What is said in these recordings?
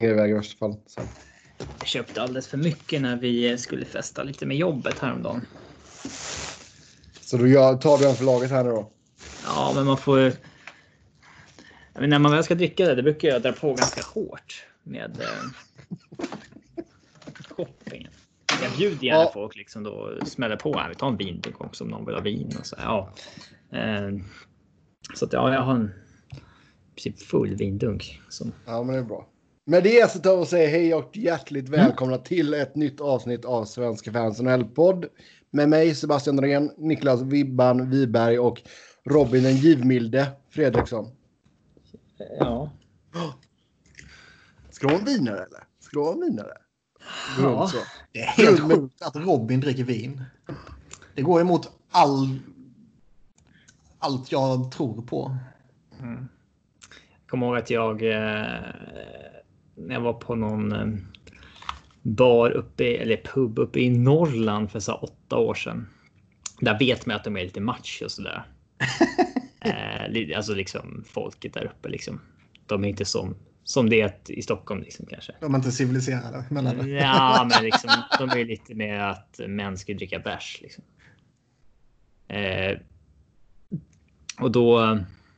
iväg i värsta fall. Så. Jag köpte alldeles för mycket när vi skulle festa lite med jobbet häromdagen. Så då tar du en för laget här nu då? Ja, men man får... Men när man väl ska dricka det brukar jag dra på ganska hårt med shoppingen. Jag bjuder gärna folk liksom då smäller på. Vi tar en vindunk också om någon vill ha vin. Och så, ja. Så att jag har en typ full vindunk. Ja, men det är bra. Med det så tar vi och säger hej och hjärtligt välkomna till ett nytt avsnitt av Svenska fans NHL-podd. Med mig Sebastian Drén, Niklas Vibban Wiberg och Robin den givmilde Fredriksson. Ja. Ska du ha en vinare eller? Ja. Så. Det är helt sjukt att Robin dricker vin. Det går emot allt jag tror på. Jag kommer ihåg att när jag var på någon bar eller pub uppe i Norrland för så 8 år sedan. Där vet man att de är lite match och sådär. Alltså liksom folket där uppe liksom. De är inte som det är i Stockholm liksom kanske. De är inte civiliserade. Ja, men liksom, de är lite mer att män ska dricka bärs liksom. Och då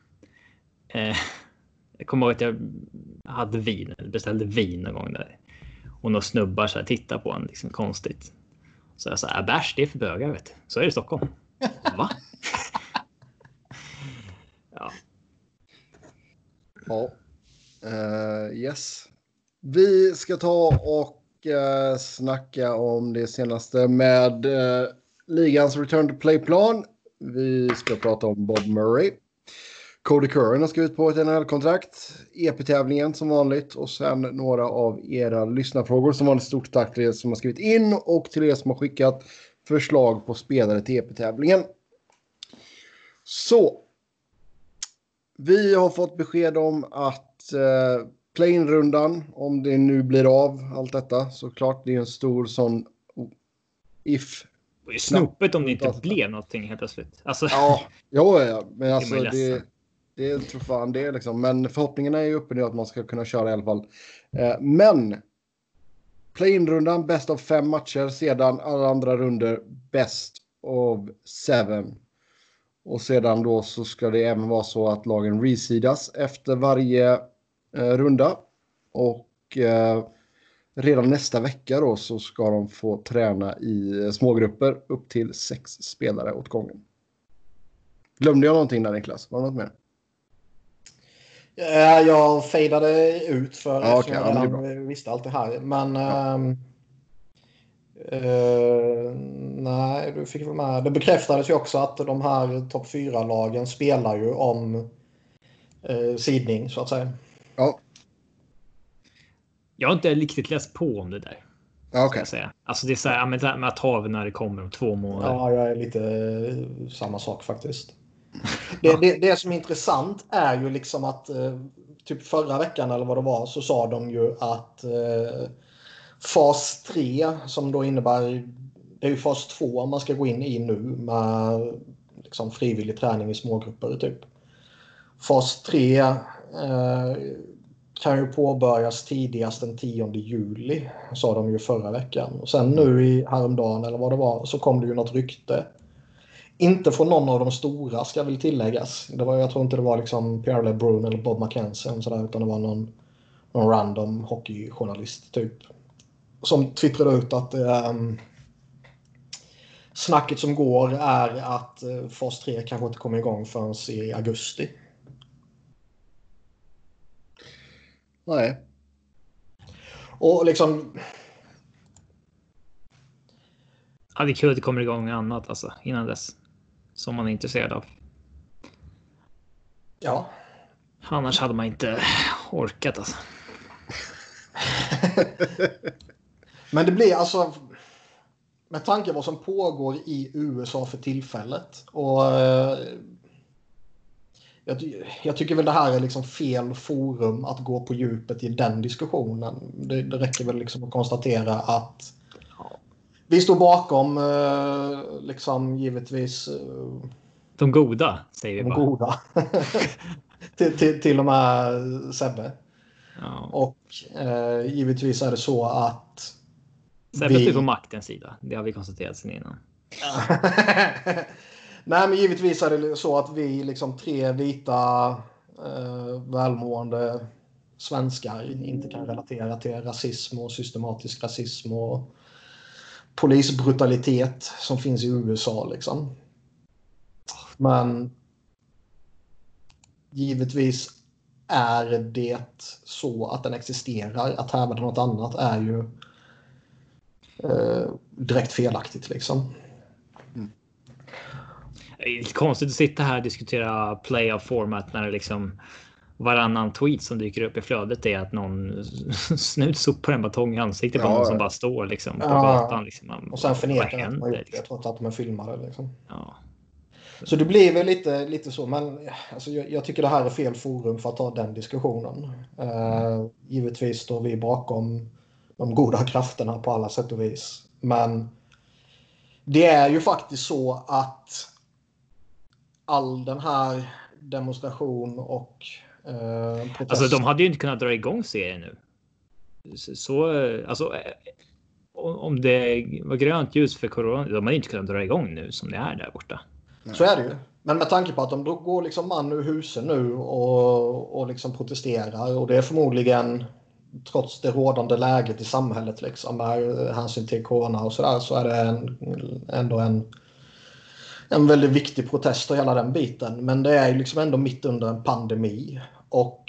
jag kommer ihåg att jag hade beställde vin någon gång där. Och några snubbar så här tittar på en liksom konstigt. Så jag sa, bärs det är för bögar vet du. Så är det i Stockholm. Va? Ja. Ja. Yes. Vi ska ta och snacka om det senaste med ligans return to play-plan. Vi ska prata om Bob Murray. Cody Curran har skrivit på ett NHL-kontrakt. EP-tävlingen som vanligt. Och sen några av era lyssnarfrågor som vanligt. Stort tack till er som har skrivit in. Och till er som har skickat förslag på spelare till EP-tävlingen. Så. Vi har fått besked om att play-in-rundan, om det nu blir av allt detta. Såklart det är en stor sån if. Det är snopet om det inte blev någonting helt plötsligt. Alltså, ja. Men alltså det tror fan det är liksom. Men förhoppningen är ju uppe nu att man ska kunna köra i alla fall. Men play-in-rundan, bäst av 5 matcher. Sedan alla andra runder, best of 7. Och sedan då så ska det även vara så att lagen reseedas efter varje runda. Och redan nästa vecka då så ska de få träna i smågrupper upp till 6 spelare åt gången. Glömde jag någonting där, Niklas? Var det något mer? Jag fejdade ut för eftersom jag redan visste allt det här. Men nej, du fick väl med. Det bekräftades ju också att de här topp 4-lagen spelar ju om sidning så att säga. Ja. Jag har inte riktigt läst på om det där. Okej. Alltså det är så här med att ta när det kommer om 2 månader. Ja, jag är lite samma sak faktiskt. Det som är intressant är ju liksom att typ förra veckan eller vad det var så sa de ju att fas 3 som då innebär, det är ju fas 2 man ska gå in i nu med liksom frivillig träning i smågrupper typ. Fas 3 kan ju påbörjas tidigast den 10 juli, sa de ju förra veckan. Och sen nu i häromdagen eller vad det var så kom det ju något rykte. Inte från någon av de stora ska väl tilläggas. Jag tror inte det var liksom Pierre LeBrun eller Bob McKenzie och sådär, utan det var någon random hockeyjournalist typ. Som twittrade ut att snacket som går är att fas 3 kanske inte kommer igång förrän i augusti. Nej. Och liksom... Ja, det är kul att det kommer igång med annat alltså, innan dess. Som man är intresserad av. Ja. Annars hade man inte orkat alltså. Men det blir alltså... Med tanke på vad som pågår i USA för tillfället. Och... Jag tycker väl det här är liksom fel forum att gå på djupet i den diskussionen. Det räcker väl liksom att konstatera att vi står bakom liksom givetvis de goda säger vi bara. De goda. till och med Sebbe. Ja. Och givetvis är det så att Sebbe står på maktens sida. Det har vi konstaterat sen innan. Nej, men givetvis är det så att vi liksom 3 vita välmående svenskar inte kan relatera till rasism och systematisk rasism och polisbrutalitet som finns i USA liksom. Men givetvis är det så att den existerar. Att hävda något annat är ju direkt felaktigt liksom. Det är konstigt att sitta här och diskutera playoff format när det liksom varannan tweet som dyker upp i flödet är att någon snut sopar en batong i ansiktet på någon som bara står liksom på gatan. Liksom. Och sen förnekar att man gjort det trots att de är filmade. Liksom. Så det blir väl lite så. Men alltså, jag tycker det här är fel forum för att ta den diskussionen. Givetvis står vi bakom de goda krafterna på alla sätt och vis. Men det är ju faktiskt så att all den här demonstration och protest... Alltså de hade ju inte kunnat dra igång serien nu. Så alltså om det var grönt ljus för corona, de hade inte kunnat dra igång nu som det är där borta. Så är det ju. Men med tanke på att de går liksom man ur husen nu och liksom protesterar och det är förmodligen trots det rådande läget i samhället liksom med hänsyn till corona och sådär så är det ändå en väldigt viktig protest och hela den biten. Men det är ju liksom ändå mitt under en pandemi och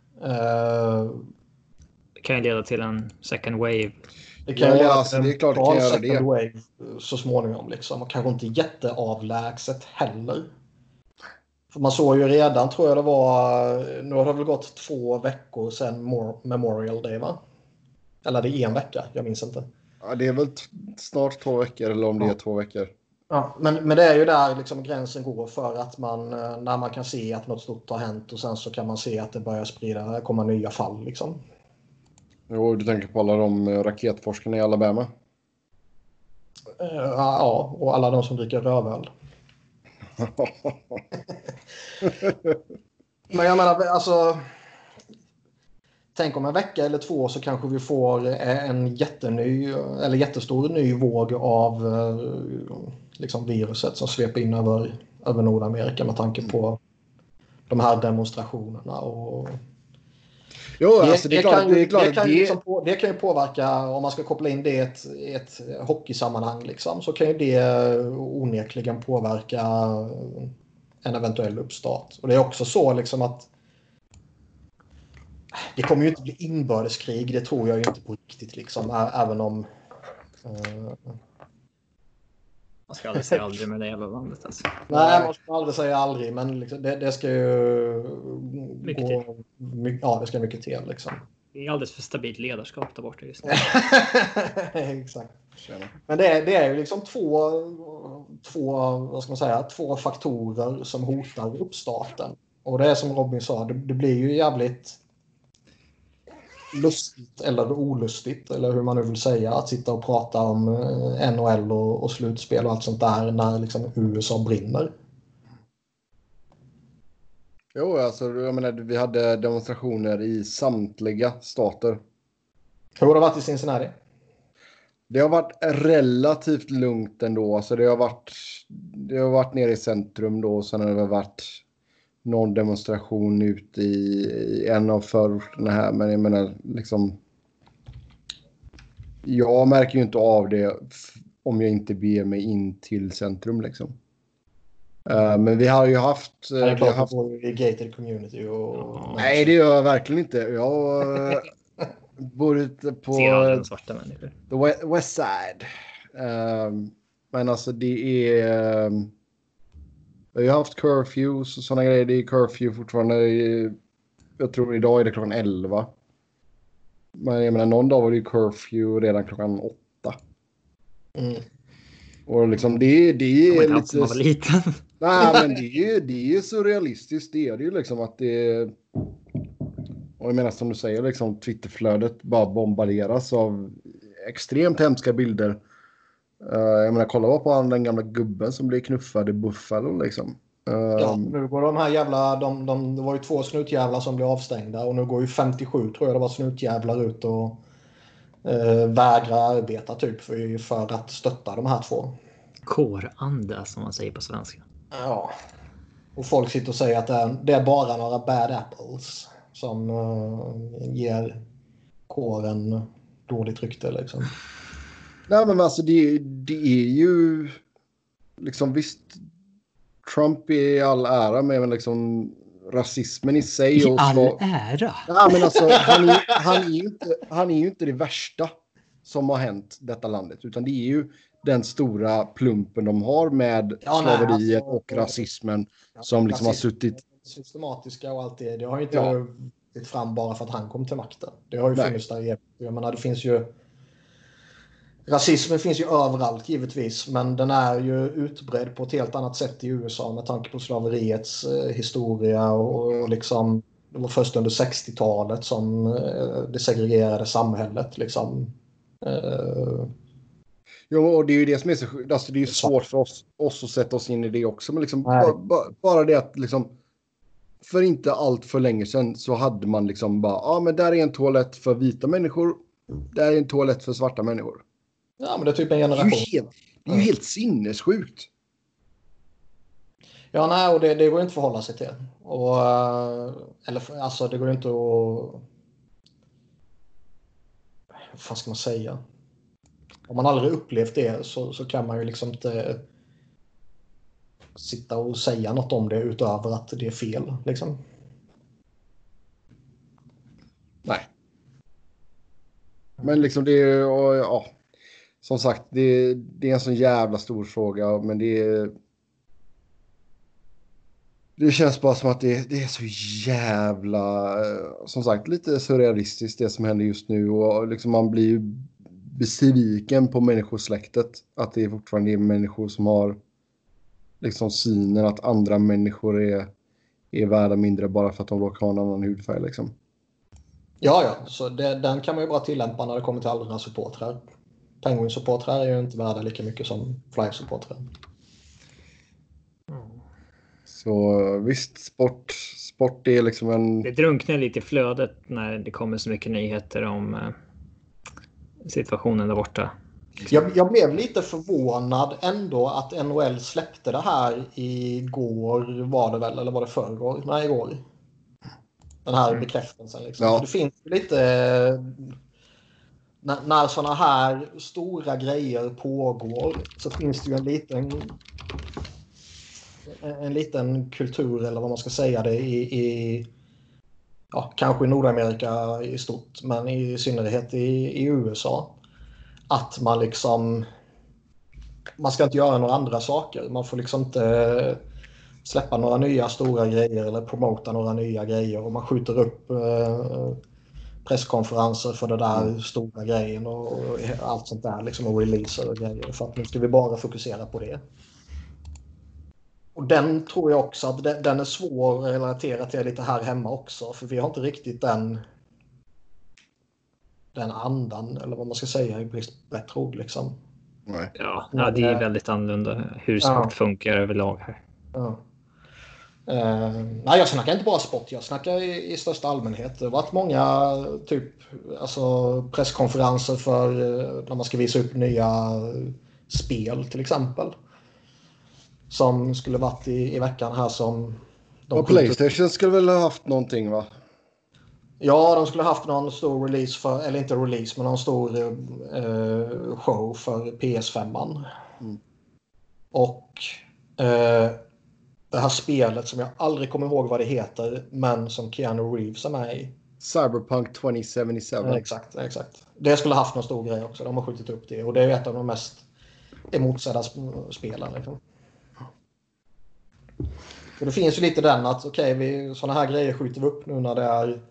det kan ju leda till en second wave. Det kan ju leda till det är klart det kan göra det. Wave så småningom liksom och kanske inte jätteavlägset heller. För man såg ju redan, tror jag det var, nu har det väl gått 2 veckor sedan Memorial Day va? Eller det är 1 vecka, jag minns inte. Ja, det är väl snart 2 veckor eller om det är 2 veckor. Ja, men det är ju där liksom gränsen går för att man, när man kan se att något stort har hänt och sen så kan man se att det börjar komma nya fall liksom. Jo, du tänker på alla de raketforskarna i Alabama? Ja, och alla de som dricker rövöl. Men jag menar, alltså... Tänk om en vecka eller 2 så kanske vi får en jättestor ny våg av liksom viruset som sveper in över Nordamerika med tanke på de här demonstrationerna och... Jo, alltså det kan ju påverka, om man ska koppla in det i ett hockeysammanhang liksom, så kan ju det onekligen påverka en eventuell uppstart. Och det är också så liksom att det kommer ju inte bli inbördeskrig, det tror jag ju inte på riktigt liksom, även om man ska aldrig säga aldrig med det jävla landet alltså. Nej, man ska aldrig säga aldrig, men liksom, det ska ju mycket till. Ja, det ska mycket till liksom. Det är alldeles för stabilt ledarskap där borta just nu. Exakt. Men det är ju liksom två faktorer som hotar uppstarten. Och det är som Robin sa, det blir ju jävligt lustigt eller olustigt eller hur man nu vill säga att sitta och prata om NHL och slutspel och allt sånt där när liksom USA brinner. Jo, alltså jag menar, vi hade demonstrationer i samtliga stater. Hur har det varit i Cincinnati? Det har varit relativt lugnt ändå. Alltså det har varit nere i centrum då. Och sen har det varit någon demonstration ute i en av förorterna här. Men jag menar liksom... Jag märker ju inte av det om jag inte beger mig in till centrum liksom. Men vi har ju haft... Det är klart att vi är gated community och... Nej, det gör jag verkligen inte. Jag bor ute på... svarta människor. The West Side. Men alltså det är... Vi har haft curfews och sådana grejer. Det är curfew fortfarande. Jag tror idag är det klockan 11. Men jag menar, någon dag var det ju curfew redan klockan 8. Mm. Och liksom det är lite... Man var liten. Nej, men det är så realistiskt. Det är det ju liksom att det... Och jag menar som du säger, liksom Twitterflödet bara bombarderas av extremt hemska bilder. Jag menar, kolla på den gamla gubben som blev knuffad i Buffalo liksom. Ja, nu går de här jävla... Det var ju 2 snutjävlar som blev avstängda och nu går ju 57 tror jag det var snutjävlar ut och vägrar arbeta typ för att stötta de här 2. Kåranda som man säger på svenska. Ja. Och folk sitter och säger att det är bara några bad apples som ger kåren dåligt rykte liksom. Nej, men alltså det är ju liksom visst, Trump är i all ära, men liksom rasismen i sig. I all ära? Ja, men alltså han är ju inte det värsta som har hänt detta landet, utan det är ju den stora plumpen de har med slaveriet och rasismen som liksom har suttit... Systematiska och allt det. Det har ju inte blivit fram bara för att han kom till makten. Det har ju funnits där. Jag menar, det finns ju... Rasismen finns ju överallt givetvis, men den är ju utbredd på ett helt annat sätt i USA med tanke på slaveriets historia och liksom det var först under 60-talet som det segregerade samhället liksom. Jo, och det är ju det som är så, alltså det är ju svårt för oss att sätta oss in i det också, men liksom bara det att liksom för inte allt för länge sedan så hade man liksom bara, men där är en toalett för vita människor, där är en toalett för svarta människor. Ja, men det är typ en generation. Det är ju helt sinnessjukt. Ja, nej, och det går inte att förhålla sig till. Och, eller alltså det går inte att... Vad fan ska man säga? Om man aldrig upplevt det så kan man ju liksom inte sitta och säga något om det utöver att det är fel liksom. Nej. Men liksom det är ja, som sagt det är en sån jävla stor fråga, men det känns bara som att det är så jävla, som sagt, lite surrealistiskt det som händer just nu, och liksom man blir ju besviken på människosläktet, att det fortfarande är människor som har liksom synen att andra människor är värda mindre bara för att de råkar ha en annan hudfärg liksom. Ja, så den kan man ju bara tillämpa när det kommer till andra supportrar. Penguin-supportrar är ju inte värda lika mycket som Flyers-supportrar. Så visst, sport är liksom en... Det drunknar lite i flödet när det kommer så mycket nyheter om situationen där borta. Jag blev lite förvånad ändå att NHL släppte det här igår, var det väl, eller var det förrgår? Nej, igår. Den här bekräftelsen liksom. Ja. Det finns lite... När såna här stora grejer pågår så finns det ju en liten kultur, eller vad man ska säga det, i kanske i Nordamerika i stort, men i synnerhet i USA, att man liksom man ska inte göra några andra saker. Man får liksom inte släppa några nya stora grejer eller promota några nya grejer, och man skjuter upp presskonferenser för det där stora grejen och allt sånt där liksom, och releaser och grejer, för att nu ska vi bara fokusera på det. Och den tror jag också att den är svår att relatera till lite här hemma också, för vi har inte riktigt den andan, eller vad man ska säga i bättre ord liksom. Nej. Ja, det är väldigt annorlunda hur sport funkar överlag här. Ja. Nej, jag snackar inte bara sport, jag snackar i största allmänhet. Det har varit många presskonferenser för när man ska visa upp nya spel till exempel, som skulle varit i veckan här, som PlayStation skulle väl ha haft någonting, va? Ja, de skulle ha haft någon stor release eller inte release, men någon stor show för PS5. Och det här spelet som jag aldrig kommer ihåg vad det heter, men som Keanu Reeves är med i. Cyberpunk 2077. Exakt. Det skulle ha haft någon stor grej också. De har skjutit upp det, och det är ett av de mest emotsedda spelen. Liksom. Och det finns ju lite den att sådana här grejer skjuter vi upp nu när det är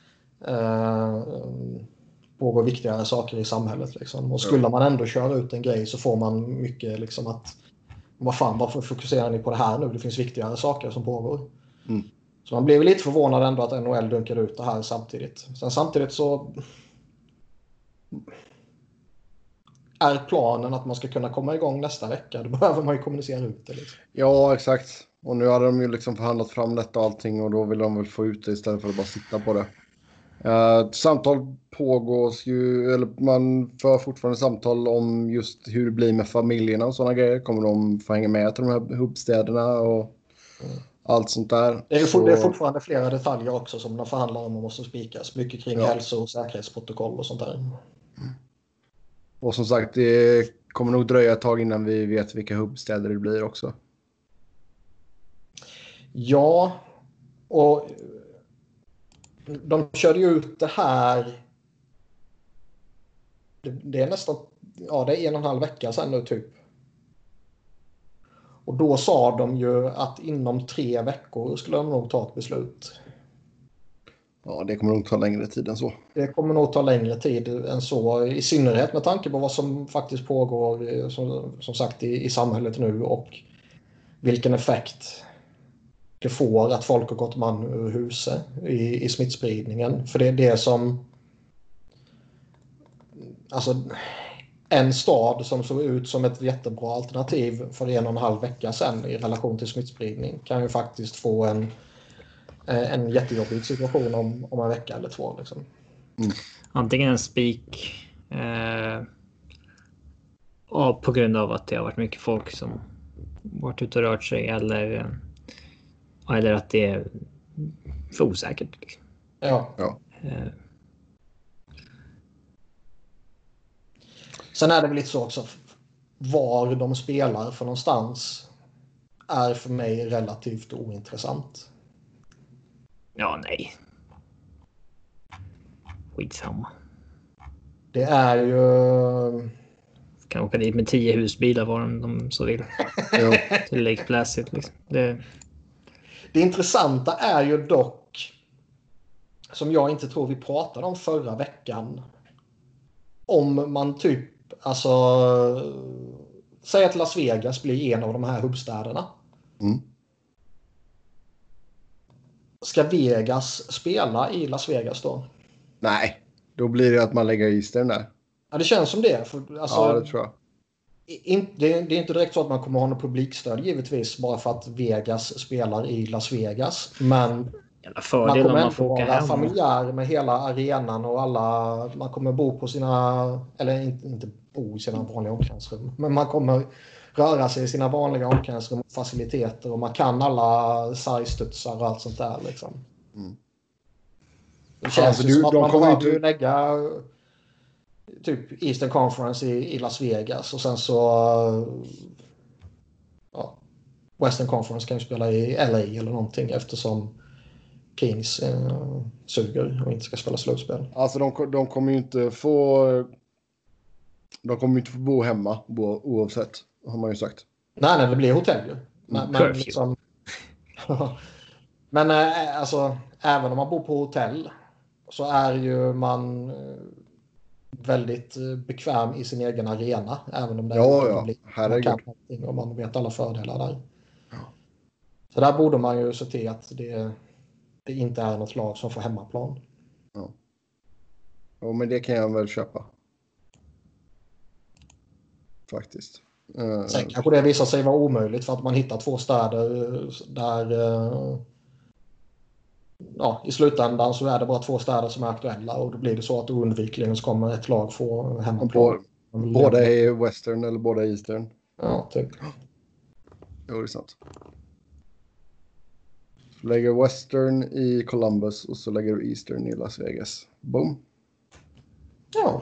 pågår viktigare saker i samhället. Liksom. Och skulle man ändå köra ut en grej så får man mycket liksom att varför fokuserar ni på det här nu? Det finns viktigare saker som pågår. Så man blev lite förvånad ändå att NHL dunkade ut det här samtidigt. Sen samtidigt så är planen att man ska kunna komma igång nästa vecka, då behöver man ju kommunicera ut det. Liksom. Ja, exakt. Och nu hade de ju liksom förhandlat fram detta och allting och då vill de väl få ut det istället för att bara sitta på det. Samtal pågås ju, eller man för fortfarande samtal om just hur det blir med familjerna och sådana grejer. Kommer de få hänga med till de här hubbstäderna och allt sånt där. Det är fortfarande flera detaljer också som de förhandlar om och måste spikas. Mycket kring hälso- och säkerhetsprotokoll och sånt där. Och som sagt, det kommer nog dröja ett tag innan vi vet vilka hubbstäder det blir också. Ja, och de körde ju ut det här. Det är nästan, ja, det är 1,5 vecka sedan nu typ. Och då sa de ju att inom 3 veckor skulle de nog ta ett beslut. Ja, det kommer nog ta längre tid än så. Det kommer nog ta längre tid än så. I synnerhet med tanke på vad som faktiskt pågår som sagt i samhället nu. Och vilken effekt det får att folk har gått man ur huset i smittspridningen. För det är det som... Alltså... En stad som såg ut som ett jättebra alternativ för 1,5 vecka sedan i relation till smittspridning kan ju faktiskt få en jättejobbig situation om en vecka eller 2. Liksom. Antingen en spik på grund av att det har varit mycket folk som varit ute och rört sig eller att det är för osäkert. Liksom. Ja. Sen är det väl lite så också, var de spelar för någonstans är för mig relativt ointressant. Ja, nej. Skitsamma. Det är ju... Kan åka dit med 10 husbilar var de så vill. Till Lake Placid. Liksom. Det intressanta är ju dock, som jag inte tror vi pratade om förra veckan, om man typ, alltså, säg att Las Vegas blir en av de här hubbstäderna. Ska Vegas spela i Las Vegas då? Nej, då blir det att man lägger Eastern där. Ja, det känns som det. För, alltså, ja, det tror jag. Det är inte direkt så att man kommer ha något publikstöd givetvis bara för att Vegas spelar i Las Vegas. Men man kommer ändå vara familjär med hela arenan och alla. Man kommer bo på sina, eller inte bo i sina vanliga omklädningsrum. Men man kommer röra sig i sina vanliga omklädningsrum och faciliteter och man kan alla sargstudsar och allt sånt där liksom. Det känns alltså, som att man kommer inte lägga typ Eastern Conference i Las Vegas och sen så Western Conference kan ju spela i LA eller någonting eftersom Kings suger och inte ska spela slutspel. Alltså de kommer ju inte få bo hemma oavsett, har man ju sagt. Nej, det blir hotell ju. Men liksom, men alltså även om man bor på hotell så är ju man väldigt bekväm i sin egen arena även om det man kan någonting och man vet alla fördelar där. Ja. Så där borde man ju se till att det inte är något lag som får hemmaplan. Ja, men det kan jag väl köpa. Faktiskt. Sen kanske det visar sig vara omöjligt för att man hittar 2 städer där i slutändan så är det bara 2 städer som är aktuella och då blir det så att oundvikligen så kommer ett lag få hemmaplan. Båda är Western eller båda är Eastern. Ja, typ. Jo, det är sant. Så lägger Western i Columbus och så lägger du Eastern i Las Vegas. Boom. Ja.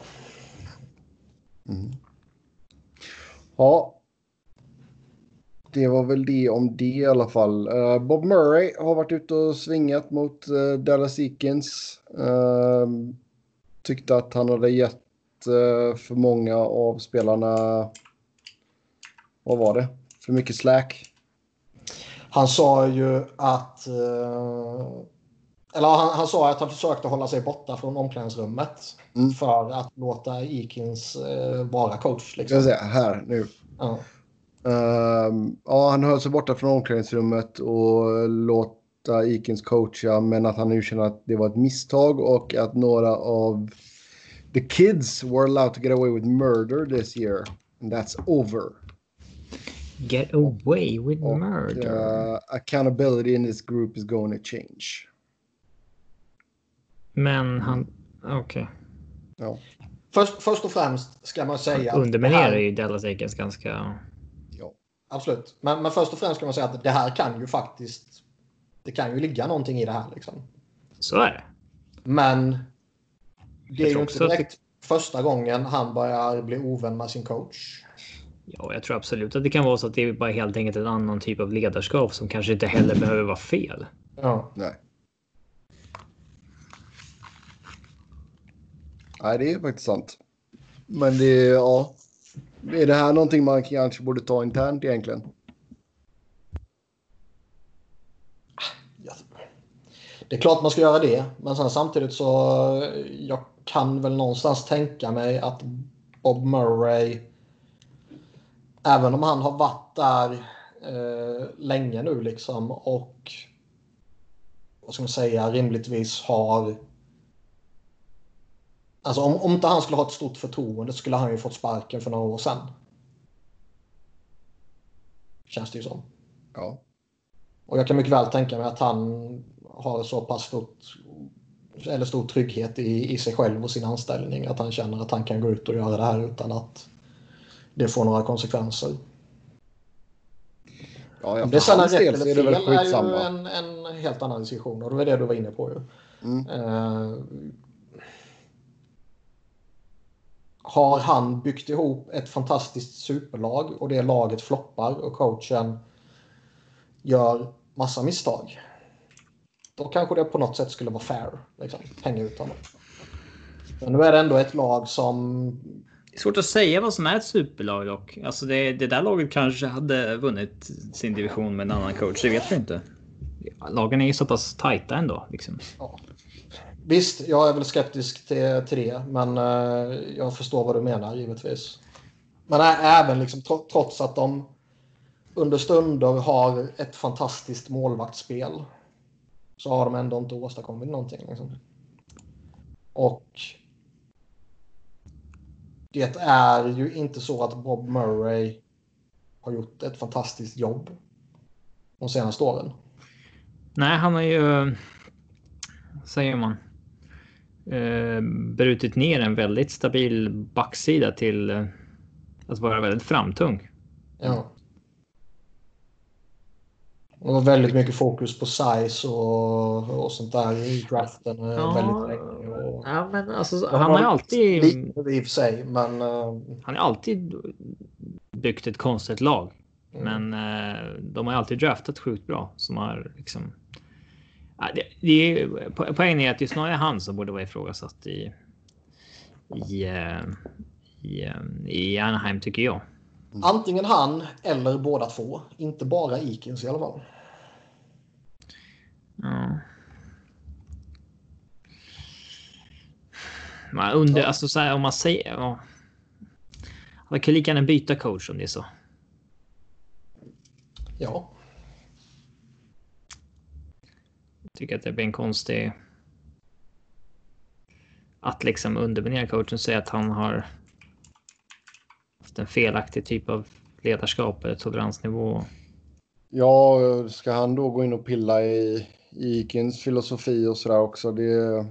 Ja. Det var väl det om det i alla fall. Bob Murray har varit ute och svingat mot Dallas Eakins. Tyckte att han hade gett för många av spelarna, vad var det? För mycket slack. Han sa ju att han sa att han försökte hålla sig borta från omklädningsrummet för att låta Eakins vara coach. Liksom. Jag säga, här nu. Ja. Han höll sig borta från omklädningsrummet och låta Eakins coacha, men att han nu känner att det var ett misstag och att några av The kids were allowed to get away with murder this year. And that's over. Get away with murder. Accountability in this group is going to change. Men han... Okej. Okay. Ja. Först och främst ska man säga... Underminerar ju Dallas Eakins ganska... Ja, absolut. Men först och främst ska man säga att det här kan ju faktiskt... Det kan ju ligga någonting i det här liksom. Så är det. Men det är ju inte direkt första gången han börjar bli ovän med sin coach. Ja, jag tror absolut att det kan vara så att det är bara helt enkelt en annan typ av ledarskap som kanske inte heller behöver vara fel. Ja. Nej. Nej, det är faktiskt sant. Men det är, ja. Är det här någonting man kanske borde ta internt egentligen? Det är klart man ska göra det. Men sen samtidigt så jag kan väl någonstans tänka mig att Bob Murray, även om han har varit där länge nu liksom och vad ska man säga, rimligtvis har, alltså om inte han skulle ha ett stort förtroende skulle han ju fått sparken för några år sedan. Känns det ju som. Ja. Och jag kan mycket väl tänka mig att han har så pass stor trygghet i sig själv och sin anställning att han känner att han kan gå ut och göra det här utan att det får några konsekvenser. Ja, det sen är rätt eller fel är ju en helt annan diskussion och det var det du var inne på ju. Har han byggt ihop ett fantastiskt superlag och det laget floppar och coachen gör massa misstag, då kanske det på något sätt skulle vara fair liksom, hänga ut honom. Men nu är det ändå ett lag som... Det är svårt att säga vad som är ett superlag dock. Alltså det där laget kanske hade vunnit sin division med en annan coach, det vet vi inte. Lagen är ju så pass tajta ändå liksom. Ja. Visst, jag är väl skeptisk till det, men jag förstår vad du menar givetvis. Men även liksom, trots att de under stunder har ett fantastiskt målvaktsspel så har de ändå inte åstadkommit någonting. Liksom. Och det är ju inte så att Bob Murray har gjort ett fantastiskt jobb de senaste åren. Nej, han har ju, säger man, brutit ner en väldigt stabil backsida till att vara väldigt framtung. Ja. Det var väldigt mycket fokus på size och sånt där i draften väldigt länge. Och... Ja, men alltså, han har ju alltid... Lite i och för sig, men... Han har alltid byggt ett konstigt lag. Men de har alltid draftat sjukt bra. Som har liksom... Det är, poängen är att det snarare är han som borde vara ifrågasatt i Anaheim tycker jag. Antingen han eller båda två. Inte bara Eakins i alla fall. Ja. Man under, alltså så här, om man säger... Ja. Man kan lika gärna byta coach om det är så. Ja. Jag tycker att det blir en konstig... Att liksom underminera coachen och säga att han har haft en felaktig typ av ledarskap eller toleransnivå. Ja, ska han då gå in och pilla i Eakins filosofi och sådär också? Det...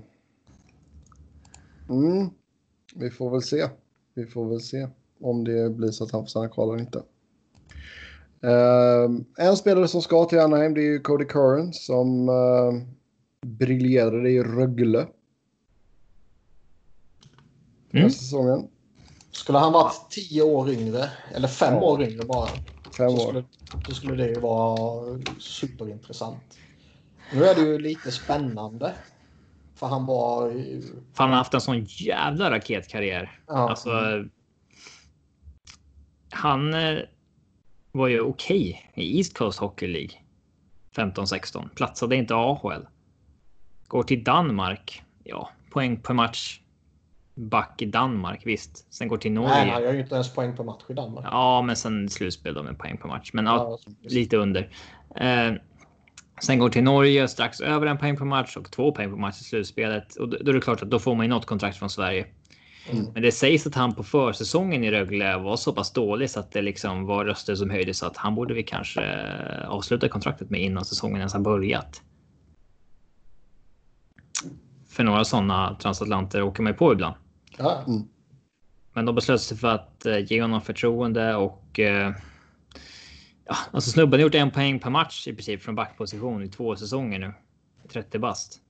Vi får väl se om det blir så att han får stanna kvar eller inte. En spelare som ska till Anaheim, det är ju Cody Curran som briljerade i Rögle den här säsongen. Skulle han varit 10 år yngre eller 5 år yngre bara 5 år. Så skulle det ju vara superintressant. Nu är det ju lite spännande för han var han har haft en sån jävla raketkarriär. Ja. Alltså han var ju okej i East Coast Hockey League 15-16. Platsade inte AHL. Går till Danmark. Ja, poäng per match. Back i Danmark, visst. Sen går till Norge. Nej, han gör ju inte ens poäng per match i Danmark. Ja, men sen slutspel då med poäng per match. Men ja, lite under. Sen går till Norge strax över en poäng per match och 2 poäng per match i slutspelet. Och då är det klart att då får man ju något kontrakt från Sverige. Men det sägs att han på försäsongen i Rögle var så pass dålig så att det liksom var röster som höjde så att han borde vi kanske avsluta kontraktet med innan säsongen ens har börjat. För några sådana transatlanter åker man ju på ibland. Ja. Men de beslöt sig för att ge honom förtroende och alltså snubben har gjort 1 poäng per match i princip från backposition i 2 säsonger nu. 30 bast.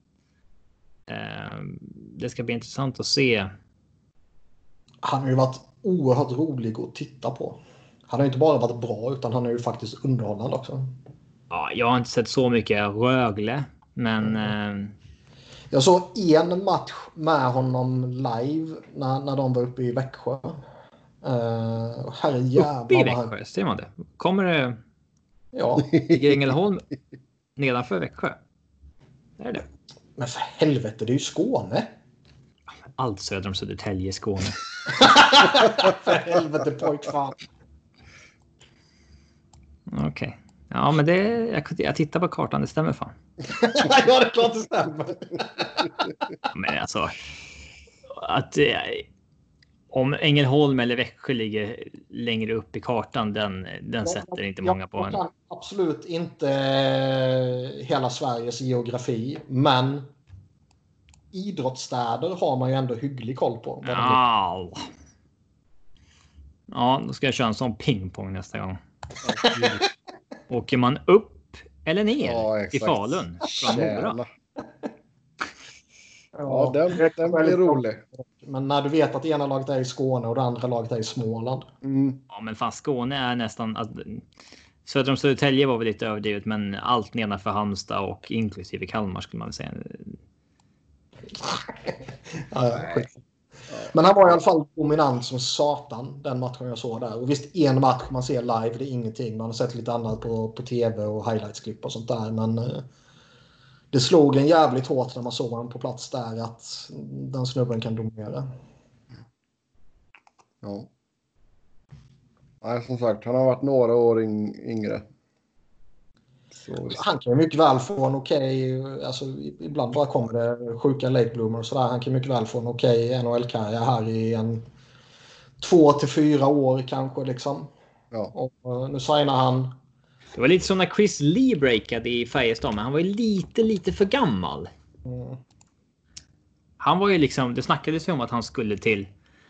Det ska bli intressant att se. Han har ju varit oerhört rolig att titta på. Han har inte bara varit bra utan han är ju faktiskt underhållande också. Ja, jag har inte sett så mycket Rögle, men jag såg en match med honom live när de var uppe i Växjö. Herrejävlar. Uppe i Växjö, ser man det? Kommer det? Ja. Ligger Ängelholm nedanför Växjö? Det är det. Men för helvete, det är ju Skåne. Allt söder om Södertälje, Skåne. För helvete, pojkfan. Okej. Ja, men det jag tittar på kartan, det stämmer fan. Ja, det är klart det stämmer. Men alltså att om Ängelholm eller Växjö ligger längre upp i kartan, den sätter inte många på en. Absolut inte hela Sveriges geografi, men idrottsstäder har man ju ändå hygglig koll på. Ja, då ska jag köra en sån pingpong nästa gång. Åker man upp eller ner i Falun från Mora? Ja, den blir rolig. Men när du vet att ena laget är i Skåne och det andra laget är i Småland. Ja, men fan, Skåne är nästan att söder om Södertälje var väl lite överdrivet, men allt nedanför Halmstad och inklusive Kalmar skulle man väl säga. Men han var i alla fall dominant som satan den matchen jag såg där. Och visst, en match man ser live, det är ingenting. Man har sett lite annat på tv och highlights-klipp och sånt där. Men det slog en jävligt hårt när man såg honom på plats där att den snubben kan dominera. Ja. Nej, som sagt, han har varit några år yngre. Så. Han kan mycket väl få en alltså ibland bara kommer det sjuka late bloomer och sådär. Han kan mycket väl få en NHL-karriär här i 2 till 4 år kanske liksom. Ja. Och nu signar han. Det var lite som när Chris Lee breakade i Färjestad, men han var ju lite för gammal. Han var ju liksom, det snackades ju om att han skulle till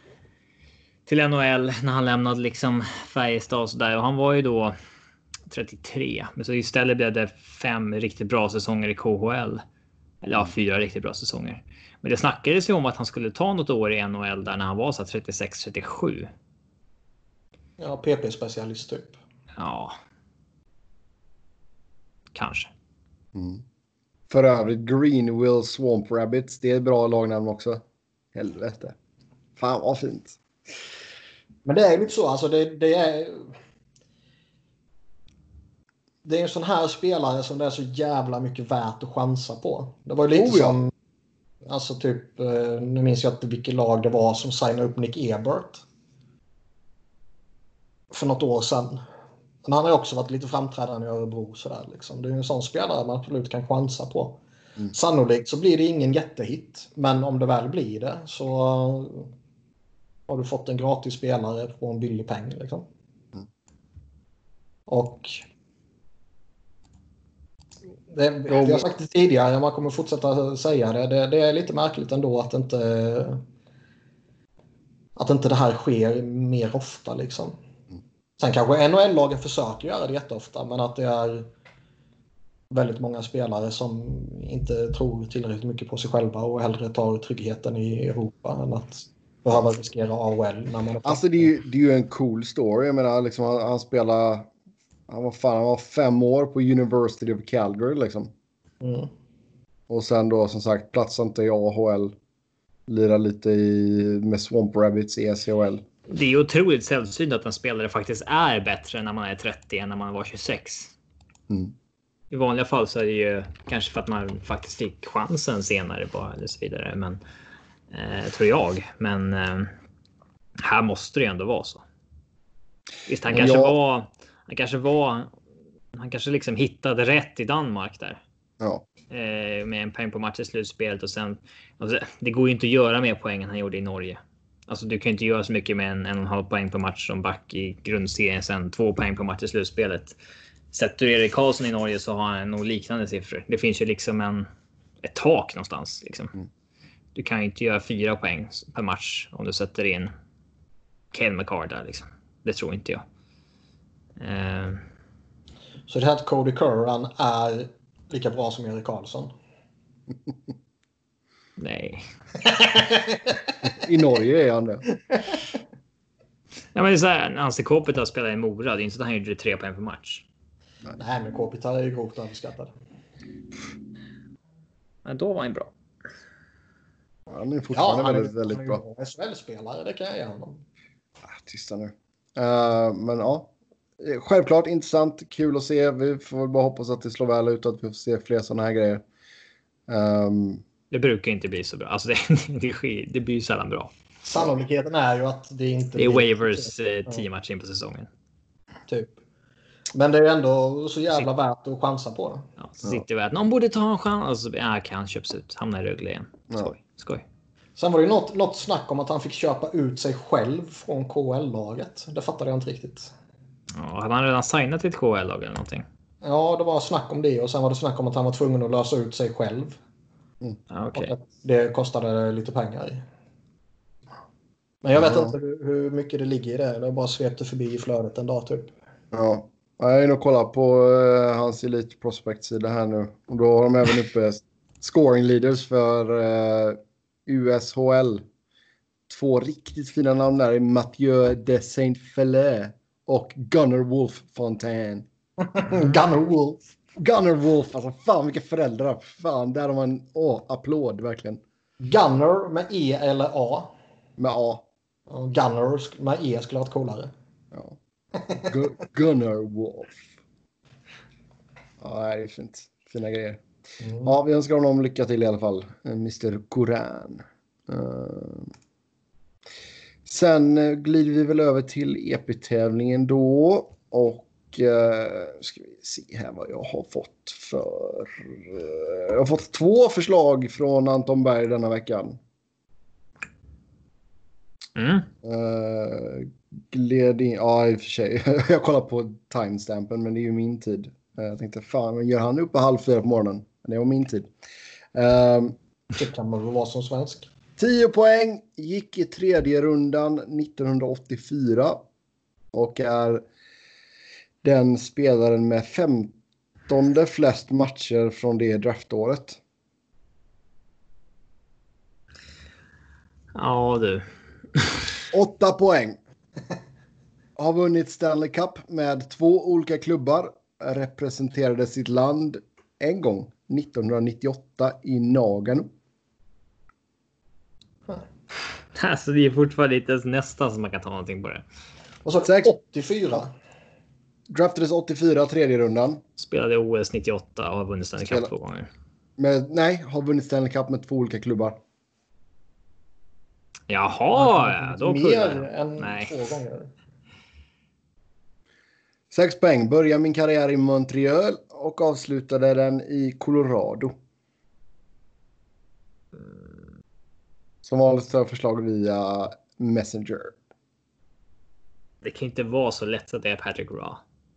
NHL när han lämnade liksom Färjestad och sådär. Och han var ju då 33. Men så istället blev det 5 riktigt bra säsonger i KHL. Eller ja, 4 riktigt bra säsonger. Men det snackades ju om att han skulle ta något år i NHL där när han var så 36-37. Ja, PP-specialist typ. Ja. Kanske. För övrigt, Greenville Swamp Rabbits. Det är ett bra lagnamn också. Helvete. Fan vad fint. Men det är ju inte så. Alltså det är en sån här spelare som det är så jävla mycket värt att chansa på. Det var ju lite som alltså typ, nu minns jag inte vilket lag det var som signade upp Nick Ebert för något år sedan. Men han har också varit lite framträdande i Örebro sådär liksom. Det är en sån spelare man absolut kan chansa på. Sannolikt så blir det ingen jättehit, men om det väl blir det så har du fått en gratis spelare på en billig peng liksom. Och jag har sagt det tidigare, man kommer fortsätta säga det. Det är lite märkligt ändå att inte det här sker mer ofta liksom. Sen kanske NHL-lagen försöker göra det jätteofta, men att det är väldigt många spelare som inte tror tillräckligt mycket på sig själva och hellre tar tryggheten i Europa än att behöva riskera AHL när man alltså det är ju en cool story. Jag menar liksom han spelar. Han var 5 år på University of Calgary liksom. Och sen då som sagt platsade inte i AHL. Lira lite med Swamp Rabbits i SHL. Det är otroligt sällsynt att en spelare faktiskt är bättre när man är 30 än när man var 26. I vanliga fall så är det ju kanske för att man faktiskt fick chansen senare bara eller så vidare. Men tror jag. Men här måste det ändå vara så. Visst, han kanske liksom hittade rätt i Danmark där. Ja. Med en poäng på match i slutspelet och sen alltså, det går ju inte att göra mer poäng än han gjorde i Norge. Alltså du kan inte göra så mycket med en 1,5 poäng per match som back i grundserien, sen 2 poäng per match i slutspelet. Sätter du Erik Karlsson i Norge så har han nog liknande siffror. Det finns ju liksom ett tak någonstans. Liksom. Du kan ju inte göra 4 poäng per match om du sätter in Ken McCarr där. Liksom. Det tror inte jag. Så det här att Cody Curran är lika bra som Erik Karlsson? Nej. I Norge är han det. Ja, men det är så här, Anse Kopitar spelar i Mora. Det är inte så att han gjorde 3 poäng per match. Nej, men Kopitar är ju grovt överskattad. Men då var han bra. Han är fortfarande väldigt bra. Han är SHL-spelare, det kan jag ge honom. Tysta nu. Men ja. Självklart intressant, kul att se. Vi får väl bara hoppas att det slår väl ut och att vi får se fler sådana här grejer. Det brukar inte bli så bra. Alltså det blir ju sällan bra. Sannolikheten är ju att det inte det är waivers 10 matcher in på säsongen. Typ. Men det är ändå så jävla värt att chansa på det. Ja, så sitter vi att någon borde ta en chans. Alltså, kan han köps ut. Hamnar i Rögle igen. Skoj. Sen var det ju något snack om att han fick köpa ut sig själv från KHL-laget. Det fattade jag inte riktigt. Ja, hade han redan signat till ett KHL-lag eller någonting? Ja, det var snack om det. Och sen var det snack om att han var tvungen att lösa ut sig själv. Okay. Det kostade lite pengar. Men jag vet inte hur mycket det ligger i det. Det bara svepte förbi i flödet en dag typ. Ja, jag är nog kolla på hans Elite Prospect-sida här nu. Och då har de även uppe scoring leaders för USHL. 2 riktigt fina namn där är Mathieu de Saint-Felay och Gunnar Wolf Fontaine. Gunnar Wolf, alltså fan vilka föräldrar. Fan, där har man applåd verkligen. Gunnar med E eller A? Med A. Och Gunnar med E skulle ha varit coolare. Ja. Gunnar Wolf. Ja, det är fint. Fina grejer. Ja, vi önskar honom lycka till i alla fall. Mr. Kuran. Sen glider vi väl över till EP-tävlingen då. Och ska vi se här vad jag har fått för... jag har fått 2 förslag från Anton Berg denna veckan. Gled in... Ja, i och för sig. Jag kollar på timestampen, men det är ju min tid. Jag tänkte, fan, men gör han uppe 3:30 på morgonen? Det var min tid. Det kan man väl vara som svensk. 10 poäng, gick i 3:e rundan 1984 och är den spelaren med 15:e flest matcher från det draftåret. Ja, du. 8 poäng. Har vunnit Stanley Cup med 2 olika klubbar. Representerade sitt land en gång, 1998 i Nagano. Alltså det är fortfarande inte ens nästan som man kan ta någonting på det. Och så 84. Draftades 84, 3:e rundan. Spelade OS 98 och har vunnit Stanley Cup 2 gånger. Har vunnit Stanley Cup med 2 olika klubbar. Jaha, då mer än 2 gånger. 6 poäng. Började min karriär i Montreal och avslutade den i Colorado. Som vanligt tar förslag via Messenger. Det kan inte vara så lätt att det är Patrick Roy.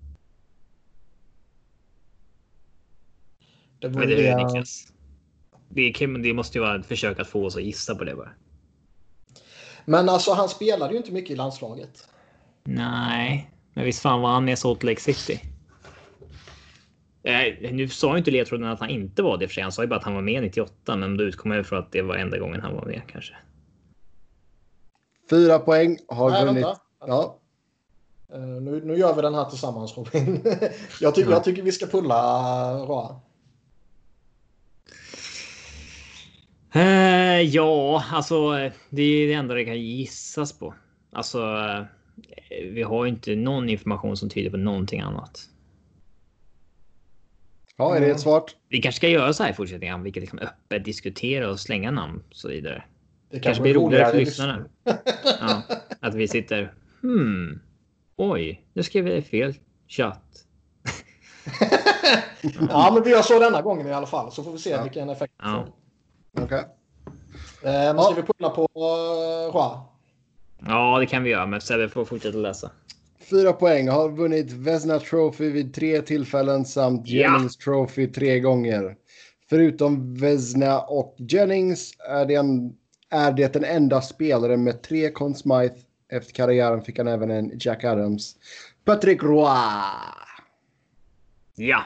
Det måste ju vara ett försök att få oss att gissa på det bara. Men alltså han spelade ju inte mycket i landslaget. Nej, men visst fan var han med Salt Lake City. Nu sa ju inte ledtråden att han inte var det, för han sa ju bara att han var med 98, men då utkom jag för att det var enda gången han var med kanske. 4 poäng har vunnit. Vänta. Ja. Nu gör vi den här tillsammans, Robin. jag tycker vi ska pulla Roa. Ja, alltså det är det enda det kan gissas på. Alltså vi har ju inte någon information som tyder på någonting annat. Ja, är det ett svart? Vi kanske ska göra så här i fortsättningen. Vi kan liksom öppet diskutera och slänga namn och så vidare. Det kanske blir roligare för lyssnarna. Ja, att vi sitter... Oj, nu skrev jag fel chatt. Ja, men vi gör så denna gången i alla fall. Så får vi se vilken effekt. Okej. Ska vi pulla på Roa? Ja, det kan vi göra, men Sebbe får fortsätta läsa. 4 poäng. Har vunnit Vezina Trophy vid 3 tillfällen samt Jennings Trophy 3 gånger. Förutom Vezina och Jennings är det den enda spelaren med 3 Conn Smythe. Efter karriären fick han även en Jack Adams. Patrick Roy. Ja.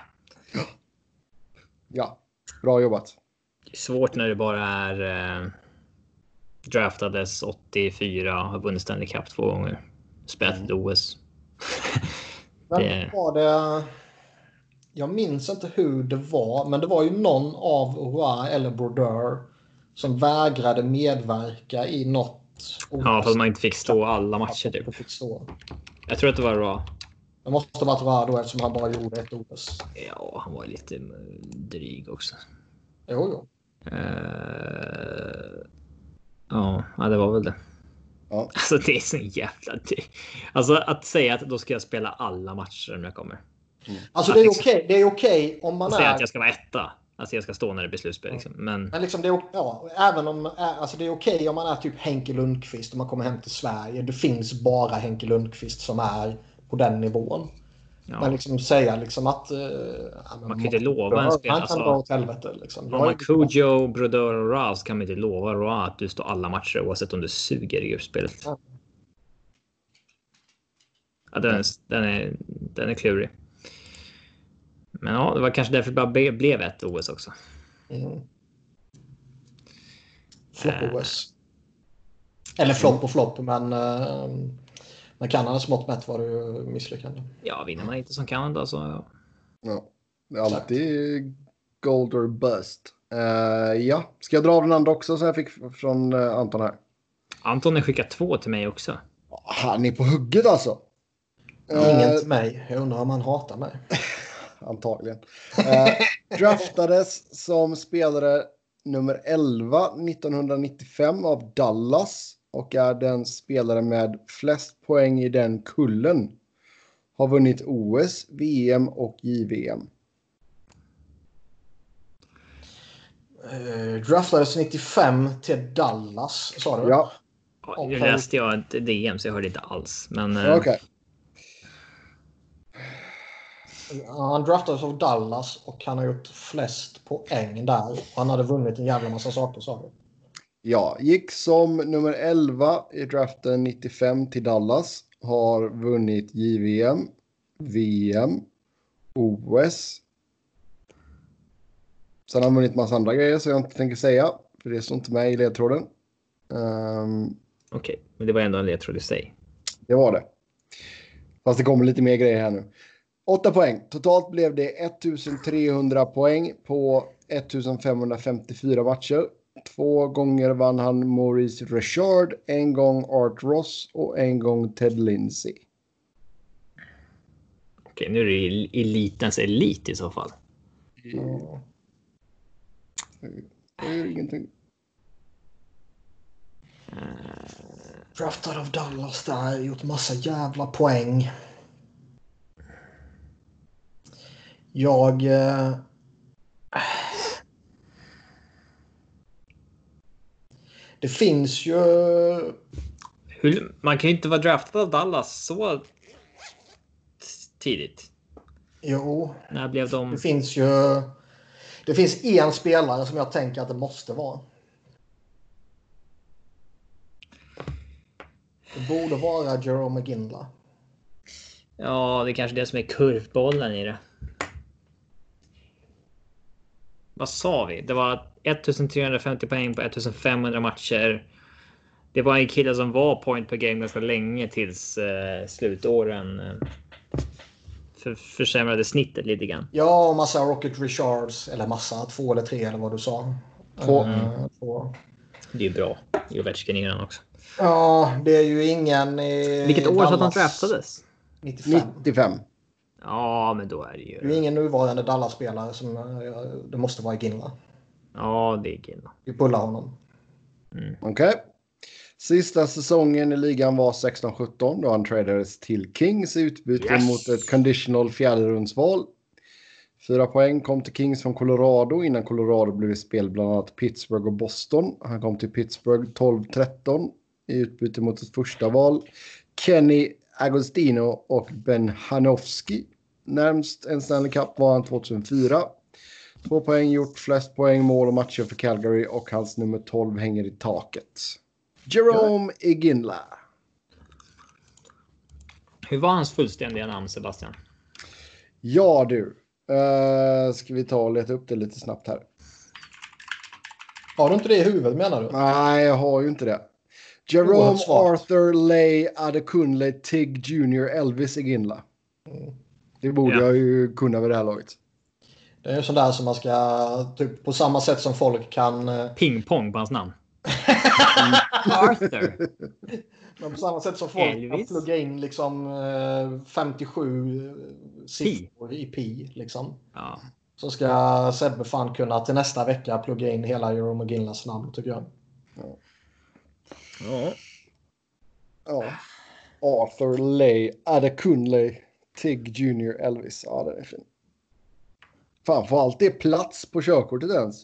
Ja, bra jobbat. Det är svårt när det bara är draftades 84, har vunnit Stanley Cup 2 gånger. Spelat OS. Men var det... Jag minns inte hur det var, men det var ju någon av Roy eller Brodeur som vägrade medverka i något. Ja, för att man inte fick stå alla matcher typ. Jag tror att det var Roy. Det måste ha varit Roy då eftersom han bara gjorde ett OS. Ja, han var lite dryg också. Jo. Ja, det var väl det. Ja. Alltså det är så jävla dyrt. Alltså att säga att då ska jag spela alla matcher när jag kommer. Alltså det är okej. Det är okej om man säga att jag ska vara etta. Alltså jag ska stå när det blir slutspel liksom. Men liksom det är även om alltså det är okej om man är typ Henke Lundqvist och man kommer hem till Sverige. Det finns bara Henke Lundqvist som är på den nivån. Ja. Men liksom säga liksom att man kan inte lova en spelare. Han kan dra åt helvete liksom. Om man Cujo, Brodeur och Rouse kan man inte lova Roy att du står alla matcher oavsett om du suger i gruppspelet. Ja. Ja, den är klurig. Men ja, det var kanske därför det bara blev ett OS också. Flopp-OS. Eller flopp och flopp, men med Kanadas mått mätt var det ju misslyckande. Ja, vinner man inte som Kanada så... Ja, det är alltid gold or bust. Ja, ska jag dra den andra också som jag fick från Anton här? Anton har skickat 2 till mig också. Han är på hugget alltså. Ingen till mig. Jag undrar om han hatar mig. Antagligen. Draftades som spelare nummer 11 1995 av Dallas och är den spelare med flest poäng i den kullen. Har vunnit OS, VM och JVM. Draftades 95 till Dallas, sa du? Ja. Nu läste jag ett DM så jag hörde inte alls. Men... Okej. Han draftades av Dallas och han har gjort flest poäng där. Han hade vunnit en jävla massa saker, sa du. Ja, gick som nummer 11 i draften 95 till Dallas. Har vunnit JVM, VM, OS. Sen har han vunnit massa andra grejer så jag inte tänker säga. För det står inte med i ledtråden. Okej, men det var ändå en ledtråd i sig. Det var det. Fast det kommer lite mer grejer här nu. 8 poäng. Totalt blev det 1300 poäng på 1554 matcher. 2 gånger vann han Maurice Richard, 1 gång Art Ross och 1 gång Ted Lindsay. Okej, nu är det elitens elit i så fall. Det är ingenting. Draftad av Dallas där, gjort massa jävla poäng. Det finns ju... Man kan ju inte vara draftad av Dallas så tidigt. Jo. När blev de... Det finns en spelare som jag tänker att det måste vara. Det borde vara Jerome McGinley. Ja, det är kanske det som är kurvbollen i det. Vad sa vi? Det var 1350 poäng på 1500 matcher. Det var en kille som var point per game ganska länge tills slutåren försämrade snittet lite grann. Ja, massa Rocket Richards. Eller massa, 2 eller 3 eller vad du sa. 2. Det är ju bra. I Ovechkin innan också. Ja, det är ju ingen... Vilket år så att han draftades? 95. Ja, men då är det ju... Det är ingen nuvarande Dallas-spelare som det måste vara i Ginla. Ja, det är Ginla. Vi pullar honom. Okej. Sista säsongen i ligan var 16-17 då han tradades till Kings i utbyte mot ett conditional fjärderundsval. 4 poäng kom till Kings från Colorado innan Colorado blev i spel bland annat Pittsburgh och Boston. Han kom till Pittsburgh 12-13 i utbyte mot ett första val. Kenny Agostino och Ben Hanowski. Närmst en Stanley Cup var han 2004. 2 poäng gjort, flest poäng, mål och matcher för Calgary och hans nummer 12 hänger i taket. Jerome Iginla. Hur var hans fullständiga namn, Sebastian? Ja du. Ska vi ta och leta upp det lite snabbt här. Har du inte det i huvudet menar du? Nej, jag har ju inte det. Jerome Arthur Leigh Adekunle Tig Jr. Elvis Iginla. Det borde jag ju kunna vid det här laget. Det är ju sådär som man ska, typ på samma sätt som folk kan... Pingpong på hans namn. Arthur. Men på samma sätt som folk kan plugga in liksom 57 siffror i pi liksom. Ja. Så ska Sebbe fan kunna till nästa vecka plugga in hela Jerome Iginlas namn tycker jag. Ja. Arthur Leigh Adekunle Tig Jr. Elvis. Ja, det är fint. Fan, får alltid plats på körkortet ens?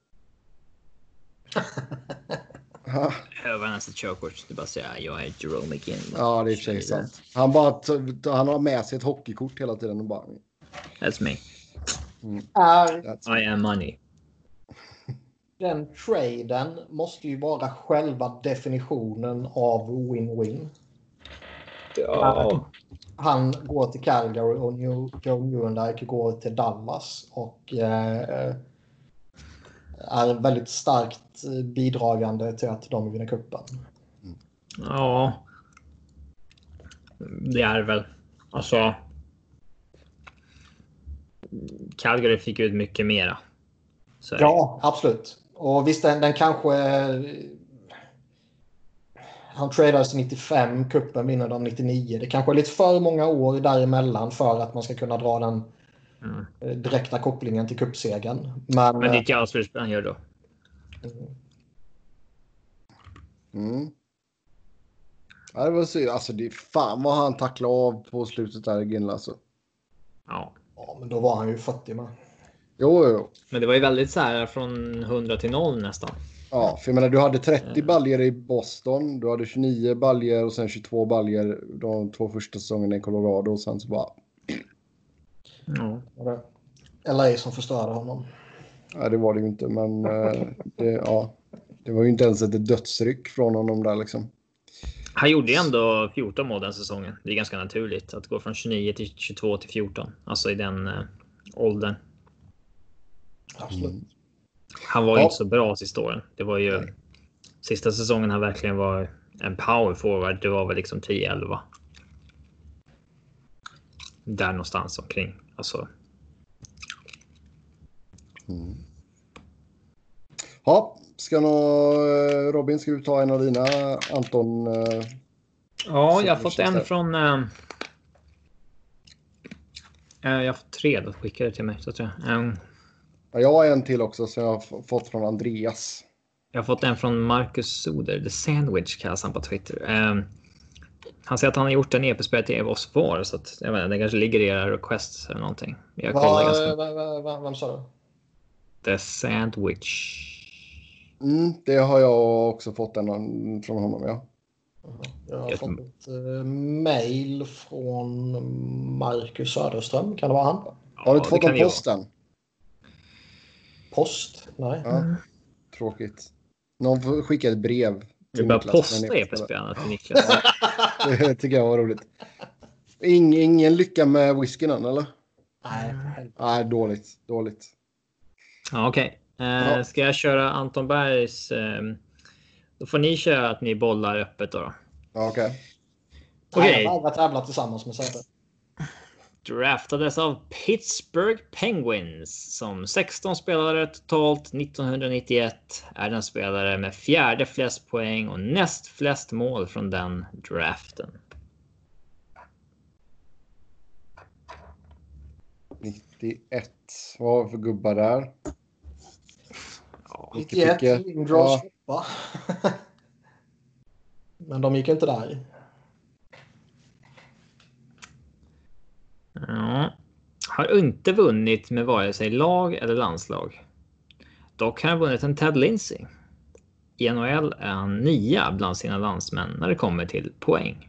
Jag var nästan körkort. Det bara säga jag är Jerome Iginla. Ja, det är i och för sig sant. Han har med sig ett hockeykort hela tiden och bara... That's me. I am money. Den traden måste ju vara själva definitionen av win-win. Ja. Han går till Calgary och Joe Newendike går till Dallas och är väldigt starkt bidragande till att de vinner kuppen. Ja. Det är väl. Alltså. Calgary fick ut mycket mera. Så ja, absolut. Och visst, den kanske... Han tradades 95, kuppen vinner de 99. Det kanske är lite för många år däremellan för att man ska kunna dra den direkta kopplingen till kuppsegern. Men det är inte alls vad han gör då. Ja, det var så, alltså det fan vad han tacklade av på slutet där i Ginla alltså. Ja, men då var han ju 40 med. Jo. Men det var ju väldigt så här från 100 till 0 nästan. Ja, för jag menar du hade 30 baljer i Boston, du hade 29 baljer och sen 22 baljer de 2 första säsongerna i Colorado och sen så bara... Ja. LA som förstörde honom. Ja, det var det ju inte, men det var ju inte ens ett dödsryck från honom där liksom. Han gjorde ju ändå 14 mål den säsongen. Det är ganska naturligt att gå från 29 till 22 till 14. Alltså i den åldern. Absolut. Han var ju inte så bra sista åren. Det var ju sista säsongen han verkligen var en power forward. Det var väl liksom 10-11. Där någonstans omkring. Alltså. Ja, Robin, ska du ta en av dina Anton? Ja, jag har fått en från... jag har fått 3 då, skickade till mig. Så tror jag. Jag har en till också som jag har fått från Andreas. Jag har fått en från Marcus Soder, The Sandwich kallas han på Twitter. Han säger att han har gjort en EP-spel till oss var, så att jag vet inte, det kanske ligger i era requests eller någonting. Jag kollar ganska... Vem sa du? The Sandwich. Det har jag också fått en från honom, ja. Jag har fått ett mail från Marcus Söderström. Kan det vara han? Har du inte fått en posten? Post? Nej. Ja, tråkigt. Någon får skicka ett brev. Du bara posta EP-spelarna till Niklas. Det tycker jag var roligt. Ingen lycka med whiskyn än, eller? Nej, dåligt. Ja, okej. Ska jag köra Anton Bergs... Då får ni köra att ni bollar öppet då. Ja, okej. Jag tävlar tillsammans med Sebbe. Draftades av Pittsburgh Penguins som 16 spelare totalt 1991. Är den spelare med 4:e flest poäng och näst flest mål från den draften. 91. Vad har vi för gubbar där? 91, Lindros hoppa. Men de gick inte där. Ja. Har inte vunnit med vare sig lag eller landslag. Dock har han vunnit en Ted Lindsay. I NHL är han 9 bland sina landsmän när det kommer till poäng.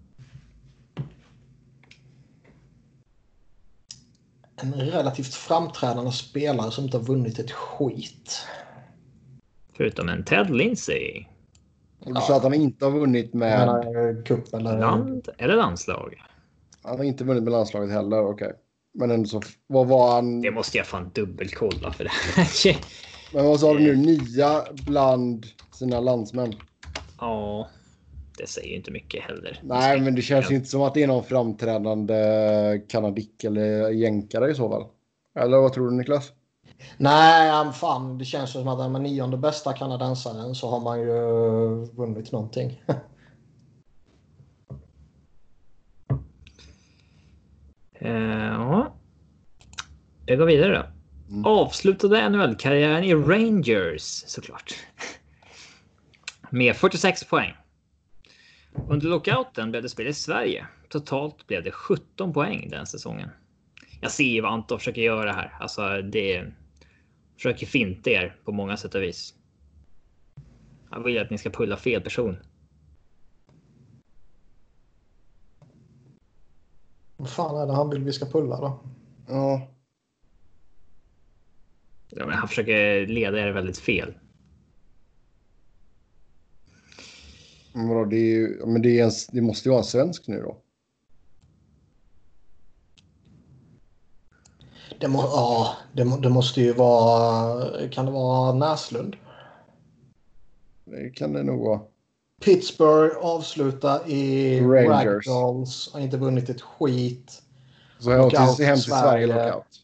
En relativt framträdande spelare som inte har vunnit ett skit. Förutom en Ted Lindsay. Du sa att han inte har vunnit med cup eller land eller landslag. Han har inte vunnit med landslaget heller, okej. Men ändå så, vad var han? Det måste jag fan dubbelkolla för det här. Men vad sa du nu? 9 bland sina landsmän? Ja, det säger ju inte mycket heller. Nej, men det känns ju inte som att det är någon framträdande kanadick eller jänkare i så fall. Eller vad tror du, Niklas? Nej, fan. Det känns som att den 9:e bästa kanadensaren så har man ju vunnit någonting. Ja. Jag går vidare då. Avslutade NHL-karriären i Rangers, såklart. Med 46 poäng. Under lockouten blev det spel i Sverige. Totalt blev det 17 poäng den säsongen. Jag ser ju vad Anton försöker göra här. Alltså det försöker finta er på många sätt och vis. Jag vill att ni ska pulla fel person. Vad fan är det han vill vi ska pulla då? Ja. Ja, men han försöker leda er väldigt fel. Men det måste ju vara en svensk nu då. Det måste ju vara... Kan det vara Näslund? Det kan det nog vara. Pittsburgh avslutar i Rangers. Ragdolls. Har inte vunnit ett skit. Så jag åkte hem till Sverige lockout.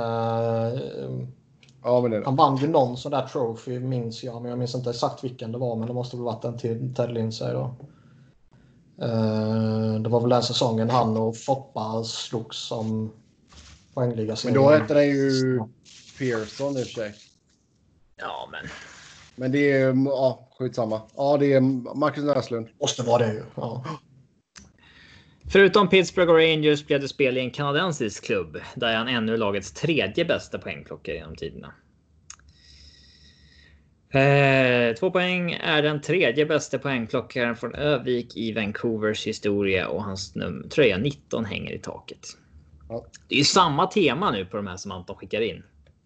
Ja, men det är det. Han vann ju någon sån där trophy minns jag. Men jag minns inte exakt vilken det var. Men det måste väl varit en till Ted Lindsay då. Det var väl den säsongen han och Foppa slogs som poängliga. Men då heter den ju Pearson i och för sig. Ja, Men det är, ja, skitsamma. Ja, det är Marcus Näslund. Måste vara det ju, ja. Förutom Pittsburgh och Rangers blev det spel i en kanadensisk klubb där han ännu är lagets 3:e bästa poängplockare genom tiderna. 2 poäng är den 3:e bästa poängplockaren från Övik i Vancouvers historia och hans tröja 19 hänger i taket. Ja. Det är ju samma tema nu på de här som Anton skickar in.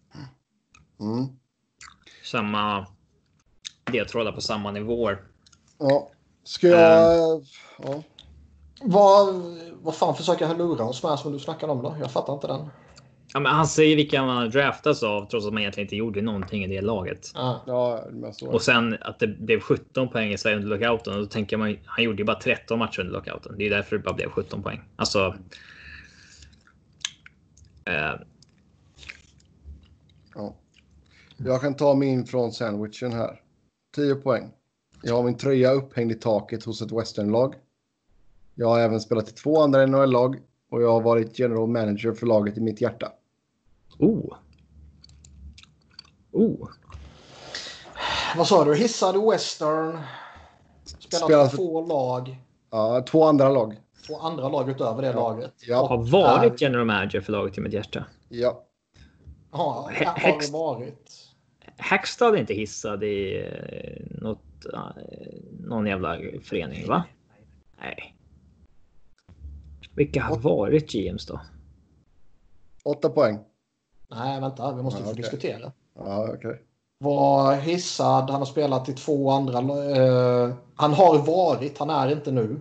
Samma ledtrådar på samma nivåer. Ja. Ska jag... Ja. Vad fan försöker han lura oss med som du snackade om då? Jag fattar inte den. Ja, men han säger vilka man draftas av trots att man egentligen inte gjorde någonting i det laget. Ja, och sen att det blev 17 poäng i Sverige under lockouten. Och då tänker man, han gjorde ju bara 13 matcher under lockouten. Det är därför det bara blev 17 poäng. Alltså... Ja. Jag kan ta min från sandwichen här. 10 poäng. Jag har min tröja upphängd i taket hos ett westernlag. Jag har även spelat i 2 andra NHL-lag. Och jag har varit general manager för laget i mitt hjärta. Vad sa du? Hissade western. Spelat för 2 lag. Ja, 2 andra lag. 2 andra lag utöver det laget. Jag har varit general manager för laget i mitt hjärta. Ja. Ja, har det varit. Hackstad är inte hissad i någon jävla förening, va? Nej. Vilka har varit GMs då? 8 poäng. Nej, vänta. Vi måste få diskutera. Ja, okej. Var hissad. Han har spelat i 2 andra... han har varit. Han är inte nu.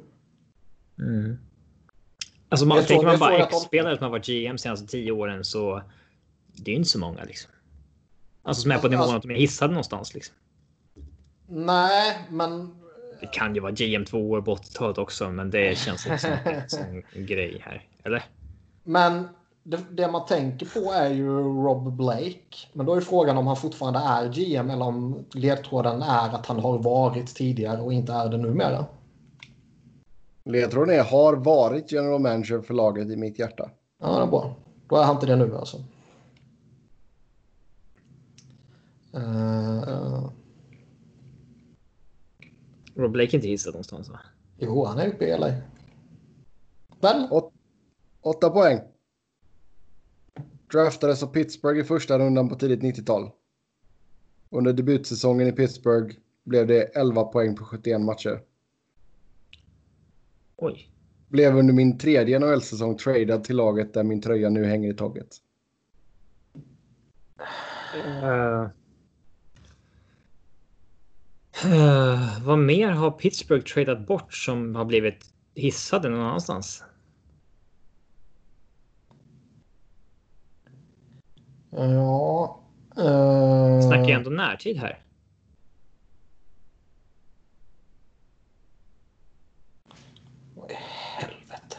Alltså man tänker man bara X-spelare som har varit GM senaste 10 åren så det är inte så många liksom. Alltså som är på nivån att de är hissade någonstans liksom. Nej, men... Det kan ju vara GM 2 år på 80-talet också, men det känns inte som en grej här, eller? Men det man tänker på är ju Rob Blake. Men då är frågan om han fortfarande är GM eller om ledtråden är att han har varit tidigare och inte är det numera. Ledtråden är har varit general manager för laget i mitt hjärta. Ja, det är bra. Då är han inte det nu alltså. Rob Blake är inte hissad någonstans, va? Jo, han är uppe i LA. Väl? 8 poäng. Draftades av Pittsburgh i första rundan på tidigt 90-tal. Under debutsäsongen i Pittsburgh blev det 11 poäng på 71 matcher. Oj. Blev under min tredje NHL-säsong tradad till laget där min tröja nu hänger i taget. Vad mer har Pittsburgh tradat bort som har blivit hissade någon annanstans? Ja. Snackar jag ändå närtid här. Vad i helvete.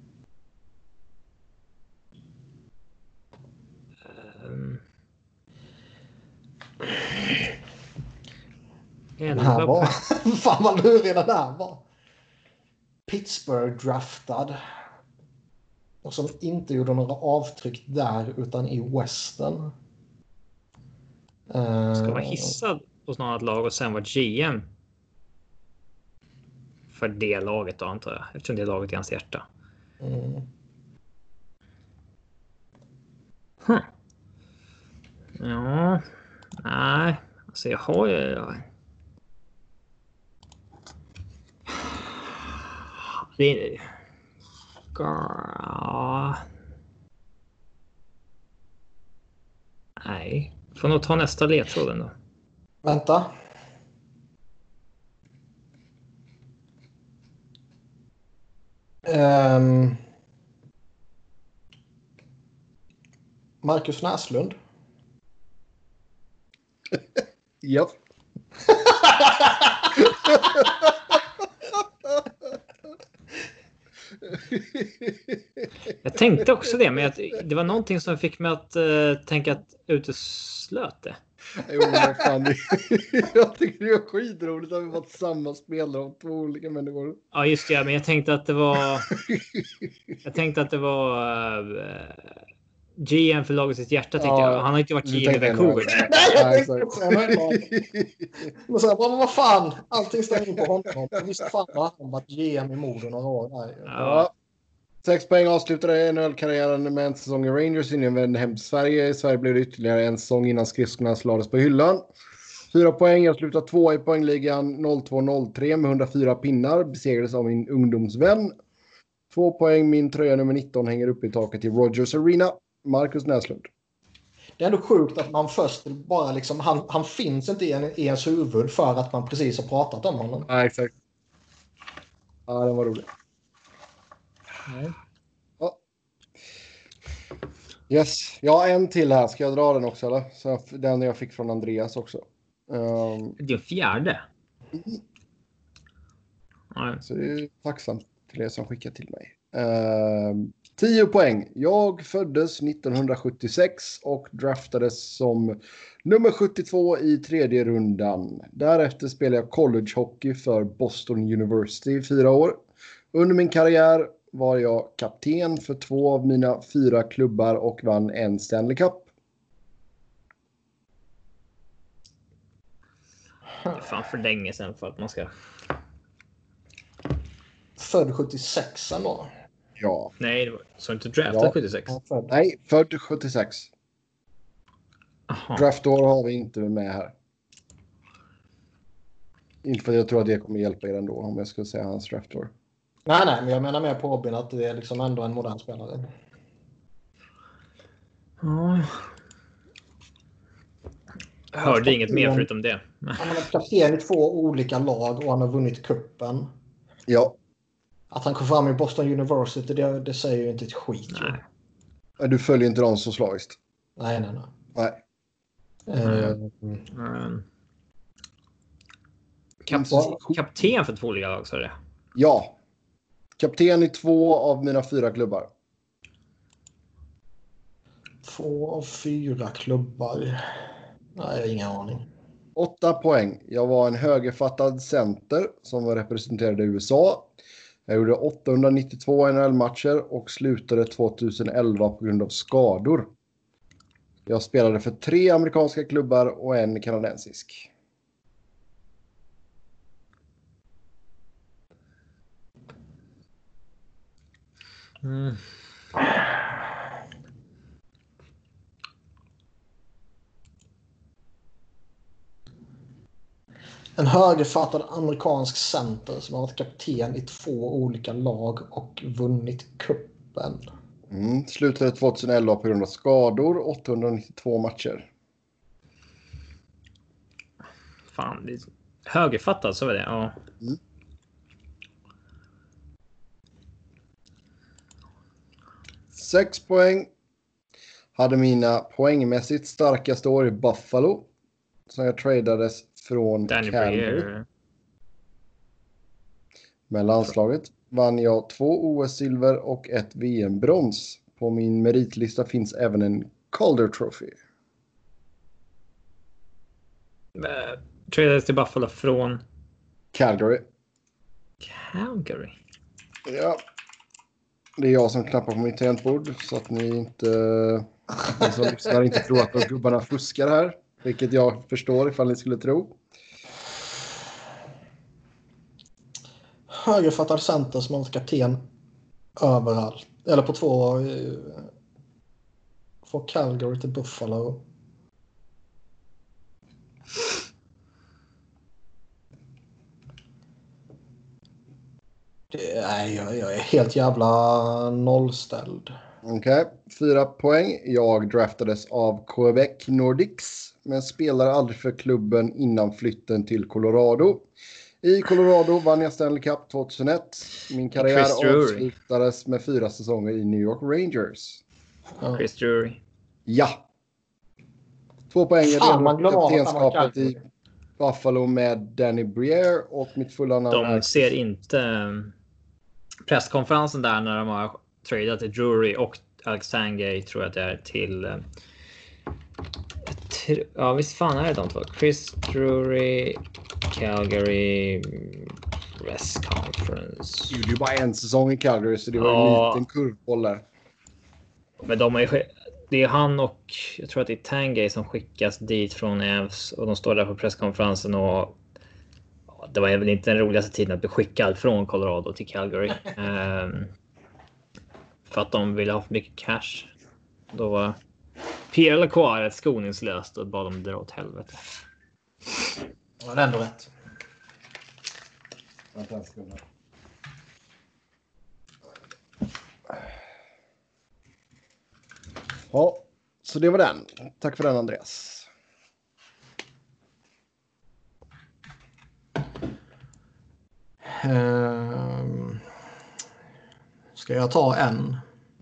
Den här var... Fan vad lurig den här var. Pittsburgh draftad. Och som inte gjorde några avtryck där utan i Western. Ska vara hissad hos något annat lag och sen vara GM. För det laget då, antar jag. Eftersom det är laget i hans hjärta. Ja. Nej. Alltså jag har ju... Det är... Nej. Får nog ta nästa ledtråd ändå. Vänta. Marcus Näslund. Japp. Jag tänkte också det, men det var någonting som fick mig att tänka att uteslöt det. Jo, men fan, jag tycker det är skitroligt att vi varit samma spelare av två olika människor. Ja, just det. Men jag tänkte att det var... GM för laget sitt hjärta, tänkte jag. Han har inte varit GM i Vancouver. Nej, jag tänkte också. Men så vad fan, allting stänger in på honom. Jag visste fan att han varit GM i Modo några år. Ja. 6 poäng avslutade NHL-karriären med en säsong i Rangers innan vände hem till Sverige. I Sverige blev det ytterligare en säsong innan skridskorna lades på hyllan. 4 poäng, jag slutade 2 i poängligan 02-03 med 104 pinnar. Besegrades av min ungdomsvän. 2 poäng, min tröja nummer 19 hänger uppe i taket i Rogers Arena. Marcus Näslund. Det är ändå sjukt att man först bara liksom, han finns inte i ens huvud för att man precis har pratat om honom. Ja, exakt. Ja, den var rolig. Nej. Ja. Yes, jag har en till här. Ska jag dra den också eller? Så den jag fick från Andreas också. Det är fjärde. Så det är tacksamt till er som skickar till mig. 10 poäng. Jag föddes 1976 och draftades som nummer 72 i tredje rundan. Därefter spelade jag collegehockey för Boston University i 4 år. Under min karriär var jag kapten för 2 av mina 4 klubbar och vann en Stanley Cup. Det är fan för länge sedan för att man ska... Född 76 då. Ja. Nej, det var så inte draftad 76. Nej, född 76. Aha. Draftår har vi inte med här. Inte för att jag tror att det kommer hjälpa er ändå om jag skulle säga hans draftår. Nej, men jag menar mer på hobbyn att det är liksom ändå en modern spelare. Ja. Jag hörde inget mer förutom det. Han har kapten i 2 olika lag och han har vunnit kuppen. Ja. Att han kom fram i Boston University, det säger ju inte ett skit. Nej. Du följer inte dem så slaviskt. Nej. Kapten för 2 olika lag, så är det. Ja. Kapten i 2 av mina 4 klubbar. 2 av 4 klubbar. Nej, jag har ingen aning. 8 poäng. Jag var en högerfattad center som representerade USA. Jag gjorde 892 NHL-matcher och slutade 2011 på grund av skador. Jag spelade för 3 amerikanska klubbar och en kanadensisk. En högerfattad amerikansk center som har varit kapten i 2 olika lag och vunnit kuppen. Slutade 2011 på grund av skador, 892 matcher. Fan, det är högerfattad, så är det. Ja. 6 poäng. Hade mina poängmässigt starkaste år i Buffalo. Så jag tradades från Calgary. Med landslaget vann jag 2 OS-silver och 1 VM-brons. På min meritlista finns även en Calder Trophy. Tradades till Buffalo från Calgary. Ja. Det är jag som knappar på mitt tangentbord så att ni som lyssnar inte tror att de gubbarna fuskar här. Vilket jag förstår ifall ni skulle tro. Högerfattad center som har varit kapten överallt. Eller på 2 från Calgary till Buffalo. Jag är helt jävla nollställd. Okej, 4 poäng. Jag draftades av Quebec Nordics, men spelade aldrig för klubben innan flytten till Colorado. I Colorado vann jag Stanley Cup 2001. Min karriär avslutades med 4 säsonger i New York Rangers. Chris Drury. Ja. 2 poäng. Man glömmer kaptenskapet i Buffalo med Danny Briere och mitt fulla namn. De ser inte presskonferensen där när de har tradat till Drury och Alex Sangay, tror jag att det är till ja, visst fan är det de två. Chris Drury, Calgary Press Conference. Det är ju bara en säsong i Calgary, så det var en liten kurvboll där. Men det är han och jag tror att det är Tangay som skickas dit från Evs, och de står där på presskonferensen, och det var väl inte den roligaste tiden att bli skickad från Colorado till Calgary. För att de ville ha för mycket cash. Då var Pierre Lacroix rätt skoningslöst och bad dem dra åt helvete. Ja, det är ändå rätt. Ja, så det var den. Tack för den, Andreas. Ska jag ta en?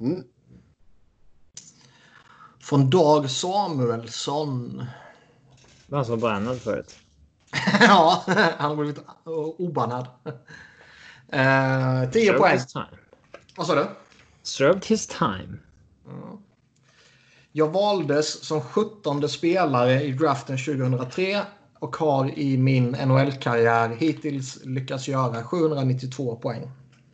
Från Dag Samuelsson. Han som var bannad förut. Ja, han har blivit obannad. 10 poäng. Vad sa du? Served his time. Jag valdes som 17:e spelare i draften 2003 och har i min NHL-karriär hittills lyckats göra 792 poäng.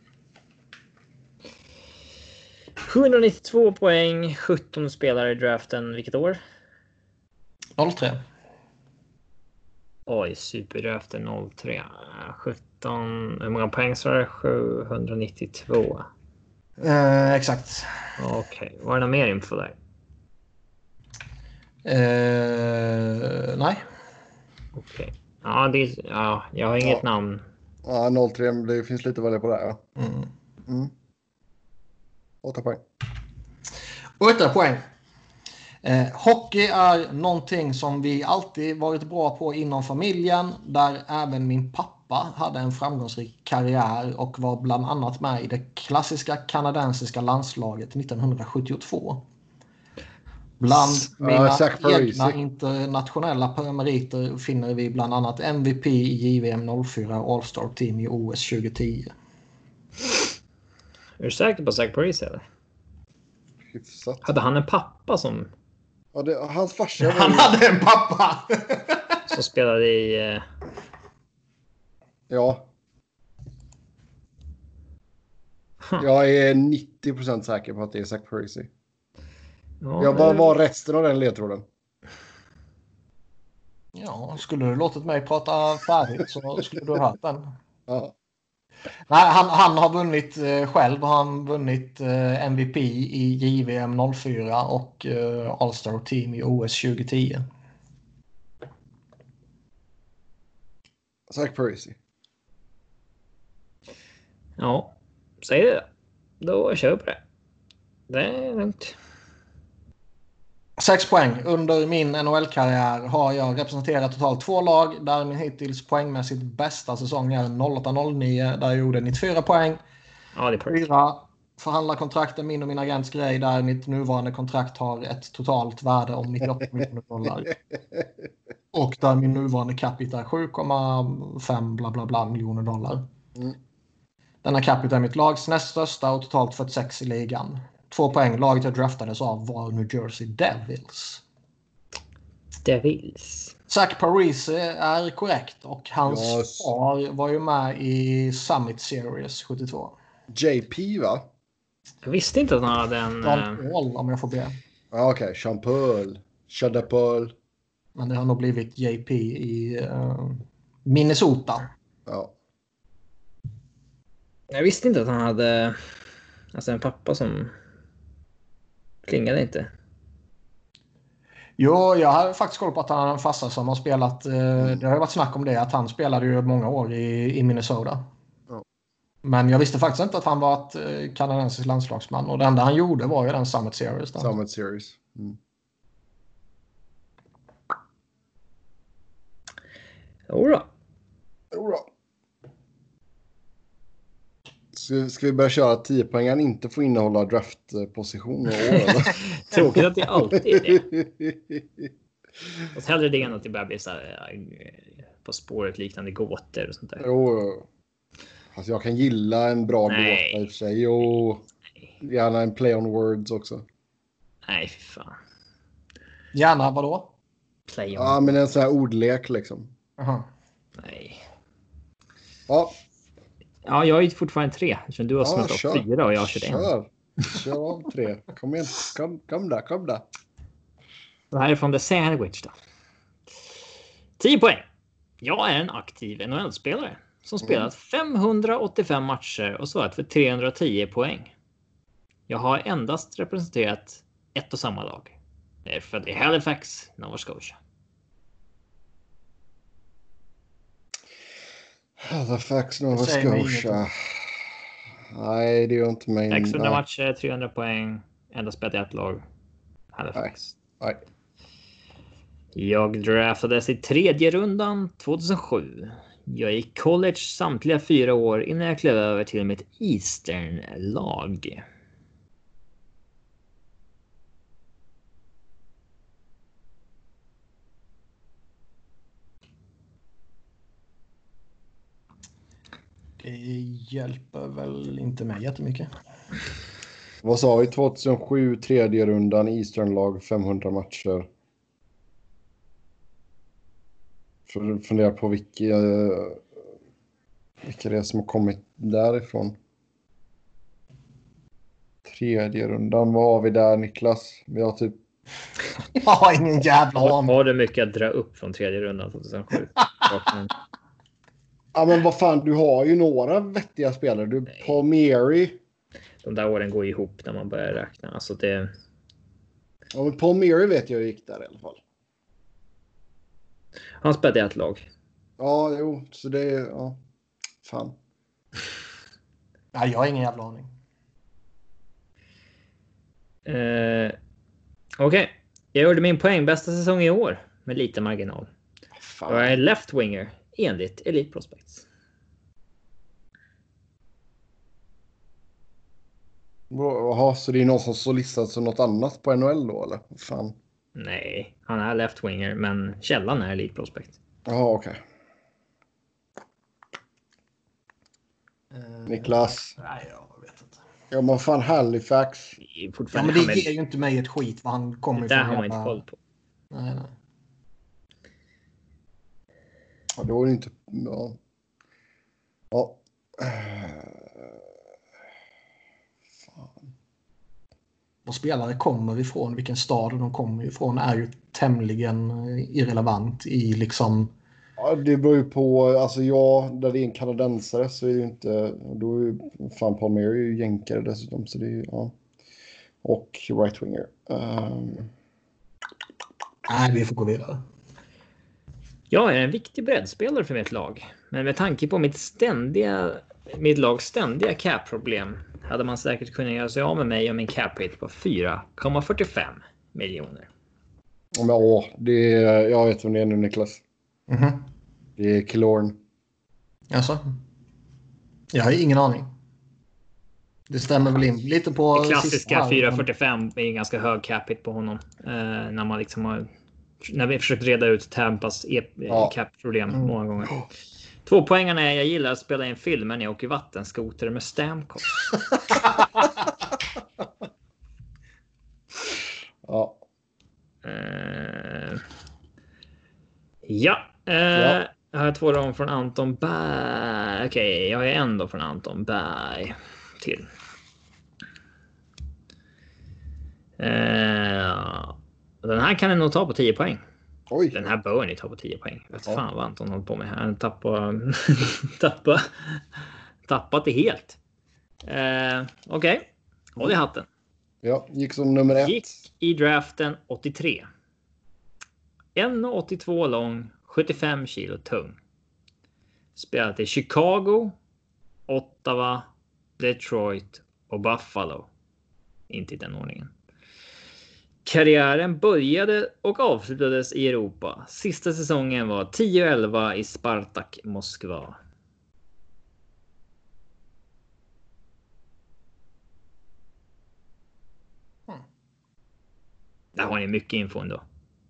792 poäng, 17 spelare i draften. Vilket år? 03. Oj, superdraften 03. 17. Hur många poäng så är det? 792. Exakt. Okej, var det någon mer info där? Nej. Okej. Ja, jag har inget namn. Ja, 03, det finns lite att välja på där. Ja. 8 poäng. 8 poäng. Hockey är någonting som vi alltid varit bra på inom familjen, där även min pappa hade en framgångsrik karriär och var bland annat med i det klassiska kanadensiska landslaget 1972. Bland mina egna internationella meriter finner vi bland annat MVP i JVM 04 All-Star Team i OS 2010. Är du säker på Zach Parise eller? Hyfsat. Hade han en pappa som... Ja, hans farsa. Han hade en pappa! som spelade i... Ja. Jag är 90% säker på att det är Zach Parise. Ja, jag bara var resten av den ledtråden. Ja, skulle du låtit mig prata färdigt så skulle du ha hört den. Ja. Nej, han har vunnit själv. Han har vunnit MVP i JVM 04 och All-Star Team i OS 2010. Zach Parise. Ja, säg det. Då kör vi på det. Det är lugnt. 6 poäng. Under min NHL-karriär har jag representerat totalt 2 lag där min hittills poängmässigt bästa säsong är 08-09 där jag gjorde 94 poäng. Ja, det är perfekt. 4 förhandlarkontrakten min och min agents grej där mitt nuvarande kontrakt har ett totalt värde om $98 miljoner. Och där min nuvarande capita är 7,5 bla bla bla miljoner dollar. Denna capita är mitt lags näst största och totalt 46 i ligan. 2 poäng. Laget jag draftades av var New Jersey Devils. Zach Parise är korrekt och hans far var ju med i Summit Series 72. JP va? Jag visste inte att han hade en... Jean-Paul om jag får be. Okej, Jean-Paul. Chadapol. Men det har nog blivit JP i Minnesota. Ja. Jag visste inte att han hade en pappa som klingade inte. Jo, jag har faktiskt koll på att han har en farsa som har spelat. Det har ju varit snack om det, att han spelade ju många år i Minnesota. Ja. Men jag visste faktiskt inte att han var ett kanadensisk landslagsman. Och det enda han gjorde var ju den Summit Series. Summit Series. Jodå. Ska vi börja köra 10-poängaren inte får innehålla draftposition och Tråkigt att det alltid är det. Och hellre det än att det börjar bli så här på spåret liknande gåtor och sånt där. Jo. Alltså jag kan gilla en bra gåta i och för sig. Jo. Gärna en play on words också. Nej, fy fan. Gärna vadå? Play on. Ja, men en sån här ordlek liksom. Aha. Nej. Ja. Ja, jag är fortfarande 3. Eftersom du har smält upp 4 och jag har kört 1. Kör av 3. Kom igen. Kom där. Det här är från The Sandwich då. 10 poäng. Jag är en aktiv NHL-spelare som spelat 585 matcher och svarat för 310 poäng. Jag har endast representerat ett och samma lag. Det är född i Halifax, Nova Scotia. Halifax, Nova Scotia. Nej, det gör inte mig. 600 matcher, 300 poäng. Endast spelat i ett lag. Halifax. Nej. Jag draftades i 3:e rundan 2007. Jag gick college samtliga 4 år innan jag klev över till mitt Eastern-lag. Det hjälper väl inte mig jättemycket. Vad sa vi? 2007, 3:e rundan, Eastern-lag, 500 matcher. Fundera på vilka det är som har kommit därifrån. 3:e rundan, vad har vi där, Niklas? Vi har typ... Jag har ingen jävla aning. Har du mycket att dra upp från 3:e rundan 2007? Ja, men vad fan, du har ju några vettiga spelare. Du Paul Mary. De där åren går ihop när man börjar räkna. Alltså det... Ja, men Paul Mary vet jag gick där i alla fall. Han spelade i ett lag. Ja, jo. Så det är... Ja. Fan. Nej, jag har ingen jävla aning. Okej. Jag gjorde min poängbästa säsong i år. Med lite marginal. Fan. Jag är left-winger. Enligt Elite Prospects. Jaha, så det är någon som så listat som något annat på NHL då, eller? Fan. Nej, han är left-winger, men källan är Elite Prospect. Jaha, okej. Niklas. Nej, jag vet inte. Ja, men fan Halifax. Ja, men det ger ju inte mig ett skit vad han kommer ifrån. Det där har man inte koll på. Nej. Ja, då är det inte... Ja. Fan. Vad spelare kommer ifrån, vilken stad de kommer ifrån är ju tämligen irrelevant i liksom... Ja, det beror ju på... Alltså där det är en kanadensare så är det ju inte... Då är ju... Fan, Paul Mary är ju jänkare dessutom, så det är ju... Ja. Och right-winger. Nej, vi får gå vidare. Jag är en viktig breddspelare för mitt lag. Men med tanke på mitt lags ständiga cap-problem hade man säkert kunnat göra sig av med mig och min cap-hit på 4,45 miljoner. Men jag vet vem det är nu, Niklas. Mhm. Det är Killorn. Alltså, jag har ingen aning. Det stämmer väl in lite på det klassiska 4,45 är en ganska hög cap-hit på honom. När man liksom när vi försökt reda ut Tampas cap-problem många gånger. 2 poängarna är jag gillar att spela in filmer när jag åker vattenskoter med Stamkos. Ja. Jag har 2 rom från Anton Berg. Okej, jag är ändå från Anton Berg till. Den här kan ni nog ta på 10 poäng. Oj. Den här bör ni ta på 10 poäng. Vet fan vad Anton håller på med här. Han tappat det helt. Okej. Håll i hatten. Ja, gick som nummer 1. Gick i draften 83. 1,82 lång, 75 kilo tung. Spelat i Chicago, Ottawa, Detroit och Buffalo. Inte i den ordningen. Karriären började och avslutades i Europa. Sista säsongen var 10-11 i Spartak Moskva. Där har ni mycket info ändå.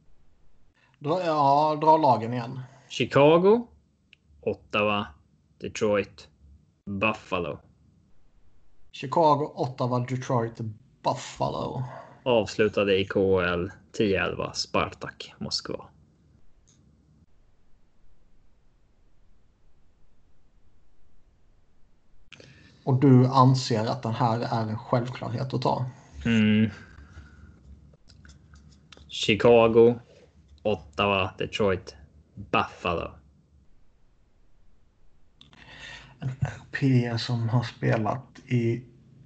Dra lagen igen. Chicago, Ottawa, Detroit, Buffalo. Chicago, Ottawa, Detroit, Buffalo. Avslutade i KHL 10-11 Spartak Moskva. Och du anser att den här är en självklarhet att ta? Chicago, Ottawa, Detroit, Buffalo. En europé som har spelat i...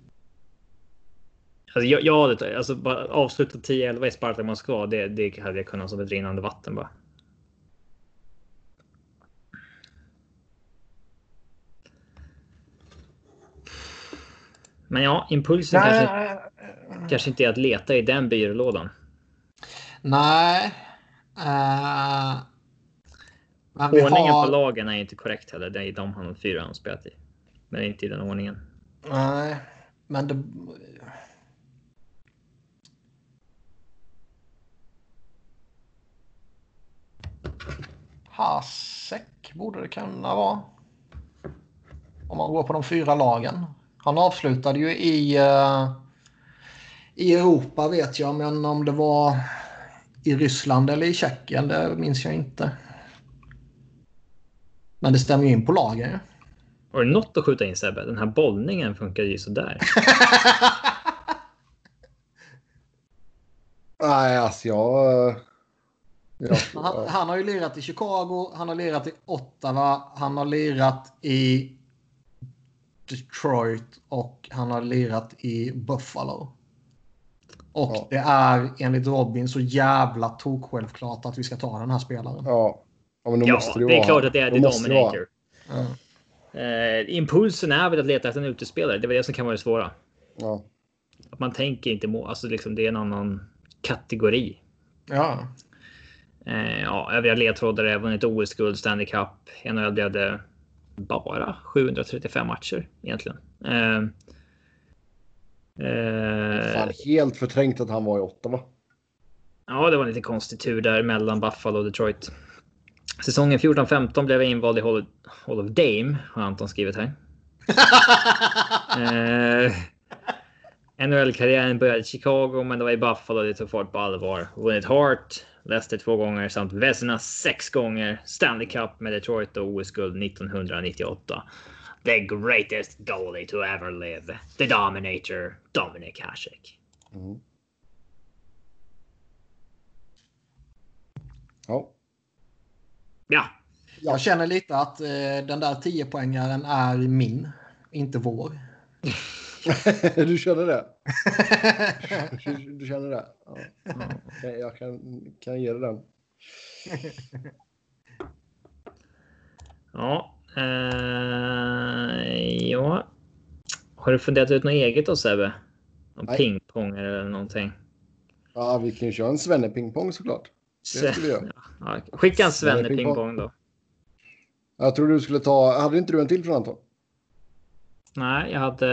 Alltså bara avsluta 10-11 i Spartak Moskva. Det hade jag kunnat som ett rinnande vatten bara. Men ja, impulsen kanske inte är att leta i den byrålådan. Nej. Men ordningen på lagen är inte korrekt heller. Det är de han och 4 han spelat i. Men inte i den ordningen. Nej, men det... Hasek borde det kunna vara. Om man går på de 4 lagen. Han avslutade ju i Europa vet jag. Men om det var i Ryssland eller i Tjeckien, det minns jag inte. Men det stämmer ju in på lagen. Har du något att skjuta in, Sebbe? Den här bollningen funkar ju sådär. Nej, alltså Han har ju lirat i Chicago, han har lirat i Ottawa, han har lirat i Detroit och han har lirat i Buffalo. Och det är enligt Robin så jävla självklart att vi ska ta den här spelaren. Ja, men då måste det är klart att det är The Dominator. Impulsen är väl att leta efter en utespelare. Det är väl det som kan vara det svåra. Ja. Att man tänker inte alltså liksom det är en annan kategori. Ja. Övriga ledtrådar har vunnit OS-guld, Stanley Cup. NHL hade bara 735 matcher egentligen. Fan, helt förträngt att han var i Ottawa. Ja, det var en lite konstig tur där mellan Buffalo och Detroit. Säsongen 14-15 blev jag invald i Hall of Dame, har Anton skrivit här. NHL-karriären började i Chicago, men det var i Buffalo det tog fart på allvar. Vunnit Hart, Leicester 2 gånger samt Vezina 6 gånger. Stanley Cup med Detroit och OS-guld 1998. The greatest goalie to ever live. The Dominator, Dominik Hasek. Mm. Ja. Ja. Jag känner lite att den där 10-poängaren är min, inte vår. Du känner det? Du känner det? Ja. Jag kan ge dig den. Ja. Ja. Har du funderat ut något eget då, Sebbe? Om pingpong eller någonting? Ja, vi kan ju köra en svenne-pingpong såklart. Det ska vi göra. Ja, skicka en svenne-pingpong då. Jag tror du skulle ta... Hade inte du en till från Anton? Nej, jag hade...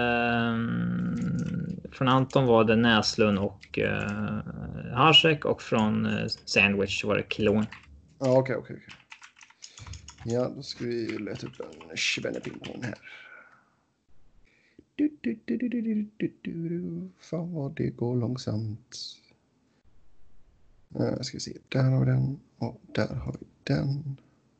Från Anton var det Näslund och Hasek, och från Sandwich var det Kilon. Ja, okej. Ja, då ska vi leta upp en svenne-pingpong här. Fan vad det går långsamt. Ska vi se. Där har vi den. Och där har vi den.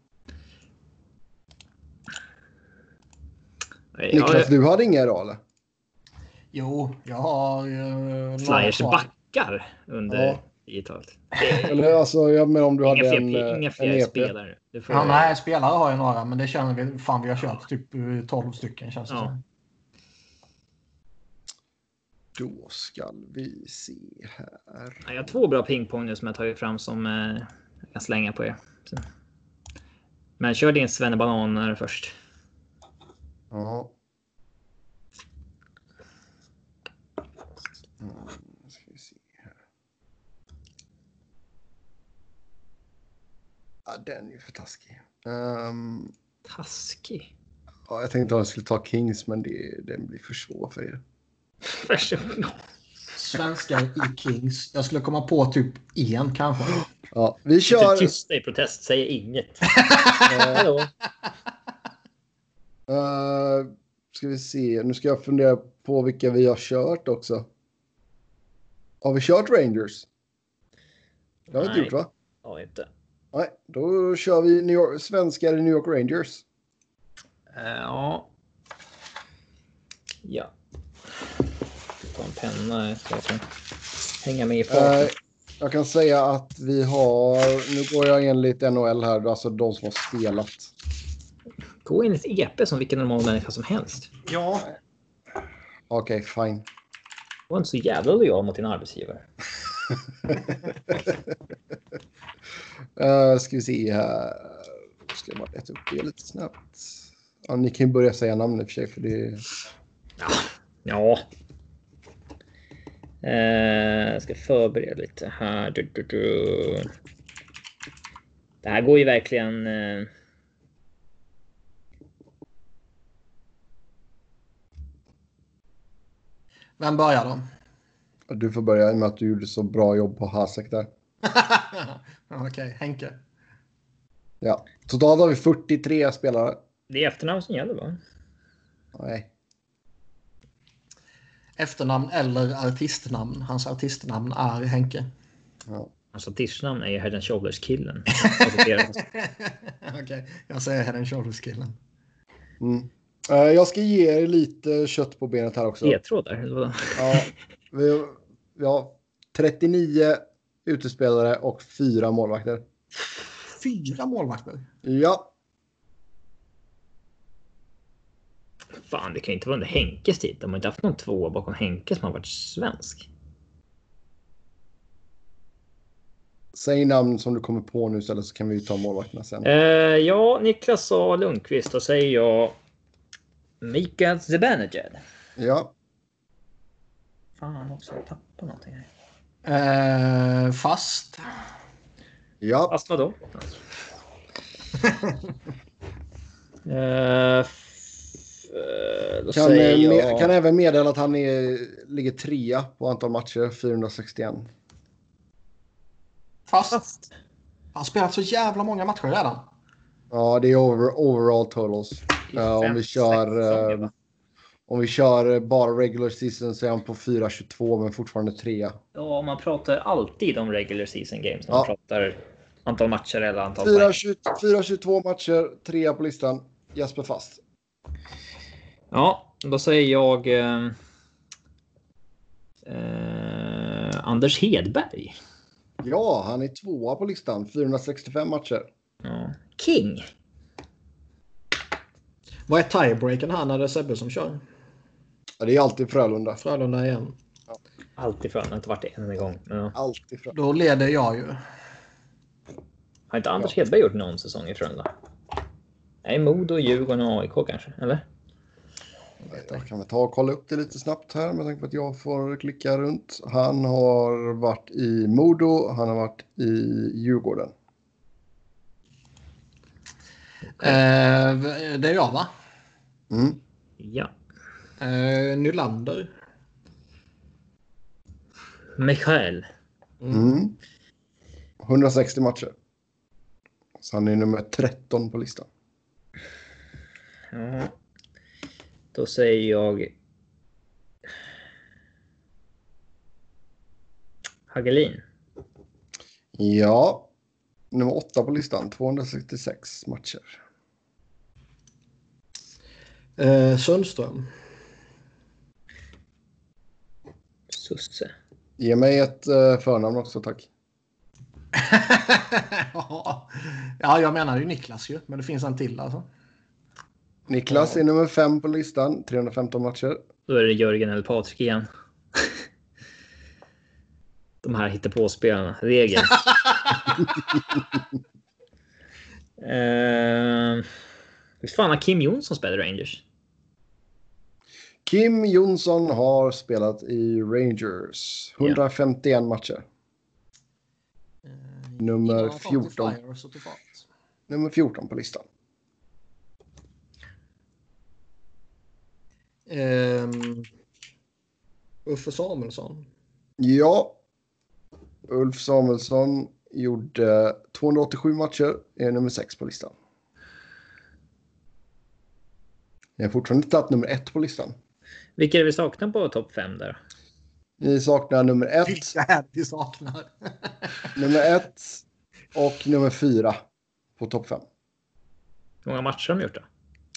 Niklas, du hade inga idag eller? Jo, jag har... Flyers backar under digitalt. Eller alltså, jag menar om du hade inga fler spelare. Nej, spelare har jag några, men det känner vi... Fan, vi har kört typ 12 stycken, känns det som. Då ska vi se här. Jag har 2 bra pingpong nu som jag tagit fram som jag kan slänga på er. Så. Men kör din svennebananer först. Ja. Ska vi se här. Ja, den är ju för taskig. Taskig? Ja, jag tänkte att jag skulle ta Kings, men den blir för svår för er. Svenskar i Kings. Jag skulle komma på typ en kanske. Ja, vi kör... Tysta i protest, säger inget. Ska vi se. Nu ska jag fundera på vilka vi har kört också. Har vi kört Rangers? Det har vi inte gjort, va? Ja, inte. Nej, då kör vi svenskar i New York Rangers. Ja. Ta en penna så jag kan hänga med i farten. Jag kan säga att vi har... Nu går jag enligt NHL här, alltså de som har spelat. Gå enligt EP som vilken normal människa som helst. Ja. Okej, fine. Var inte så jävla lojal mot din arbetsgivare. Ska vi se här. Ska jag bara leta upp det lite snabbt. Ja, ni kan ju börja säga namnet för sig, för det... Ja. Jag ska förbereda lite här. Det här går ju verkligen... Vem börjar då? Du får börja med att du gjorde så bra jobb på Hasek där. Okej, Henke. Ja, totalt har vi 43 spelare. Det är efternamn som gäller, va? Nej. Efternamn eller artistnamn. Hans artistnamn är Henke. Ja. Hans artistnamn är ju Head and Shoulders-killen. Okej, jag säger Head and Shoulders-killen. Mm. Jag ska ge er lite kött på benet här också. E-trådar? Ja, vi har 39 utespelare och 4 målvakter. 4 målvakter? Ja. Fan, det kan ju inte vara under Henkes tid. De har inte haft någon 2 bakom Henke som har varit svensk. Säg namn som du kommer på nu istället, så kan vi ta målvakterna sen. Ja, Niklas A. Lundqvist. Då säger jag Mikael Zibanejad. Ja. Fan också, jag tappar någonting här. Fast. Ja. Fast vadå? Kan även meddela att han ligger 3 på antal matcher, 461. Fast. Han har spelat så jävla många matcher redan. Ja, det är overall totals. Om vi kör bara regular season så är han på 422 men fortfarande 3. Ja, man pratar alltid om regular season games när man pratar antal matcher eller antal 422 matcher, 3 på listan. Jesper Fast. Ja, då säger jag Anders Hedberg. Ja, han är 2 på listan. 465 matcher. Ja. King. Vad är tiebreaken här när det är Sebbe som kör? Ja, det är alltid Frölunda. Frölunda igen. Ja. Alltid Frölunda. Inte varit det en gång. Ja. Alltid Frölunda. Då leder jag ju. Har inte Anders Hedberg gjort någon säsong i Frölunda? Nej, Modo, Djurgården och AIK kanske, eller? Jag kan väl ta och kolla upp det lite snabbt här med tanke på att jag får klicka runt. Han har varit i Modo, han har varit i Djurgården. Det är jag, va? Mm. Ja. Nylander. Mikael. 160 matcher. Så han är nummer 13 på listan. Ja. Då säger jag Hagelin. Ja, nummer 8 på listan. 266 matcher. Sundström. Susse. Ge mig ett förnamn också, tack. Ja, jag menar ju Niklas ju, men det finns en till alltså. Niklas är nummer 5 på listan. 315 matcher. Då är det Jörgen eller Patrik igen. De här hittar på spelarna. Regel. Visst fan har Kim Jonsson spelat i Rangers? Kim Jonsson har spelat i Rangers. 151 matcher. Nummer 14. Nummer 14 på listan. Uffe Samuelsson. Ja. Ulf Samuelsson gjorde 287 matcher. Är nummer 6 på listan. Jag har fortfarande inte tagit nummer 1 på listan. Vilka är det vi saknar på topp 5 där? Ni saknar nummer 1. Vilka är det vi saknar? Nummer 1 och nummer 4 på topp 5. Hur många matcher har de gjort då?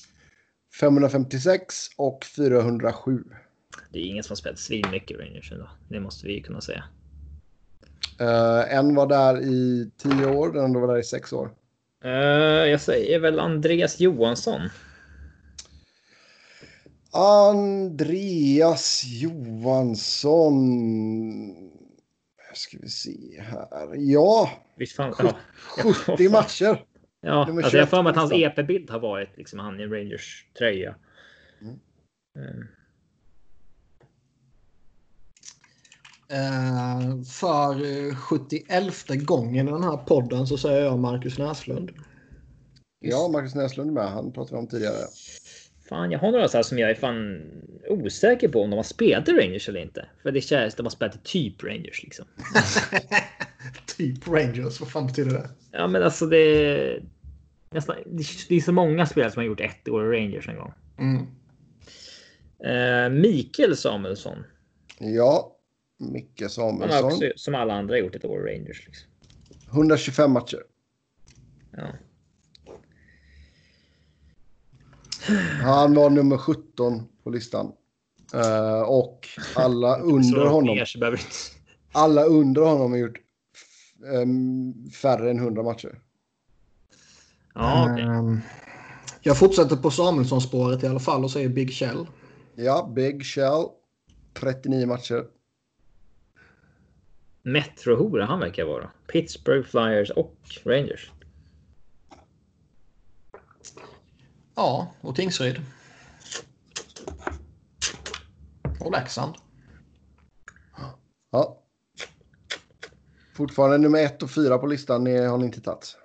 556 och 407. Det är ingen som har spelat svin mycket i Rangers ändå. Det måste vi kunna säga. En var där i 10 år, den andra var där i 6 år. Jag säger väl Andreas Johansson. Andreas Johansson. Ska vi se här. Ja. Visst fan. 70 matcher. Ja, alltså jag får med att hans EP-bild har varit liksom han i Rangers tröja. För 71:e gången i den här podden så säger jag Marcus Näslund. Ja, Marcus Näslund med. Han pratade om tidigare. Fan, jag har några så här som jag är fan osäker på om de har spelat i Rangers eller inte. För det känns att de har spelat i typ Rangers liksom. Typ Rangers, vad fan betyder det? Ja, men alltså det är så många spelare som har gjort 1 år i Rangers en gång. Mikael Samuelsson. Ja, Micke Samuelsson. Han har också, som alla andra, gjort 1 år i Rangers. Liksom. 125 matcher. Ja. Han var nummer 17 på listan. Och alla under honom. Alla under honom har gjort färre än 100 matcher. Ja, okay. Jag fortsätter på Samuelsson-spåret i alla fall och säger Big Shell. Ja, Big Shell. 39 matcher. Metro-hora han verkar vara. Pittsburgh Flyers och Rangers. Ja, och Tingsryd. Och Leksand. Ja. Fortfarande nummer 1 och 4 på listan har ni inte tagit.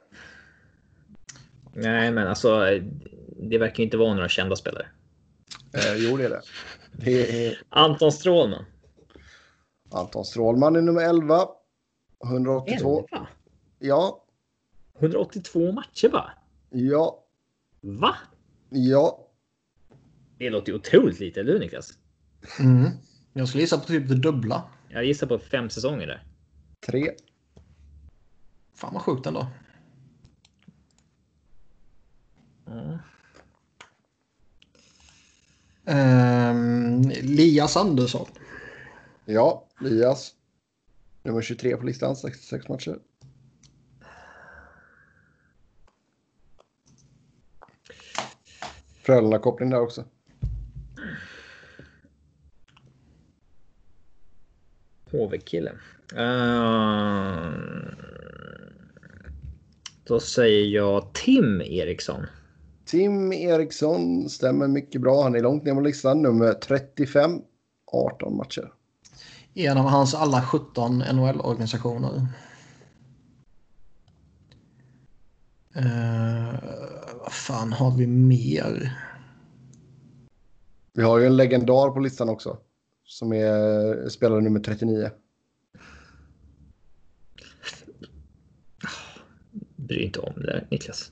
Nej, men alltså det verkar inte vara några kända spelare. Jo, det är det. Det är... Anton Strålman. Anton Strålman är nummer 11. 182. 11? Ja. 182 matcher bara? Ja. Va? Ja. Det låter ju otroligt lite, eller hur Niklas? Jag skulle gissa på typ det dubbla. Jag gissar på 5 säsonger där. 3. Fan vad sjukt ändå. Lias Andersson. Ja, Lias. Nummer 23 på listan, 66 matcher. Frölunda-koppling där också. HV-killen. Då säger jag Tim Eriksson. Tim Eriksson stämmer mycket bra. Han är långt ner på listan. Nummer 35. 18 matcher. En av hans alla 17 NHL-organisationer. Vad fan har vi mer? Vi har ju en legendar på listan också. Som är spelare nummer 39. Bryr inte om det, Niklas.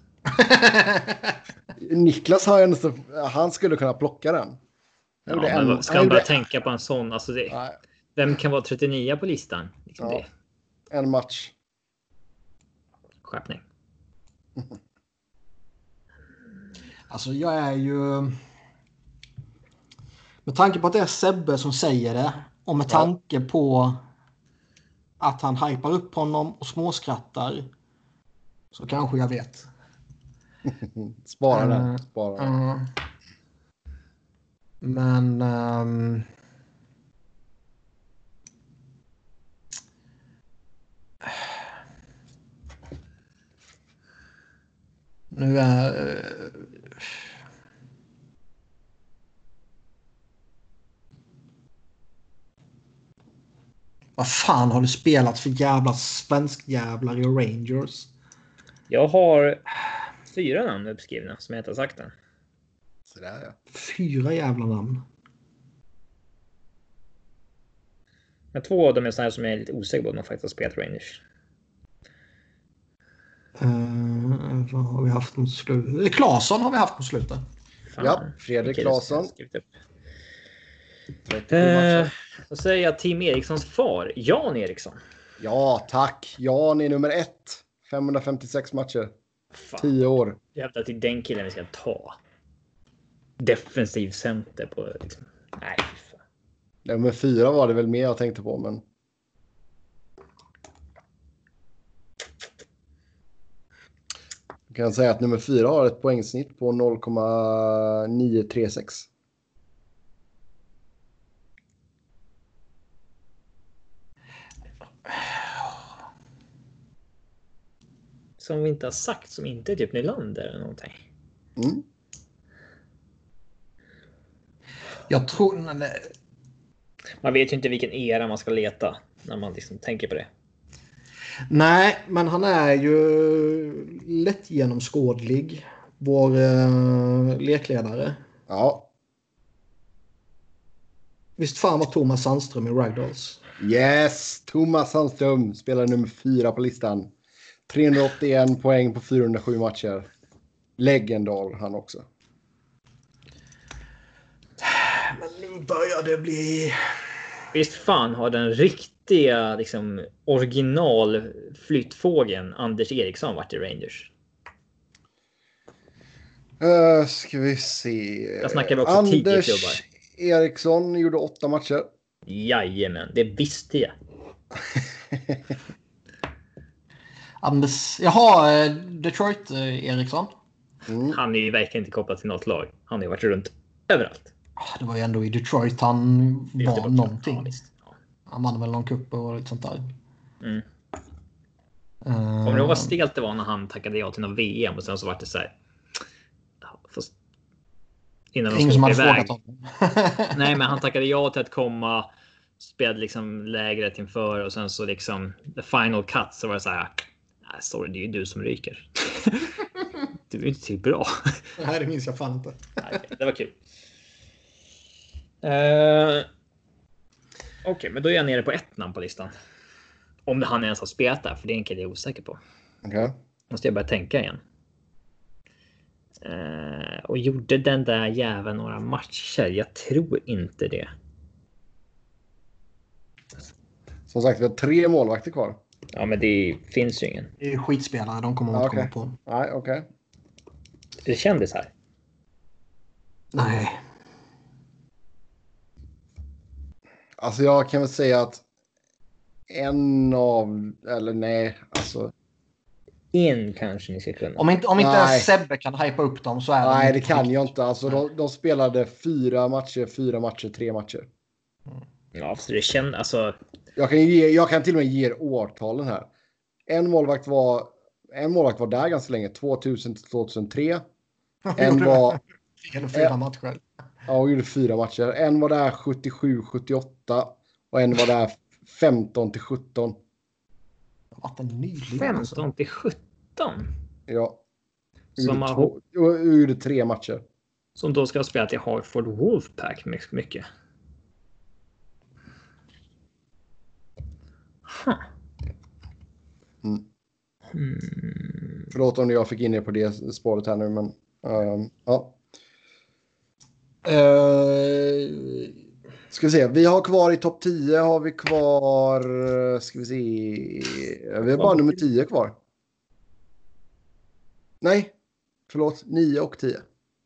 Niklas har han skulle kunna plocka den. Men ska man bara tänka på en sån? Alltså vem kan vara 39 på listan? Liksom det. En match. Skärpning. Alltså jag är ju... Med tanke på att det är Sebbe som säger det. Och med tanke på att han hypar upp honom och småskrattar. Så kanske jag vet. Spara den. Men... nu är... vad fan har du spelat för jävla svenskjävlar i Rangers? Jag har 4 namn uppskrivna som jag inte har sagt än. Sådär, ja. 4 jävla namn. Men 2 av dem är sådana här som jag är lite osäker på om de faktiskt har spelat Rangers. Vad har vi haft mot slutet? Claesson har vi haft mot slutet. Fan, ja, Fredrik Claesson. Då säger jag Tim Erikssons far, Jan Eriksson. Ja, tack. Jan är nummer 1. 556 matcher. Fan. 10 år. Jävlar till den killen vi ska ta. Defensiv center på liksom. Nej, fan. Nummer 4 var det väl mer jag tänkte på, men... Jag kan säga att nummer 4 har ett poängsnitt på 0,936. Som vi inte har sagt, som inte är typ Nylander eller någonting. Mm. Jag tror... Man vet ju inte vilken era man ska leta när man liksom tänker på det. Nej, men han är ju lätt genomskådlig. Vår lekledare. Ja. Visst fan var Thomas Sandström i Ragdolls? Yes, Thomas Sandström spelar nummer 4 på listan. 381 poäng på 407 matcher. Legendar han också. Men nu börjar det bli... Visst fan har den riktiga liksom, original flyttfågeln Anders Eriksson varit i Rangers. Ska vi se. Jag snackar också Anders 10 klubbar. Eriksson gjorde 8 matcher. Jajamän, det visste jag. Jaha, Detroit Eriksson. Mm. Han är ju verkligen inte kopplad till något lag. Han har ju varit runt överallt. Det var ju ändå i Detroit han var någonting. Ja. Han vann väl någon cup och lite sånt där. Mm. Kommer du ihåg vad stelt det var när han tackade ja till någon VM och sen så var det så här. Fast innan de ingen som hade iväg. frågat honom. Nej, men han tackade ja till att komma, spelade liksom lägret inför och sen så liksom the final cut så var det så här. Nej, sorry, det är ju du som ryker. Du är inte till bra. Nej, det minns jag fan inte. Nej, det var kul. Okej, men då är jag nere på 1 namn på listan. Om han ens har spelat där, för det är en kille jag är osäker på. Okay. Måste jag börja tänka igen. Och gjorde den där jäveln några matcher? Jag tror inte det. Som sagt, vi har 3 målvakter kvar. Ja, men det finns ju ingen. Det är skitspelare, de kommer att komma på. Nej, okej. Det kändes här. Nej. Alltså jag kan väl säga att En kanske ni ska kunna. Om inte Sebbe kan hypa upp dem så är det. Nej, det kan jag inte. Alltså de spelade 4 matcher, 3 matcher. Ja, så det känns alltså. Jag kan till och med ge er årtalen här. En målvakt var där ganska länge, 2000 till 2003. En var... 4 matcher. Ja, hon gjorde 4 matcher. En var där 77-78 och en var där 15-17. Att den nyligen 15-17? Ja. Som gjorde 3 matcher. Som då ska ha spelat i Hartford Wolfpack mycket. Huh. Förlåt om jag fick in er på det spåret här nu, men ja. Ska vi se, vi har kvar i topp 10 har vi kvar, ska vi se, vi har bara nummer 10 kvar. Nej, förlåt, 9 och 10.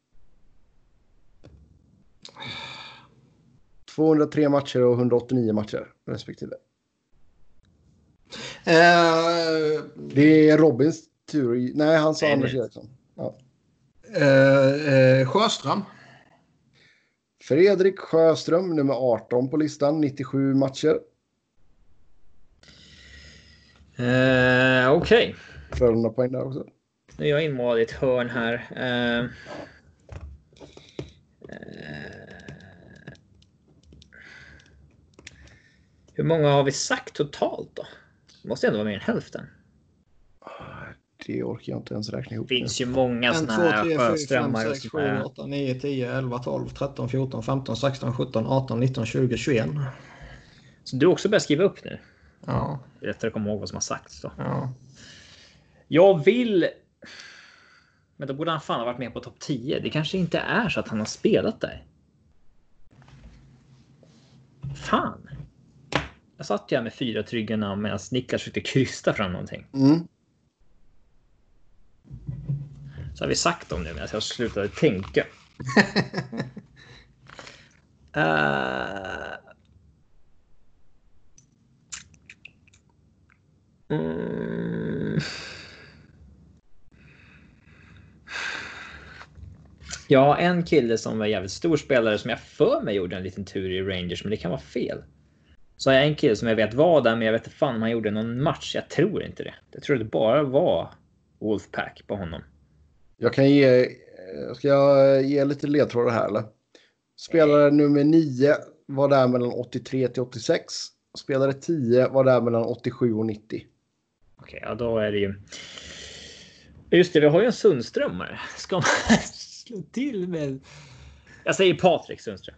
203 matcher och 189 matcher respektive. Det är Robins tur. Nej, han sa Anders Eriksson. Ja. Sjöström. Fredrik Sjöström, nummer 18 på listan, 97 matcher. Okej. Frölunda poäng där också. Nu är jag inmålad i ett hörn här. Hur många har vi sagt totalt då? Måste ändå vara mer än hälften. Det orkar jag inte ens räkna ihop. Det finns ju många sådana här Sjöströmmar. 1, 2, 3, 4, 5, 6, 7, 8, 9, 10, 11, 12, 13, 14, 15, 16, 17, 18, 19, 20, 21. Så du också börjar skriva upp nu? Ja. Det är lättare att komma ihåg vad som har sagts då. Ja. Jag vill... Men då borde han fan ha varit med på topp 10. Det kanske inte är så att han har spelat där. Fan. Jag satt ju med 4 trygga namn medan Niklas försökte krysta fram någonting. Så har vi sagt om det medan jag slutade tänka. Jag har en kille som var jävligt stor spelare som jag för mig gjorde en liten tur i Rangers, men det kan vara fel. Så har jag en kille som jag vet var där, men jag vet inte fan om han gjorde någon match. Jag tror inte det. Jag tror det bara var Wolfpack på honom. Ska jag ge lite ledtrådar här eller? Spelare nummer 9 var där mellan 83 till 86. Spelare 10 var där mellan 87 och 90. Okej, ja då är det ju... Just det, vi har ju en Sundströmmare. Ska man slå till med... Jag säger Patrik Sundström.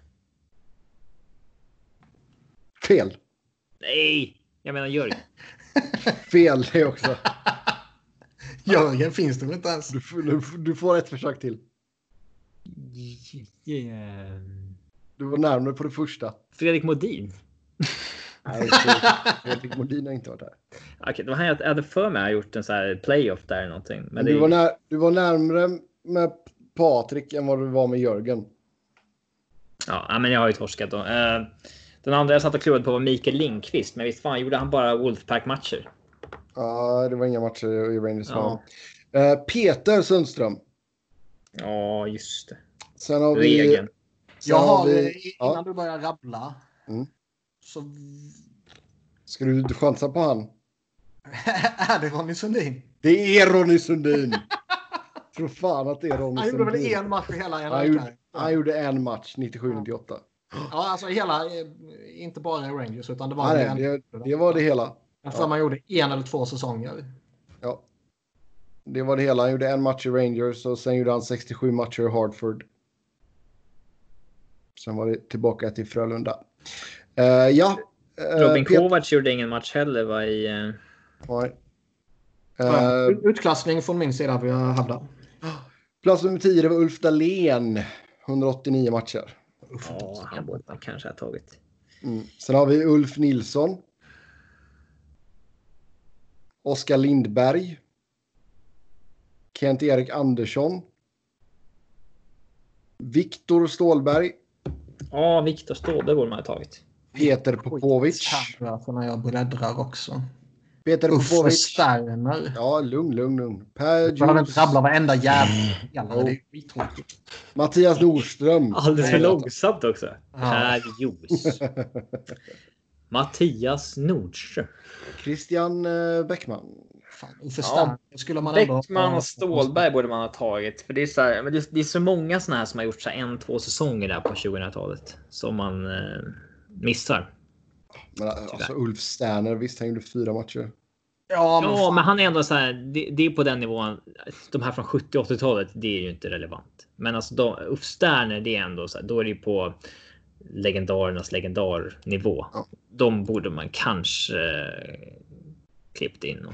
Fel. Nej, jag menar Jörgen. Fel det också. Jörgen finns det inte ens. Du får ett försök till. Du var närmare på det första. Fredrik Modin. Nej, Fredrik Modin har inte varit där. Okej, det var han jag hade för mig. Jag har gjort en så här playoff där eller någonting. Men du var närmare med Patrik än vad du var med Jörgen. Ja, men jag har ju torskat då. Den andra jag satt och klurade på var Mikael Lindqvist. Men visst fan gjorde han bara Wolfpack-matcher? Ja, det var inga matcher i Rangers. Ja. Peter Sundström. Ja, just det. Sen har vi... Innan du börjar rabbla. Så... Ska du chansa på han? Är det Ronny Sundin? Det är Ronny Sundin. Tror fan att det är Ronny Sundin. Han gjorde väl en match i hela Han gjorde en match 97-98. Ja, alltså hela, inte bara i Rangers utan det var det var det hela. För man gjorde 1 eller 2 säsonger. Ja. Det var det hela. Han gjorde en match i Rangers och sen gjorde han 67 matcher i Hartford. Sen var det tillbaka till Frölunda. Robin Kovacs gjorde ingen match heller var i... Nej. Utklassning från min sida vill jag hävda. Plats nummer 10 det var Ulf Dahlén. 189 matcher. Ja, han borde man kanske ha tagit. Sen har vi Ulf Nilsson. Oskar Lindberg. Kent-Erik Andersson. Viktor Stålberg. Ja, Viktor Stålberg borde man ha tagit. Peter Popovic. När jag bläddrar också. Peter Popovic. Sterner. Ja, lugn. Per jag har inte rabbla varenda jävla. Det är skittråkigt. Mattias Nordström. Alldeles för långsamt också. Per Jos. Mattias Nordström. Christian Bäckman. Skulle man Bäckman och Stålberg borde man ha tagit. För det är så här, men det är så många såna här som har gjort så här 1-2 säsonger där på 2000-talet som man missar. Men alltså Ulf Sterner, visst han gjorde 4 matcher. Ja, men han är ändå så här, det är på den nivån. De här från 70-80-talet, det är ju inte relevant. Men alltså Ulf Sterner, det är ändå så här, då är det ju på legendarernas legendarnivå. Ja. De borde man kanske klippt in.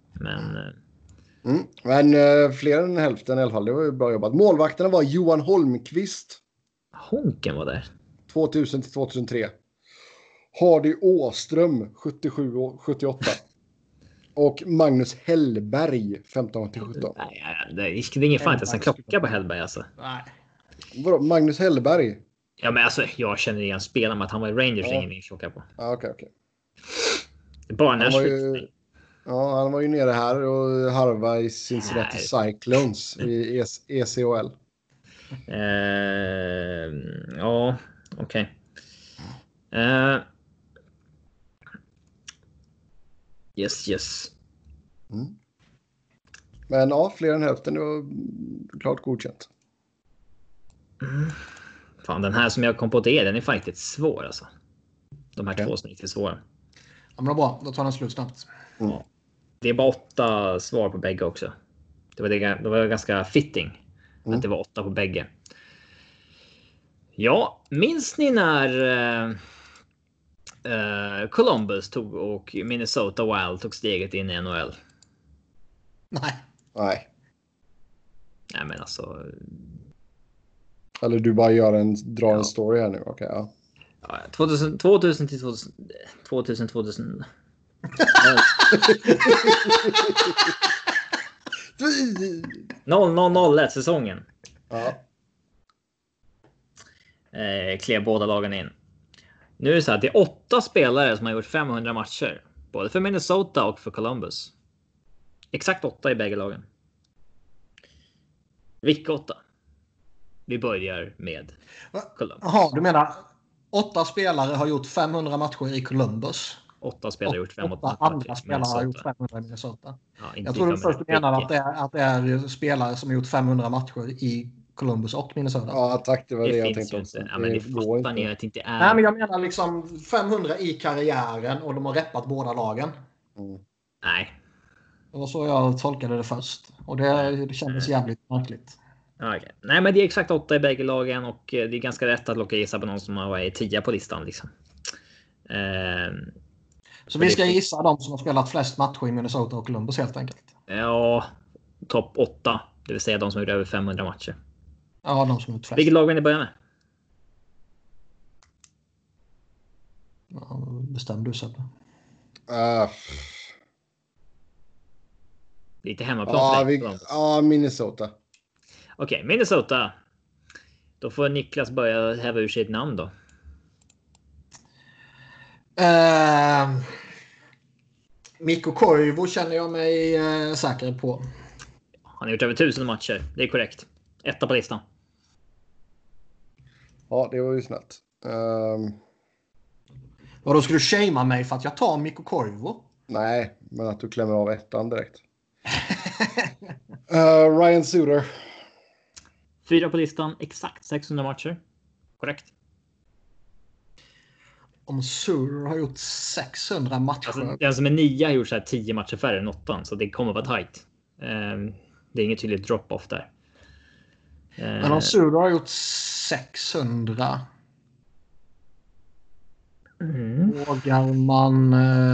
Men fler än hälften i alla fall. Det var ju bra jobbat. Målvakterna var Johan Holmqvist. Honken var där. 2000 till 2003. Hardy Åström 77-78. Och Magnus Hellberg 15-17. Nej, det är ingen fan att klocka på Hellberg alltså. Nej. Vadå, Magnus Hellberg? Ja, men alltså jag känner igen spelaren med att han var i Rangers, ingen klocka på. Ja, okej. Bara Nashville. Ja, han var ju nere här och harva i Cincinnati Cyclones i ECHL. Ja, okej. Yes. Men ja, fler än hälften är klart godkänt. Fan, den här som jag kom på den är faktiskt svår alltså. De här två som är riktigt svåra. Ja, men bra, då tar den slut snabbt. Ja. Det är bara 8 svar på bägge också. Det var ganska fitting att det var 8 på bägge. Ja, minns ni när Columbus tog och Minnesota Wild tog steget in i NHL? Nej. Nej, men alltså. Eller du bara drar en story här nu, okej. Ja. 2000 till 2000. 0-0-0 säsongen. Ja. Klev båda lagen in. Nu är det så här, det är 8 spelare som har gjort 500 matcher. Både för Minnesota och för Columbus. Exakt 8 i bägge lagen. Vilka 8? Vi börjar med Columbus. Jaha, du menar 8 spelare har gjort 500 matcher i Columbus. 8 spelare har gjort 500 matcher. 8 andra spelare har gjort 500 i Minnesota. Ja, jag tror först du menade att det är spelare som har gjort 500 matcher i Columbus och Minnesota. Ja, tack. Det var det jag tänkte också. Ja, men det fattar ni att det inte är. Nej, men jag menar liksom 500 i karriären och de har reppat båda lagen. Nej. Det var så jag tolkade det först. Och det kändes jävligt märkligt. Okay. Nej, men det är exakt 8 i bägge lagen och det är ganska rätt att locka gissa på någon som är 10 på listan liksom. Så vi ska gissa de som har spelat flest matcher i Minnesota och Columbus helt enkelt. Ja, topp 8. Det vill säga de som har gjort över 500 matcher. Ja, de som har gjort flest. Vilket lag vill ni börja med? Ja, bestäm du, Sebbe. Lite hemmaplan för dig. Ja, Minnesota. Okej, Minnesota. Då får Niklas börja häva ur sitt namn då. Mikko Koivu känner jag mig säker på. Han har gjort över 1000 matcher. Det är korrekt. 1 på listan. Ja, det var ju snällt. Och då skulle du shamea mig för att jag tar Mikko Koivu? Nej, men att du klämmer av 1:an direkt. Ryan Suter. 4 på listan. Exakt 600 matcher. Korrekt. Om Suter har gjort 600 matcher. Alltså, den som är 9 har gjort så här 10 matcher färre än 8. Så det kommer vara tight. Det är inget tydligt drop-off där. Men om Suter har gjort 600. Vågar man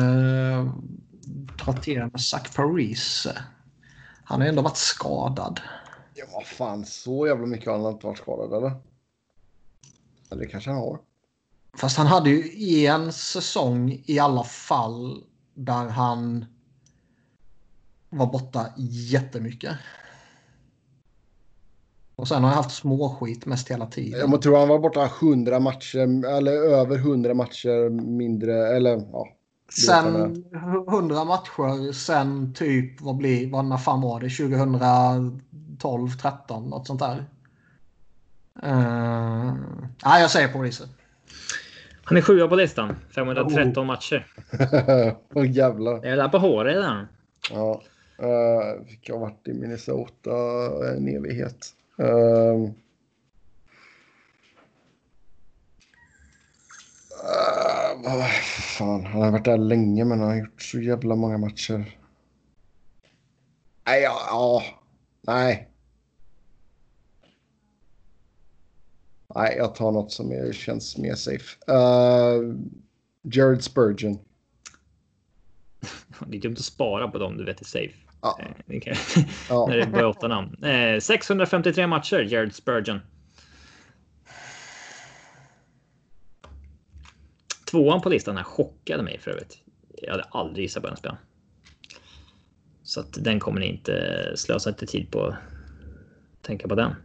dra till med Zach Parise? Han har ändå varit skadad. Ja, vad fan. Så jävla mycket har han inte varit skadad, eller? Eller kanske han har. Fast han hade ju en säsong i alla fall där han var borta jättemycket. Och sen har jag haft småskit mest hela tiden. Jag tror han var borta 100 matcher eller över 100 matcher mindre eller ja. Sen 100 matcher sen typ när fan var det 2012 13 något sånt där. Nej, jag säger på Parise. Han är 7 på listan. 513 matcher. Åh jävlar. Det är där på håret redan. Ja. Vilka har varit i Minnesota en evighet. Fan, han har varit där länge men han har gjort så jävla många matcher. Nej, nej. Nej, jag tar något som känns mer safe. Jared Spurgeon. Det är dumt att spara på dem du vet är safe. Ja. När det börjar 8 namn. 653 matcher, Jared Spurgeon. Tvåan på listan här chockade mig för övrigt. Jag hade aldrig gissat på den spelaren. Så att den kommer ni inte slösa inte tid på att tänka på den.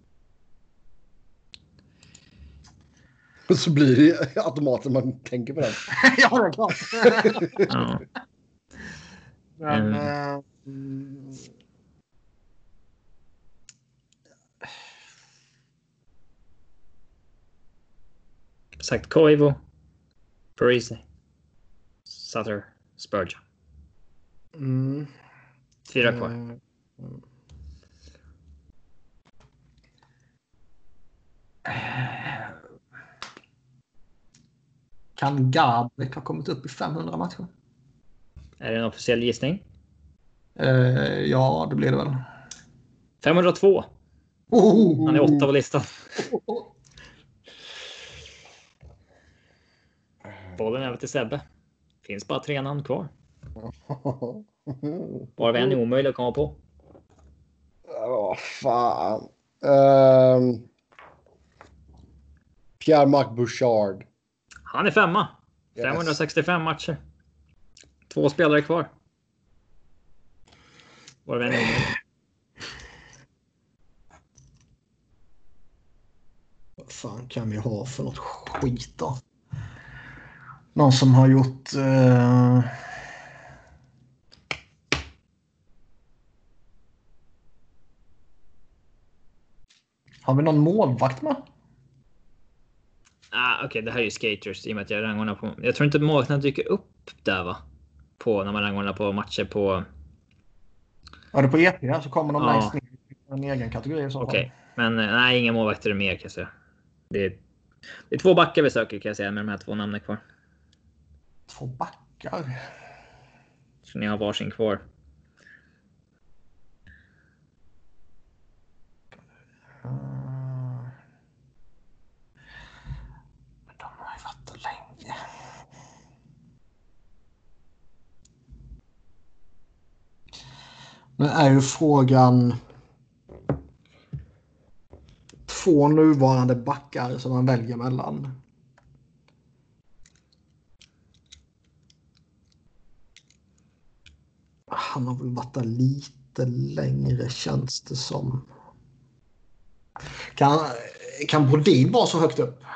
Och så blir det automatiskt man tänker på den. Ja, det är klart. Ja. Men, Sagt Koivu, Parisi, Sutter, Spurgeon. 4 kvar. Kan Gabrik ha kommit upp i 500 matcher? Är det en officiell gissning? Ja, det blir det väl. 502. Han är 8 på listan. Bollen över till Sebbe. Finns bara 3 namn kvar. Bara en är omöjlig att komma på. Fan. Pierre-Marc Bouchard. Han är 5. 565 matcher. 2 spelare kvar. Bara en är omöjlig. Vad fan kan vi ha för något skit då? Någon som har gjort... Har vi någon målvakt med? Okej, det här är ju skaters i och med att jag rangordnar på... Jag tror inte målvakterna dyker upp där va? När man rangordnar på matcher på... Ja, det är på EP så kommer de längst ner i en egen kategori. Okej, men nej, inga målvakter är mer kan jag säga. Det är 2 backar vi söker kan jag säga med de här 2 namnen kvar. 2 backar? Så ni har varsin kvar. Men de har ju varit länge. Nu är ju frågan 2 nuvarande backar som man väljer mellan. Han har väl varit där lite längre känns det som. Kan Brodin vara så högt upp?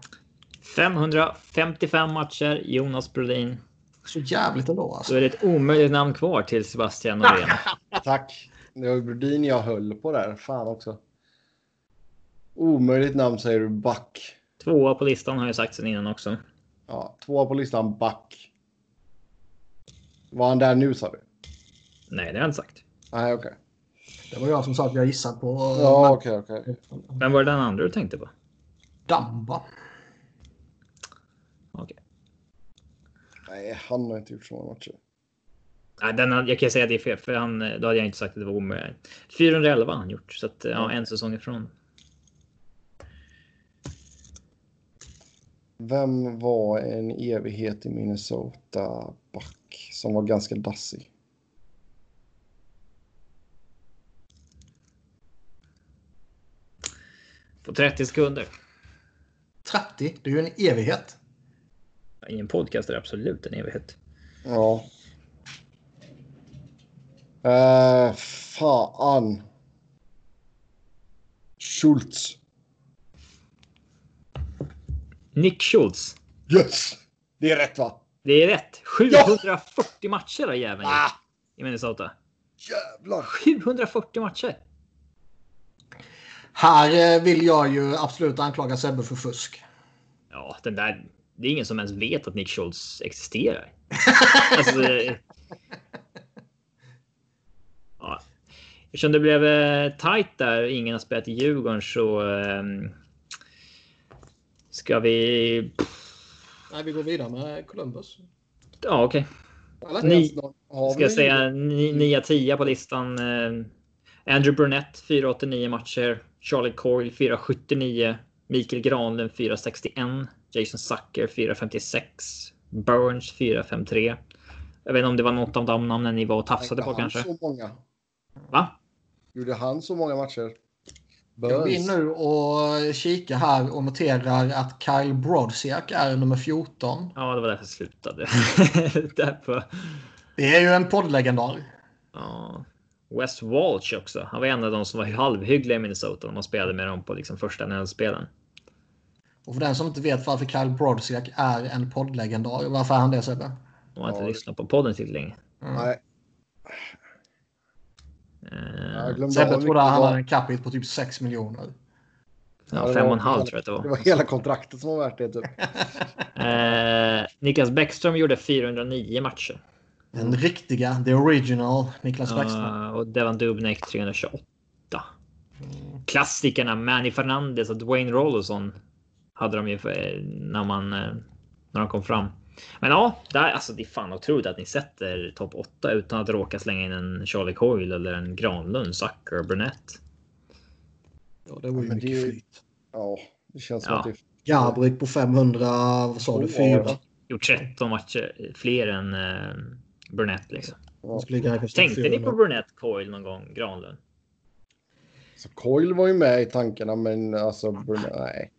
555 matcher, Jonas Brodin. Så jävligt ändå alltså. Då är det ett omöjligt namn kvar till Sebastian Norén. Tack. Det var Brodin jag höll på där. Fan också. Omöjligt namn säger du, back. 2 på listan har jag sagt sen innan också. Ja, 2 på listan, back. Var han där nu sa du? Nej, det har jag inte sagt. Nej, okej. Det var jag som sa att jag gissat på. Ja, okej. Vem var det den andra du tänkte på? Damba. Okej. Nej, han har inte gjort så många matcher. Nej, jag kan säga att det är fel. För då hade jag inte sagt att det var omöjligt. 411 har han gjort. Så att, en säsong ifrån. Vem var en evighet i Minnesota back som var ganska dassig? På 30 sekunder. 30? Det är ju en evighet. I en podcast är det absolut en evighet. Ja. Fan. Schultz. Nick Schultz. Yes! Det är rätt va? Det är rätt. 740 matcher har jäveln gjort i Minnesota. Jävlar. 740 matcher. Här vill jag ju absolut anklaga Sebbe för fusk. Ja, det är ingen som ens vet att Nick Schultz existerar. Alltså, Eftersom det blev tight där, ingen har spelat i Djurgården, så ska vi... Nej, vi går vidare med Columbus. Ja, okej. Ska jag säga 9-10 på listan. Andrew Burnett 489 matcher. Charlie Coyle 479. Mikael Granlund 461. Jason Zucker 456. Burns 453. Jag vet inte om det var något av de namnen ni var och tafsade på kanske. Så många. Va? Gjorde han så många matcher? Jag går in nu och kika här och noterar att Kyle Brodziak är nummer 14. Ja, det var därför jag slutade. Det är ju en poddlegendar. Ja. Wes Walsh också. Han var en av de som var halvhyggliga i Minnesota. Man spelade med dem på liksom första NHL-spelen. Och för den som inte vet varför Kyle Brodziak är en poddlegendar, varför är han det, Sebbe? De har inte lyssnat på podden till länge. Nej. Sebbe trodde han hade en capita på typ 6 miljoner. Ja, 5,5 tror jag det var. Det var hela kontraktet som var värt det typ. Niklas Bäckström gjorde 409 matcher. Den riktiga, the original Niklas Bäckström. Och Devan Dubnyk 328. Klassikerna Manny Fernandez och Dwayne Rollerson hade de ju när de kom fram. Men ja, alltså det är fan otroligt att ni sätter topp 8 utan att råka slänga in en Charlie Coyle eller en Granlund, Zucker, Burnett. Ja, det var ju mycket flyt. Ja, det känns som att det... Gabriel på 500, vad sa du, 4? Gjort 13 matcher, fler än Burnett liksom. Ja. Tänkte ni på Burnett, Coyle någon gång, Granlund? Så Coyle var ju med i tankarna, men alltså Burnett, nej.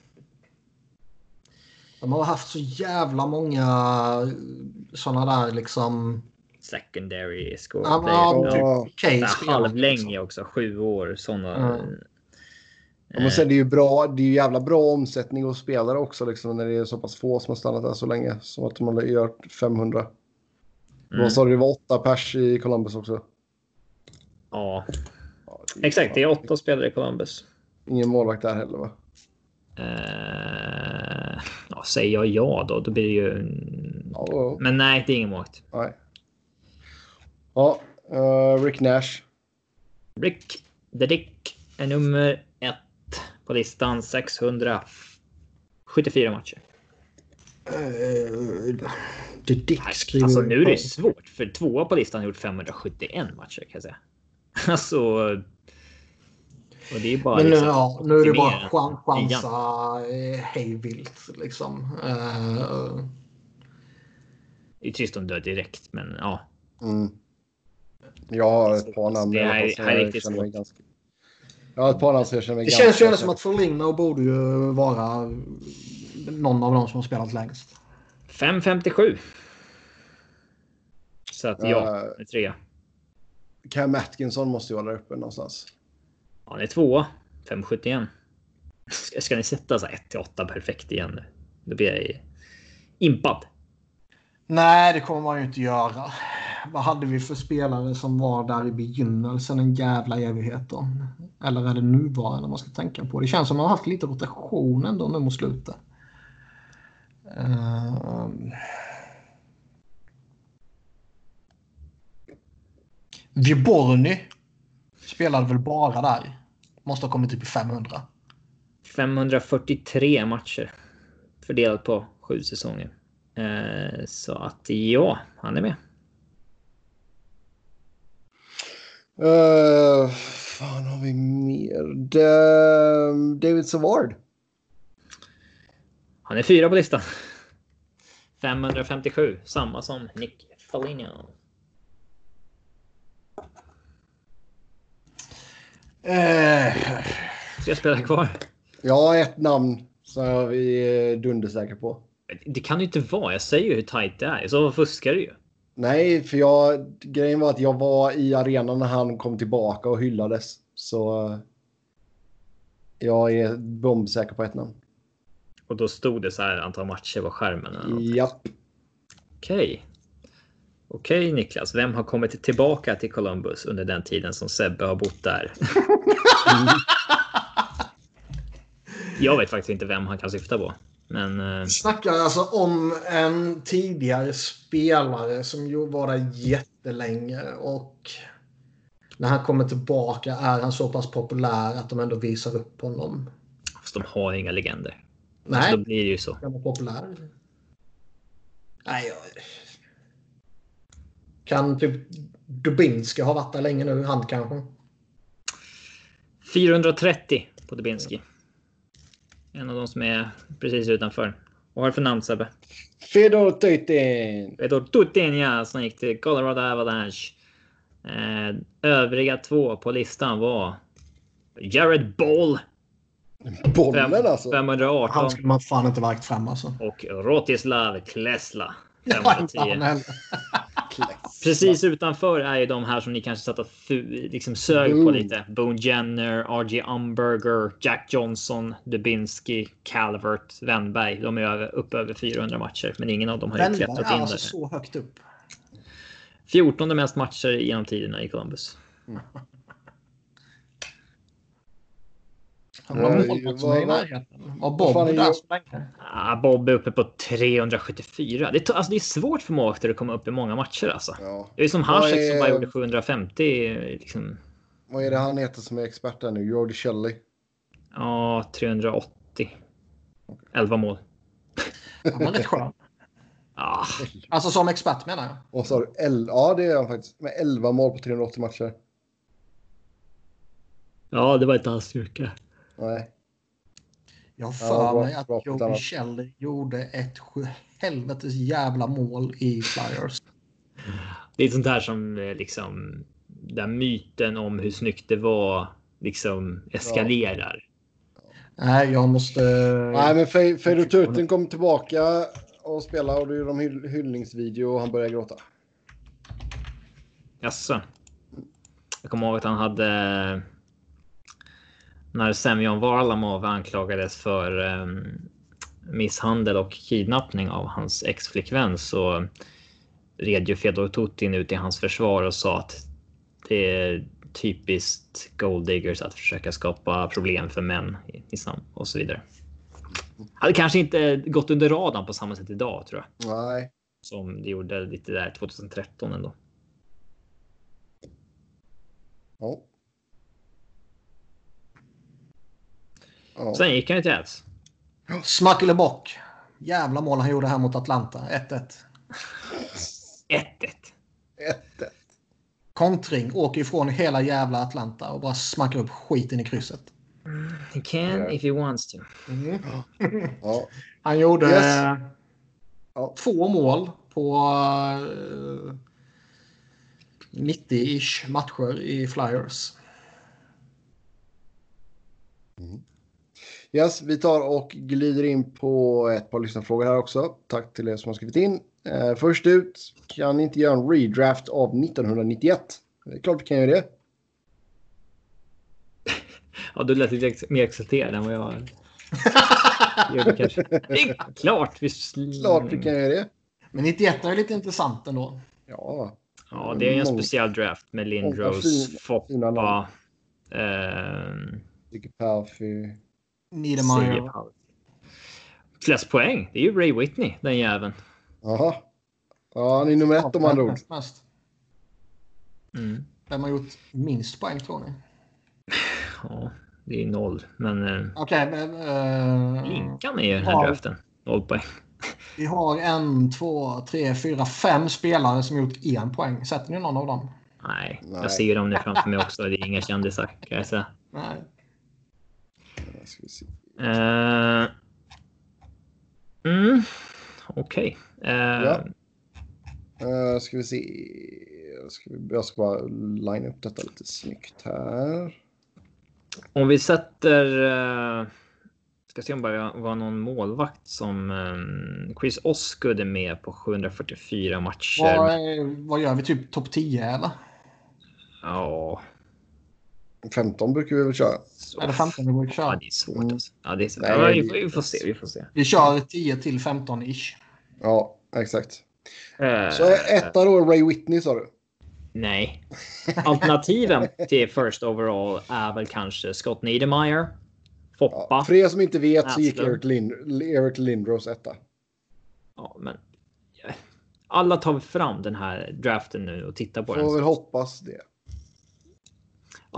De har haft så jävla många sådana där liksom... Secondary score. Halvlänge också, 7 år. Sådana... Ja, men sen det är ju bra, det är ju jävla bra omsättning hos spelare också liksom, när det är så pass få som har stannat där så länge. Som att man gör 500. Vad sa du, det var 8 pers i Columbus också? Ja, exakt. Det är 8 spelare i Columbus. Ingen målvakt där heller, va? Ja, säger jag då blir det ju... Ja. Men nej, det är ingen målvakt. Nej. Ja, Rick Nash. Rick the Dick är nummer 1 på listan. 674 matcher. The Dick skriver... Alltså nu är det svårt, för 2 på listan har gjort 571 matcher kan jag säga. Alltså... Och det är bara men liksom, nu är det bara chansa hejvilt liksom. Det är trist om dör direkt, men ja. Jag har ett par namn. Det är riktigt svårt. Jag har ett par namn som jag känner mig det känns ju som att Foligno borde ju vara någon av dem som har spelat längst. 5,57. Så att ja, är 3. Cam Atkinson måste ju vara där uppe någonstans. Ja, det är 2. 5,71. Ska ni sätta så 1-8 perfekt igen nu? Då blir jag impad. Nej, det kommer man ju inte göra. Vad hade vi för spelare som var där i begynnelsen en jävla evighet då? Eller är det nuvarande man ska tänka på? Det känns som man har haft lite rotation ändå nu mot slutet. Vyborny spelade väl bara där. Måste ha kommit upp i 500. 543 matcher. Fördelat på 7 säsonger. Så att ja, han är med. Fan har vi mer? David Savard. Han är 4 på listan. 557. Samma som Nick Foligno. Ska jag spela kvar? Ja, ett namn som vi är dundersäkra på. Det kan ju inte vara. Jag säger ju hur tajt det är. Så fuskar du ju. Nej, för grejen var att jag var i arenan när han kom tillbaka och hyllades. Så jag är bombsäker på ett namn. Och då stod det så här antal matcher på skärmen. Japp. Okej, Niklas. Vem har kommit tillbaka till Columbus under den tiden som Sebbe har bott där? Jag vet faktiskt inte vem han kan syfta på. Men snackar alltså om en tidigare spelare som ju var där jättelänge och när han kommer tillbaka är han så pass populär att de ändå visar upp honom. Fast de har inga legender. Nej, alltså, då blir det ju så. Han var populär. Nej, kan typ Dubinsky ha varit där länge nu, han kanske. 430 på Dubinsky. En av de som är precis utanför. Vad har du för namn, Sebbe? Fedor Tytin. Fedor Tytin, ja, som gick till Colorado Avalanche. Övriga 2 på listan var Jared Ball. Bollen alltså. 518. Han skulle man fan inte vagt fram alltså. Och Rotislav Klesla. 510. Precis utanför är ju de här som ni kanske satt och liksom sög på lite. Boone Jenner, R.J. Umberger, Jack Johnson, Dubinsky, Calvert, Wennberg. De är uppe över 400 matcher, men ingen av dem har ju klättrat in där. Alltså så högt upp. 14 mest matcher genom tiderna i Columbus. Bob är uppe på 374. Det är svårt för målvakter att komma upp i många matcher alltså. Ja. Det är som Hasek som bara gjorde 750 liksom. Vad är det han heter som är expert där nu? Jordi Shelley. Ja, 380. 11 mål. Han var rätt skön. Ja. Alltså som expert menar jag. Och så ja, det är han faktiskt. Med 11 mål på 380 matcher. Ja, det var inte hans styrka. Nej. Jag för mig att Jordi Shelley gjorde ett helvetes jävla mål i Flyers. Det är sånt här som liksom den myten om hur snyggt det var liksom eskalerar. Nej, jag måste... Nej, men Fedor Tytin kom tillbaka och spelade och du gjorde en hyllningsvideo och han började gråta. Jaså. Jag kommer ihåg att han hade... När Semyon Varlamov anklagades för misshandel och kidnappning av hans ex-flickvän så red ju Fedor Tytin ut i hans försvar och sa att det är typiskt gold diggers att försöka skapa problem för män och så vidare. Hade kanske inte gått under radarn på samma sätt idag, tror jag. Nej. Som det gjorde lite där 2013 ändå. Ja. Sen gick han ju till Äds. Smackele-bock. Jävla mål han gjorde här mot Atlanta. 1-1. 1-1. Kontring. Åker ifrån hela jävla Atlanta och bara smackar upp skiten i krysset. He can if he wants to. Ja. Han gjorde 2 mål på 90-ish matcher i Flyers. Yes, vi tar och glider in på ett par lyssnarfrågor här också. Tack till er som har skrivit in. Först ut, kan ni inte göra en redraft av 1991? Det är klart vi kan göra det. Ja, du lät lite mer exalterad än vad jag gjorde kanske. Det är klart vi kan göra det. Men 91 är lite intressant ändå. Ja. Ja, det är en speciell draft med Lindros, Foppa, Palfy, Niedermeyer. Flest poäng, det är ju Ray Whitney, den jäveln. Jaha. Ja, han är nummer 1 om andra ord. Vem har gjort minst poäng, tror ni? Ja, det är 0. Men okej, Linkan är ju den här draften. 0 poäng. Vi har 1, 2, 3, 4, 5 spelare som gjort 1 poäng. Sätter ni någon av dem? Nej. Jag ser dem nu framför mig också. Det är inga kändisar, kan jag säga. Nej. Ska vi se. Okej. Ska vi se. Jag ska bara line upp detta lite snyggt här. Om vi sätter... ska se om det var någon målvakt som Chris Osgood är med på 744 matcher. Vad gör vi? Typ topp 10 eller? Ja. 15 brukar vi väl köra. Eller 15 vi brukar köra. Ja, det är svårt alltså. Ja, det är svårt. Nej, vi får se. Vi kör 10 till 15-ish. Ja, exakt. Så etta då, Ray Whitney, sa du? Nej. Alternativen till first overall är väl kanske Scott Niedermeyer, Foppa. Ja, för er som inte vet så gick Eric Lindros etta. Ja, men alla tar fram den här draften nu och tittar på den. Får väl hoppas det.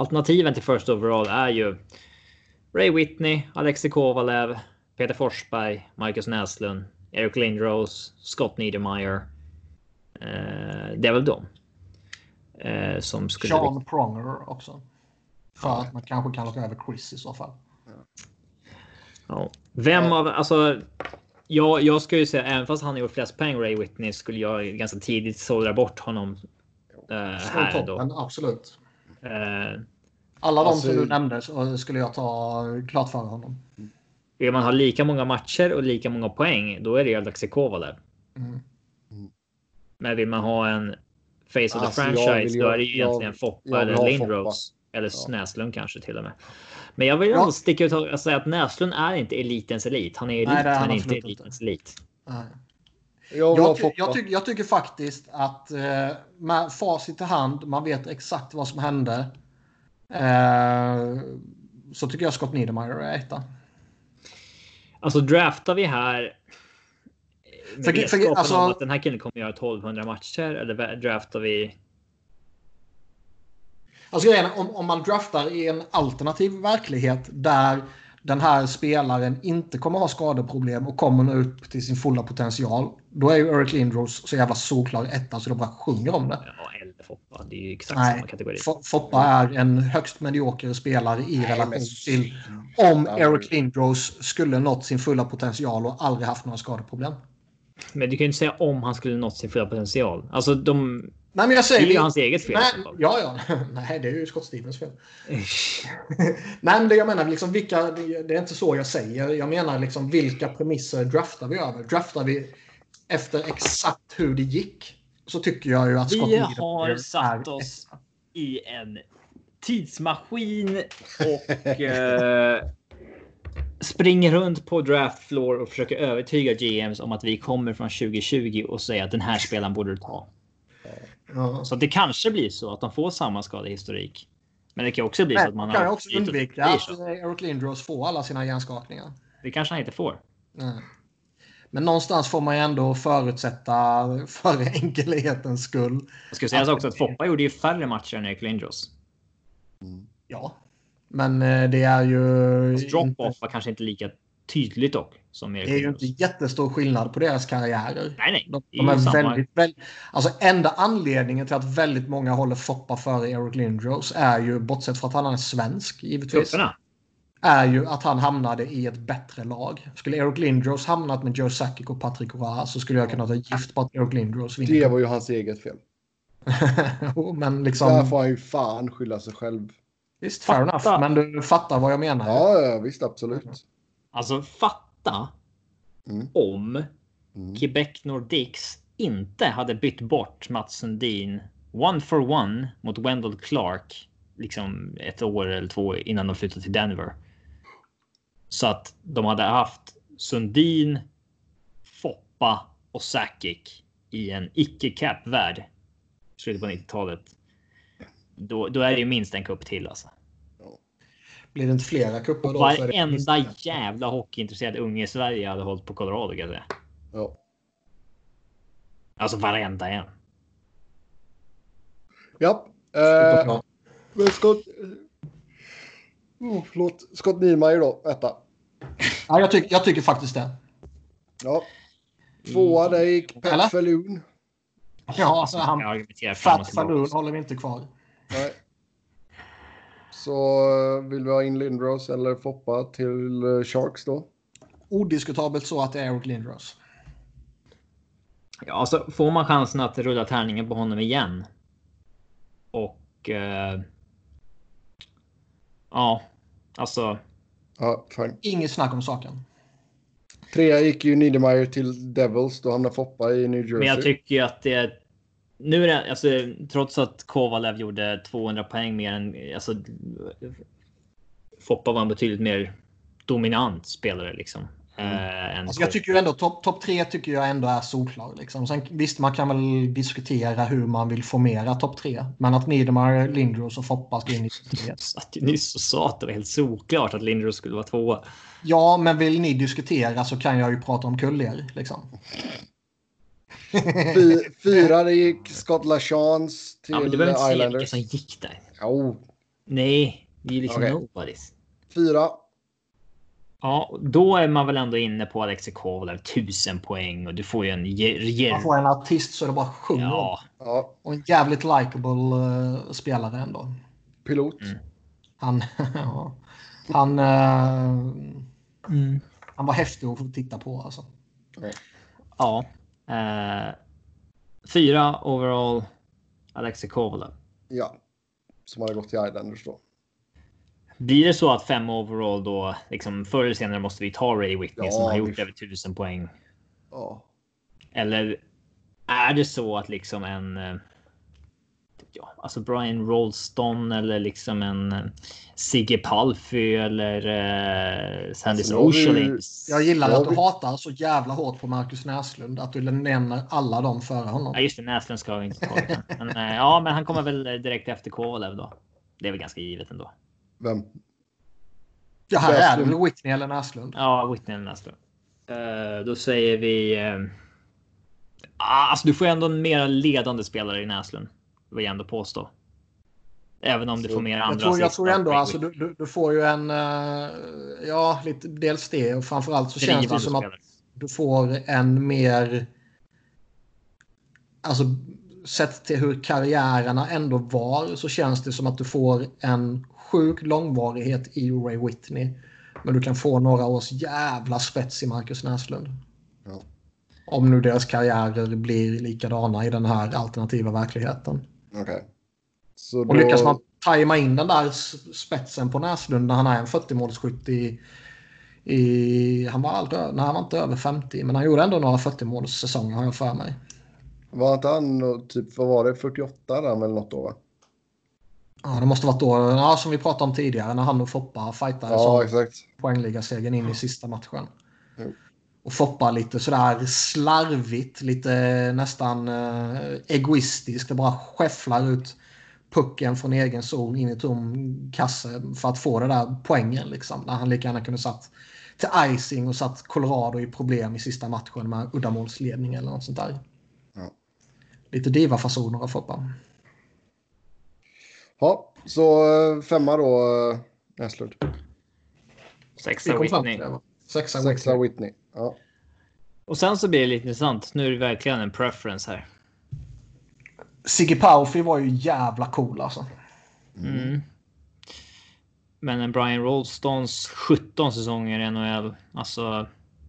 alternativen till first overall är ju Ray Whitney, Alexei Kovalev, Peter Forsberg, Marcus Näslund, Eric Lindros, Scott Niedermayer. Det är väl de som skulle... Sean Pronger också. För att man kanske kan låta över Chris i så fall. Ja. Vem av... Alltså, jag ska ju säga, även fast han har gjort flest poäng, Ray Whitney, skulle jag ganska tidigt sålla bort honom här då. Men absolut. Alla de som du nämnde så skulle jag ta klart för honom. Vill man ha lika många matcher och lika många poäng, då är det Alexei Kovalev. Men vill man ha en face of the franchise, då är det ju egentligen Foppa eller Lindros. Eller Näslund kanske till och med. Men jag vill ändå sticka ut och säga att Näslund är inte elitens elit. Han är elit, men inte elitens elit. Jag tycker faktiskt att med facit i hand, man vet exakt vad som hände. Så tycker jag Scott Niedermayer är etta. Alltså draftar vi här alltså, att den här killen kommer göra 1200 matcher, eller draftar vi... Alltså om man draftar i en alternativ verklighet där den här spelaren inte kommer ha skadeproblem och kommer upp till sin fulla potential, då är ju Eric Lindros så jävla såklar etta så de bara sjunger om det. Ja, eller Foppa. Det är ju exakt samma kategori. Foppa är en högst medioker spelare i relation till om Eric Lindros skulle nått sin fulla potential och aldrig haft några skadeproblem. Men du kan ju inte säga om han skulle nått sin fulla potential. Alltså Nej, men jag säger det är ju hans eget fel. Nej, det är ju Scott Stevens fel. Nej, men det jag menar liksom det är inte så jag säger. Jag menar liksom vilka premisser draftar vi över? Draftar vi efter exakt hur det gick, så tycker jag ju att Scott vi har satt oss i en tidsmaskin och springer runt på draft floor och försöker övertyga GMs om att vi kommer från 2020 och säger att den här spelaren borde du ta. Så det kanske blir så att de får samma skadehistorik. Men det kan också bli så att man kan också undvika att Eric Lindros får alla sina hjärnskakningar. Det kanske han inte får. Men någonstans får man ju ändå förutsätta för enkelhetens skull. Jag ska säga också att Foppa gjorde ju färre matcher än Eric Lindros. Ja. Men det är ju... Drop-off var kanske inte lika tydligt dock. Som Eric Lindros. Det är ju inte jättestor skillnad på deras karriärer. Nej. De är väldigt... Alltså enda anledningen till att väldigt många håller Foppa före Eric Lindros är ju, bortsett från att han är svensk givetvis, är ju att han hamnade i ett bättre lag. Skulle Eric Lindros hamnat med Joe Sakic och Patrick Roy, så skulle jag kunna ta gift på att Eric Lindros vinner. Det var ju hans eget fel. Men liksom... Där får han ju fan skylla sig själv. Visst, fair enough. Men du fattar vad jag menar. Ja, visst, absolut. Alltså, fatta om Quebec Nordics inte hade bytt bort Mats Sundin 1-for-1 mot Wendell Clark liksom ett år eller två innan de flyttade till Denver. Så att de hade haft Sundin, Foppa och Sakic i en icke-cap-värld slutet på 90-talet. Då är det ju minst en kupp till alltså. Blir det inte flera kuppar då? Varenda jävla hockeyintresserad unge i Sverige hade hållit på Colorado, kan jag säga. Ja. Alltså varenda en. Ja. Scott Niedermayer då, etta. Ja, jag tycker faktiskt det. Ja. Tvåa där gick Pat Falloon. Ja, alltså Fat Falloon håller vi inte kvar. Nej. Så vill vi ha in Lindros eller Foppa till Sharks då? Odiskutabelt så att det är Eric Lindros. Ja, alltså får man chansen att rulla tärningen på honom igen. Och ja, alltså. Ja, fine. Inget snack om saken. 3 gick ju Niedermayer till Devils, då hamnade Foppa i New Jersey. Men jag tycker ju att det nu är det, alltså, trots att Kovalev gjorde 200 poäng mer än, alltså, Foppa var en betydligt mer dominant spelare liksom. Alltså, jag tycker ju ändå topp 3 tycker jag ändå är solklar liksom. Sen visst, man kan väl diskutera hur man vill formera topp 3, men att Niedermayer, Lindros och Foppa ska in i topp 3. Satt ju nyss och sa att det var helt solklart att Lindros skulle vara 2. Ja, men vill ni diskutera så kan jag ju prata om kuller liksom. 4 det gick Scott LaChance till ja, men du behöver inte Islanders. säga vilka som gick där. Jo. Nej, det är liksom nobody's. 4. Ja, då är man väl ändå inne på Alexei Kovalev 1000 poäng och du får ju man får en artist så det bara sjunger. Ja. Och en jävligt likable spelare ändå. Pilot. Han var häftig att få titta på alltså. Ja. 4 overall Alexei Kovalev. Ja. Som hade gått till Islanders då. Blir det så att 5 overall då liksom förr eller senare måste vi ta Ray Whitney som har gjort över 1000 poäng? Ja. Eller är det så att liksom en alltså Brian Rolston eller liksom en Sigge Palffy eller Sandis Oshulins. Jag gillar att du hatar så jävla hårt på Marcus Näslund att du nämner alla dem före honom. Ja just det, Näslund ska vi inte ta det. Men han kommer väl direkt efter Kovalev då. Det är väl ganska givet ändå. Vem? Ja, här är det väl Whitney eller Näslund. Ja, Whitney eller Näslund. Då säger vi alltså du får ändå en mer ledande spelare i Näslund. Det vill jag ändå påstå. Även om du får mer andra. Jag tror ändå alltså du får ju en lite dels det och framförallt så känns det som att du får en mer alltså sett till hur karriärerna ändå var så känns det som att du får en sjuk långvarighet i Ray Whitney. Men du kan få några års jävla spets i Marcus Näslund. Ja. Om nu deras karriärer blir likadana i den här alternativa verkligheten. Okej. Och lyckas man tajma in den där spetsen på Näslund när han är en 40-målsskytt han var inte över 50 men han gjorde ändå några 40-målssäsonger har jag för mig. Var inte han typ, vad var det, 48 där eller något då va? Ja, det måste varit då, som vi pratade om tidigare, när han och Foppa fightade poängligasegern in i sista matchen. Och Foppa lite sådär slarvigt, lite nästan egoistiskt. Det bara skäfflar ut pucken från egen zon in i tom kasse för att få det där poängen liksom. När han lika gärna kunde satt till icing och satt Colorado i problem i sista matchen med uddamålsledning eller något sånt där. Ja. Lite diva-fasoner av Foppa. Ja, så 5 då Näslund. 6 Whitney. 6 Whitney. Ja. Och sen så blir det lite intressant. Nu är det verkligen en preference här. Sigge Palffy var ju jävla cool alltså. Men en Brian Rolstons 17 säsonger i NHL. Alltså...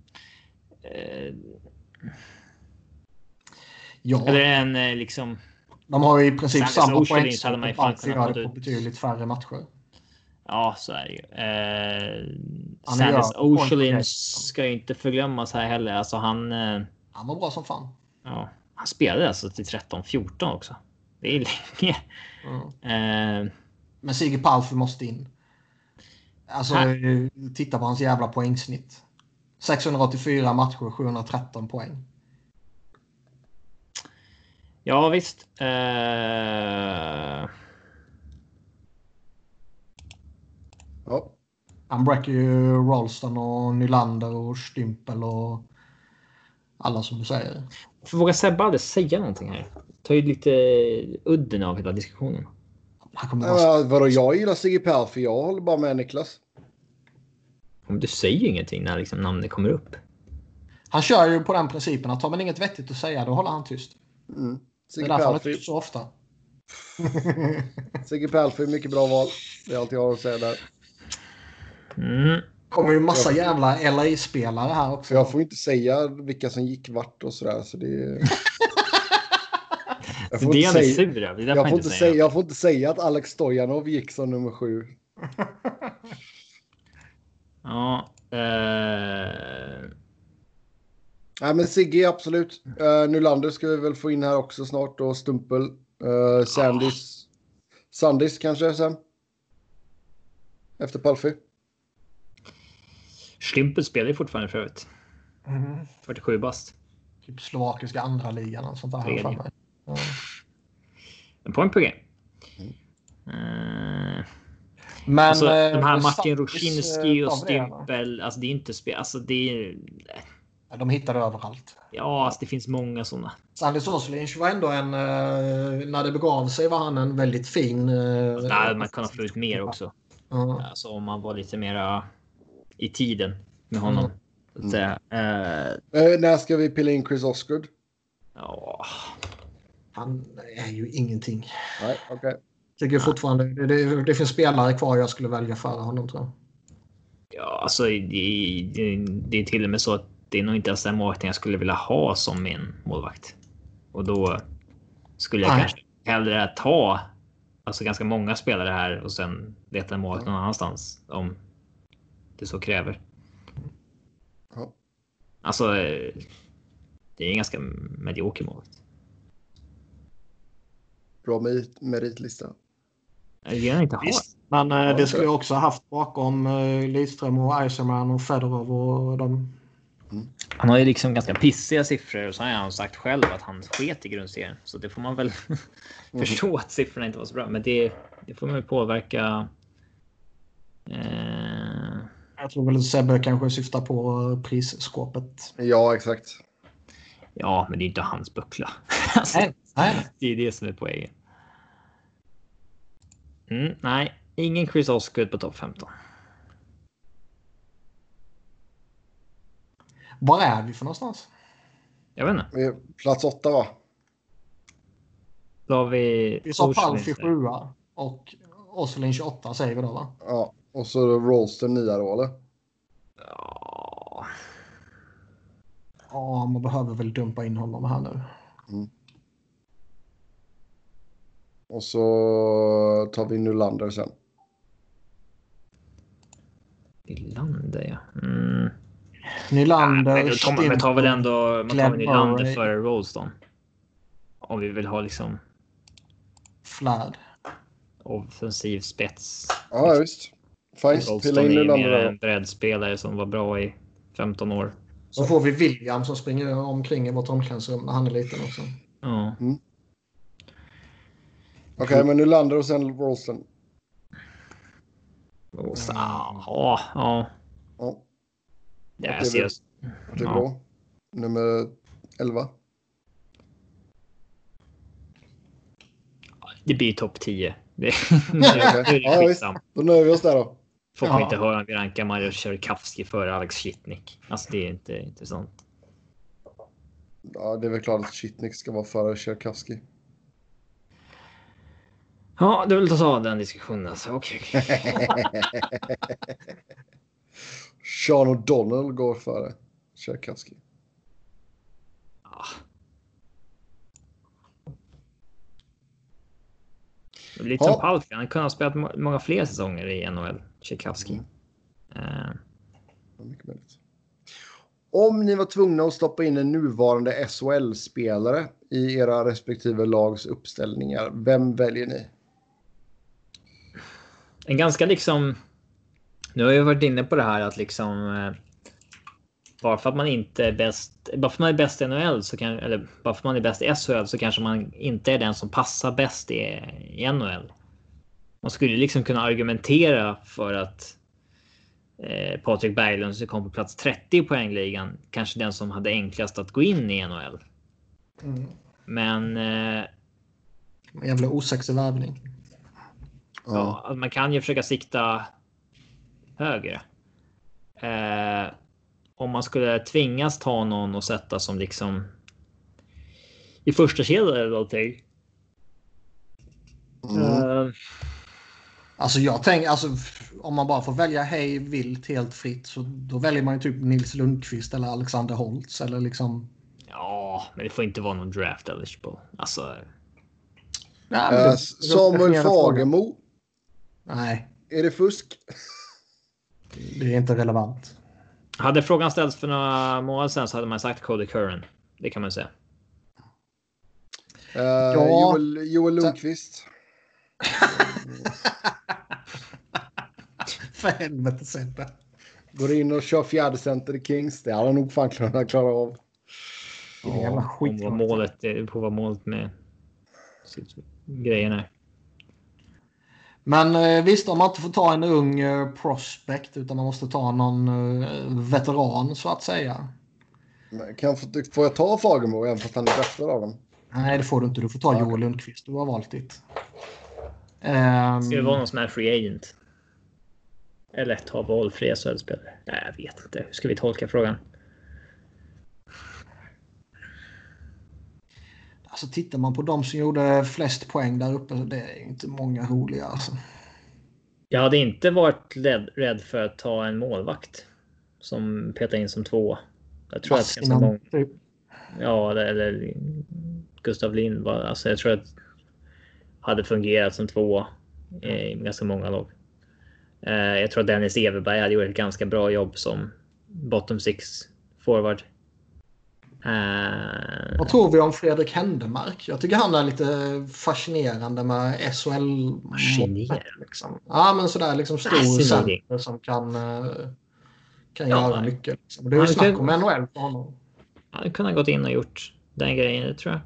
Eller en liksom... De har ju i princip samma poäng hade man ju fan kunnat på betydligt färre matcher. Ja, så är det ju. Sanders Oshulins ska ju inte förglömmas här heller. Alltså han var bra som fan. Ja, han spelade alltså till 13-14 också. Det är länge. Men Sigge Palffy måste in. Alltså, titta på hans jävla poängsnitt. 684 matcher, 713 poäng. Ja, visst. Han bräcker ju Rolston och Nylander och Stympel och alla som du säger. För vågar Sebbe aldrig säga någonting här? Tar ju lite udden av hela diskussionen. Vadå, jag gillar Sigge Palffy, jag håller bara med Niklas. Om du säger ingenting när liksom namnet kommer upp. Han kör ju på den principen att har man inget vettigt att säga då håller han tyst. Sigge det är därför han är så ofta. Sigge Palffy, mycket bra val. Det är allt jag har att säga där. Kommer ju massa jävla LA-spelare här också. Jag får inte säga vilka som gick vart och sådär. Så det jag får inte säga att Alex Stojanov gick som nummer 7. Ja. Nej, men Sigge absolut. Nylander ska vi väl få in här också snart. Och Stumpel. Sandis kanske sen. Efter Palffy. Stympel spelar ju fortfarande för övrigt. 47 bast. Typ slovakiska andra ligan och sånt där. En poäng på game. Men alltså, de här Martin Rusinski och Stympel, alltså det är inte spel, alltså det är De hittade överallt. Ja, alltså det finns många sådana. Sandis Oslins var ändå när det begav sig var han en väldigt fin... Där man kan få ut mer också. Ja. Alltså om man var lite mera i tiden med honom. När ska vi pilla in Chris Osgood? Ja. Han är ju ingenting. Nej, okej. Tycker fortfarande det finns spelare kvar jag skulle välja före honom, tror jag. Ja, alltså det är till och med så att det är nog inte ens den målvakten jag skulle vilja ha som min målvakt. Och då skulle jag kanske hellre ta alltså ganska många spelare här och sen leta en målvakt någon annanstans om det så kräver. Ja. Alltså det är en ganska medioker målvakt. Bra meritlista. Jag inte ha. Men det skulle jag också ha haft bakom Lidström och Eisenman och Fedorov och dem. Han har ju liksom ganska pissiga siffror och så har han sagt själv att han sket i grundserien. Så det får man väl förstå att siffrorna inte var så bra. Men det får man ju påverka. Jag tror väl att Sebbe kanske syftar på prisskåpet. Ja, exakt. Ja, men det är inte hans buckla. Alltså, nej. Det är det som är poängen. Nej, ingen Chris Osgood på topp 15. Var är vi för någonstans? Jag vet inte. Plats 8 va? Då har vi sa Palfi 7 och Oslin 28 säger vi då va? Ja, och så Rolston 9 då eller? Ja, man behöver väl dumpa in honom här nu. Och så tar vi Nylander sen. Nylander, ja. Nylander, men tar väl ändå Nylander för Rolston. Om vi vill ha liksom Flad. Offensiv spets. Ja, visst. Rolston är mer en breddspelare som var bra i 15 år. Så får vi William som springer omkring i vårt omklädningsrum när han är liten också. Ja. Okej, men Nylander och sen Rolston. Ja. Jag ser. Det är bra. Nummer 11. Det blir topp 10. Ja, visst. Då nöjer vi oss där då. Får man inte höra vi rankar Mario Tjernkovskij före Alex Shitnik. Alltså det är inte intressant. Ja, det är väl klart att Shitnik ska vara före Tjernkovskij. Ja, du vill ta av den diskussionen alltså. Okej. Sean O'Donnell går före Tjernkovskij. Det blir lite som Palfi. Han kunde ha spelat många fler säsonger i NHL. Tjernkovskij. Mycket möjligt. Om ni var tvungna att stoppa in en nuvarande SHL-spelare i era respektive lags uppställningar, vem väljer ni? En ganska liksom... Nu har jag varit inne på det här att liksom... Bara för att man inte är bäst... Bara för att man är bäst i NHL så kan... Eller bara för att man är bäst i SHL så kanske man inte är den som passar bäst i NHL. Man skulle liksom kunna argumentera för att Patrik Berglund som kom på plats 30 i poängligan kanske den som hade enklast att gå in i NHL. Men... jävla osexig värvning. Ja, man kan ju försöka sikta högre. Om man skulle tvingas ta någon och sätta som liksom i första kedjan eller någonting. Alltså jag tänker, alltså om man bara får välja hej vilt helt fritt så då väljer man ju typ Nils Lundqvist eller Alexander Holtz eller liksom. Ja, men det får inte vara någon draft eligible. Alltså. Samuel Fagemo. Nej. Är det fusk? Det är inte relevant. Hade frågan ställts för några månader sedan så hade man sagt Cody Curran. Det kan man säga. Joel Lundqvist. För helvete Sebbe. Går in och kör fjärde center i Kings. Det hade han nog fan kunnat klara av. Ja, på vad målet med grejerna. Men visst, om man inte får ta en ung prospect utan man måste ta någon veteran så att säga. Får jag ta Fagemo även fast han är bäst av dem? Nej, det får du inte. Du får ta Joel Lundqvist. Du har valt ditt. Ska det vara någon som är free agent? Eller ta valfria spelare? Nej, jag vet inte. Hur ska vi tolka frågan? Alltså tittar man på de som gjorde flest poäng där uppe, så det är inte många roliga alltså. Jag hade inte varit rädd för att ta en målvakt som petar in som 2. Jag tror att ganska många... Ja, eller Gustav Lind var... Alltså jag tror att hade fungerat som 2 i ganska många lag. Jag tror att Dennis Everberg hade gjort ett ganska bra jobb som bottom 6 forward. Vad tror vi om Fredrik Händemark? Jag tycker han är lite fascinerande med SHL. Liksom. Ja, men sådär liksom stor center som kan göra mycket. Liksom. Det är ju snack om NHL för honom. Han kunde ha gått in och gjort den grejen, det tror jag.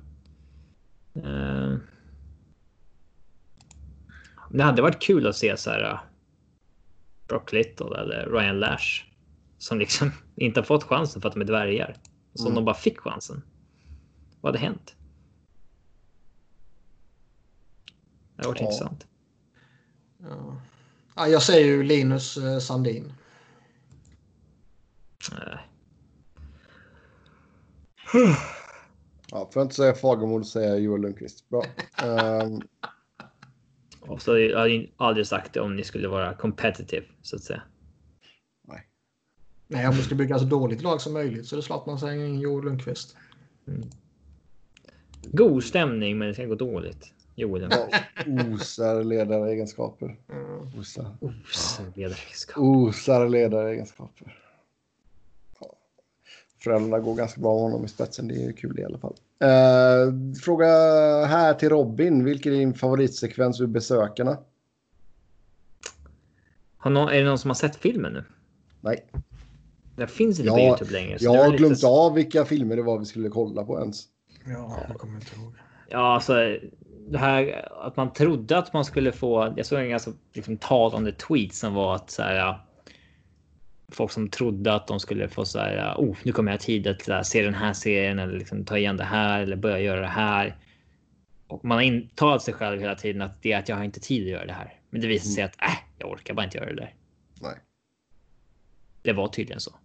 Det hade varit kul att se så här Brock Little eller Ryan Lash som liksom inte har fått chansen för att de är dvärgar. Som de bara fick chansen. Vad hade hänt? Det har varit intressant. Ja, jag säger ju Linus Sandin. Nej. Ja, för att inte säga Fagemo så säger jag Joel Lundqvist. Bra. Och så jag hade aldrig sagt det om ni skulle vara competitive, så att säga. Nej, om du ska bygga så dåligt lag som möjligt så är det klart man säger Joel Lundqvist. God stämning, men det ska gå dåligt. Joel Lundqvist. Osar ledaregenskaper. Osar ledaregenskaper. Osar ledaregenskaper. Ja. Föräldrarna går ganska bra med honom i spetsen. Det är kul i alla fall. Fråga här till Robin. Vilken är din favoritsekvens ur Besökarna? Är det någon som har sett filmen nu? Nej. Det finns inte på YouTube längre. Jag har glömt av vilka filmer det var vi skulle kolla på ens. Ja, jag kommer inte ihåg. Ja, alltså det här att man trodde att man skulle få... Jag såg en ganska liksom, talande tweet som var att så här, folk som trodde att de skulle få så här, nu kommer jag tid att se den här serien eller liksom, ta igen det här eller börja göra det här. Och man har intalat sig själv hela tiden att det är att jag har inte tid att göra det här. Men det visar sig att jag orkar bara inte göra det där. Nej. Det var tydligen så.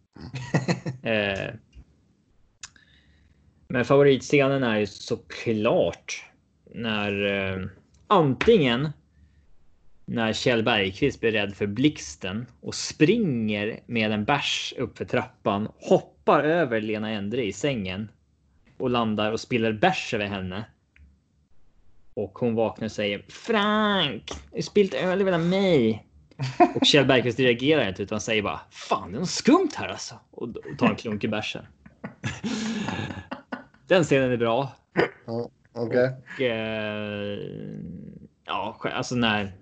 Men favoritscenen är ju såklart när antingen när Kjell Bergqvist blir rädd för blixten och springer med en bärs upp för trappan, hoppar över Lena Endre i sängen och landar och spiller bärs över henne. Och hon vaknar och säger: Frank, du spilt öl över mig. Och Kjell Bergqvist reagerar inte utan säger bara: fan, det är något skumt här alltså. Och tar en klunk i bärsen. Den scenen är bra. Okej. Och ja, alltså när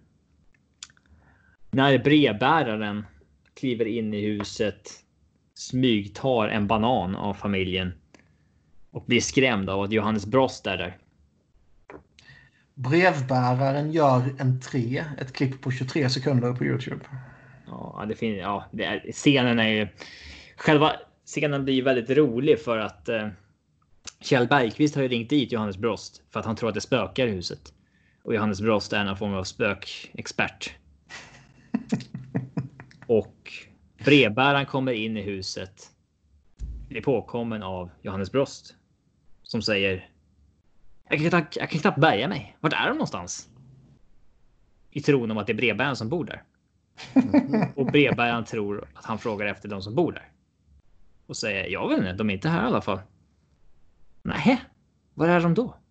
brevbäraren kliver in i huset, smygtar en banan av familjen och blir skrämd av att Johannes Brost är där. Brevbäraren gör entré, ett klipp på 23 sekunder på YouTube. Ja, det finns. Ja, scenen är ju. Själva scenen blir ju väldigt rolig för att Kjell Bergqvist har ju ringt dit Johannes Brost för att han tror att det spökar i huset. Och Johannes Brost är en form av spökexpert. Och brevbäraren kommer in i huset, blir påkommen av Johannes Brost som säger: jag kan knappt bärga mig. Vart är de någonstans? I tron om att det är brevbäraren som bor där. Och brevbäraren tror att han frågar efter de som bor där. Och säger: jag vet inte, de är inte här i alla fall. Nej, var är de då?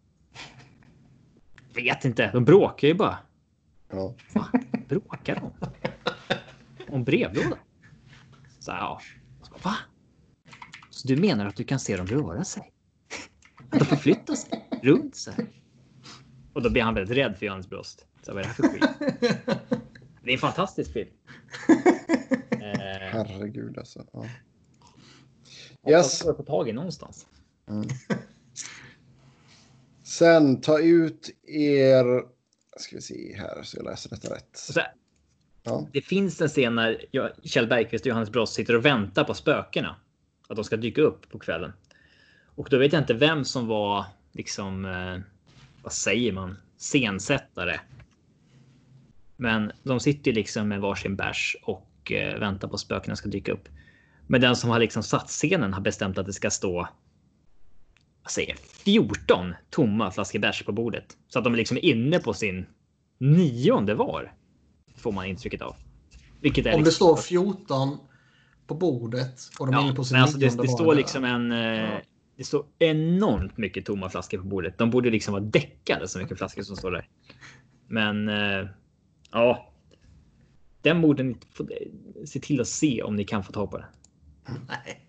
Vet inte, de bråkar ju bara. Ja. Va? Bråkar de? Om brevlådan? Så ja. Va? Så du menar att du kan se dem röra sig? Att de förflyttar sig runt sig? Och då blir han väldigt rädd för Johannes Brost. Så vad är det här för skit? Det är en fantastisk film. Herregud alltså. Ja. Yes. Jag får tag i någonstans. Sen ta ut er... Ska vi se här så jag läser detta rätt. Så, det finns en scen när Kjell Bergqvist och Johannes Brost sitter och väntar på spökena. att de ska dyka upp på kvällen. Och då vet jag inte vem som var liksom, vad säger man, scensättare. Men de sitter liksom med varsin bärs och väntar på att spökena ska dyka upp. Men den som har liksom satt scenen har bestämt att det ska stå, jag säger 14 tomma flaskor bärs på bordet. Så att de är liksom inne på sin 9:e var. Får man intrycket av. Vilket är om liksom, det står 14 på bordet och de är inne på sin 9:e alltså det var står liksom det står enormt mycket tomma flaskor på bordet. De borde liksom vara däckade så mycket flaskor som står där. Men ja, den borde ni få se till att se om ni kan få ta på det. Nej.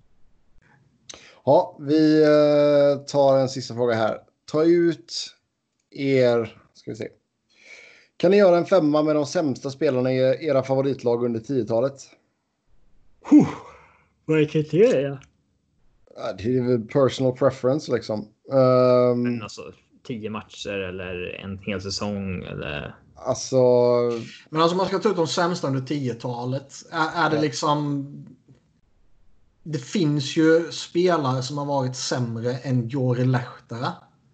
Ja, vi tar en sista fråga här. Ta ut ska vi se. Kan ni göra en 5 med de sämsta spelarna i era favoritlag under 10-talet? Vad är kriterierna? Ja, det är väl personal preference liksom. Men alltså 10 matcher eller en hel säsong eller... Alltså... Men alltså man ska ta ut de sämsta under 10-talet. Är det liksom... Det finns ju spelare som har varit sämre än Jori Lehtera.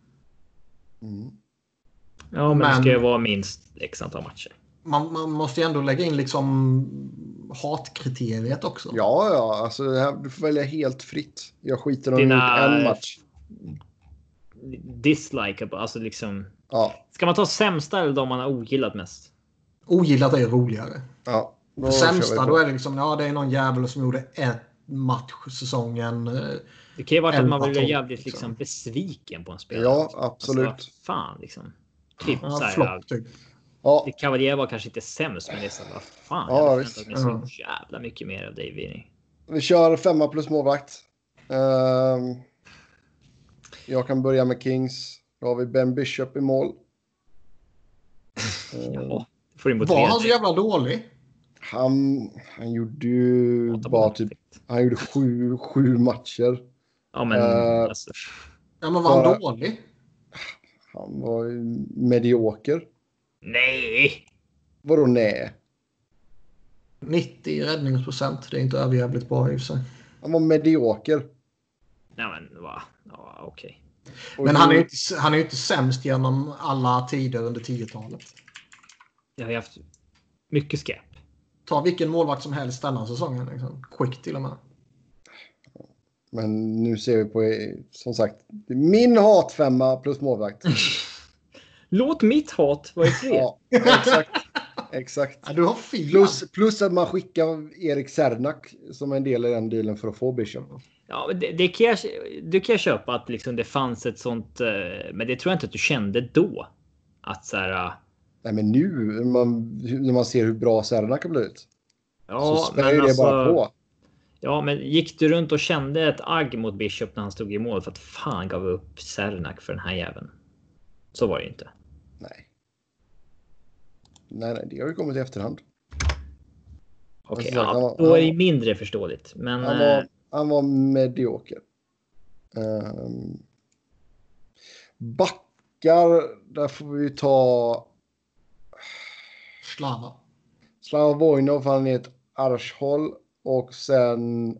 Ja, men det ska ju vara minst x antal matcher. Man måste ju ändå lägga in liksom hatkriteriet också. Ja, alltså du får välja helt fritt. Jag skiter om gjort en match. Dislikeable, alltså liksom... Ja. Ska man ta sämsta eller de man har ogillat mest? Ogillat är roligare. Ja. Sämsta, då är det liksom, det är någon jävel som gjorde ett match-säsongen. Det kan ju vara att man blir jävligt liksom besviken på en spelare. Ja, absolut. Alltså, fan liksom. Typ Ja, så här, flopp, typ. Det Cavalier var kanske inte sämst, men det är så vad fan. Ja, jag vet inte så jävla mycket mer av dig, Vinny. Vi kör 5 plus målvakt. Jag kan börja med Kings. Då har vi Ben Bishop i mål. Ja, får in var han så jävla dålig? Han gjorde ju bara typ... Han gjorde 7 matcher. Ja, men alltså. Ja, men var han dålig? Han var medioker. Nej! Vadå nej? 90 räddningsprocent. Det är inte överjävligt bra i och för sig. Han var medioker. Ja, men va? Ja, okej. Men han är ju inte sämst genom alla tider under 10-talet. Jag har haft mycket skräp. Ta vilken målvakt som helst denna säsongen. Liksom. Quick till och med. Men nu ser vi på, som sagt, min hat 5 plus målvakt. Låt mitt hat vara i fred. Ja, exakt. Ja, du har fel. Plus att man skickar Erik Sernak som en del i den dealen för att få Bishop. Ja, det kan jag köpa att liksom det fanns ett sånt, men det tror jag inte att du kände då. Att så här... Nej, men nu när man ser hur bra Sernak har blivit. Ja, så spär det alltså, bara på. Ja, men gick du runt och kände ett agg mot Bishop när han stod i mål för att fan gav upp Sernak för den här jäveln? Så var det inte. Nej, det har ju kommit i efterhand. Okej, ja, då är det mindre förståeligt. Men han var medioker. Backar, där får vi ta Slava Vojnov, han är ett arshåll. Och sen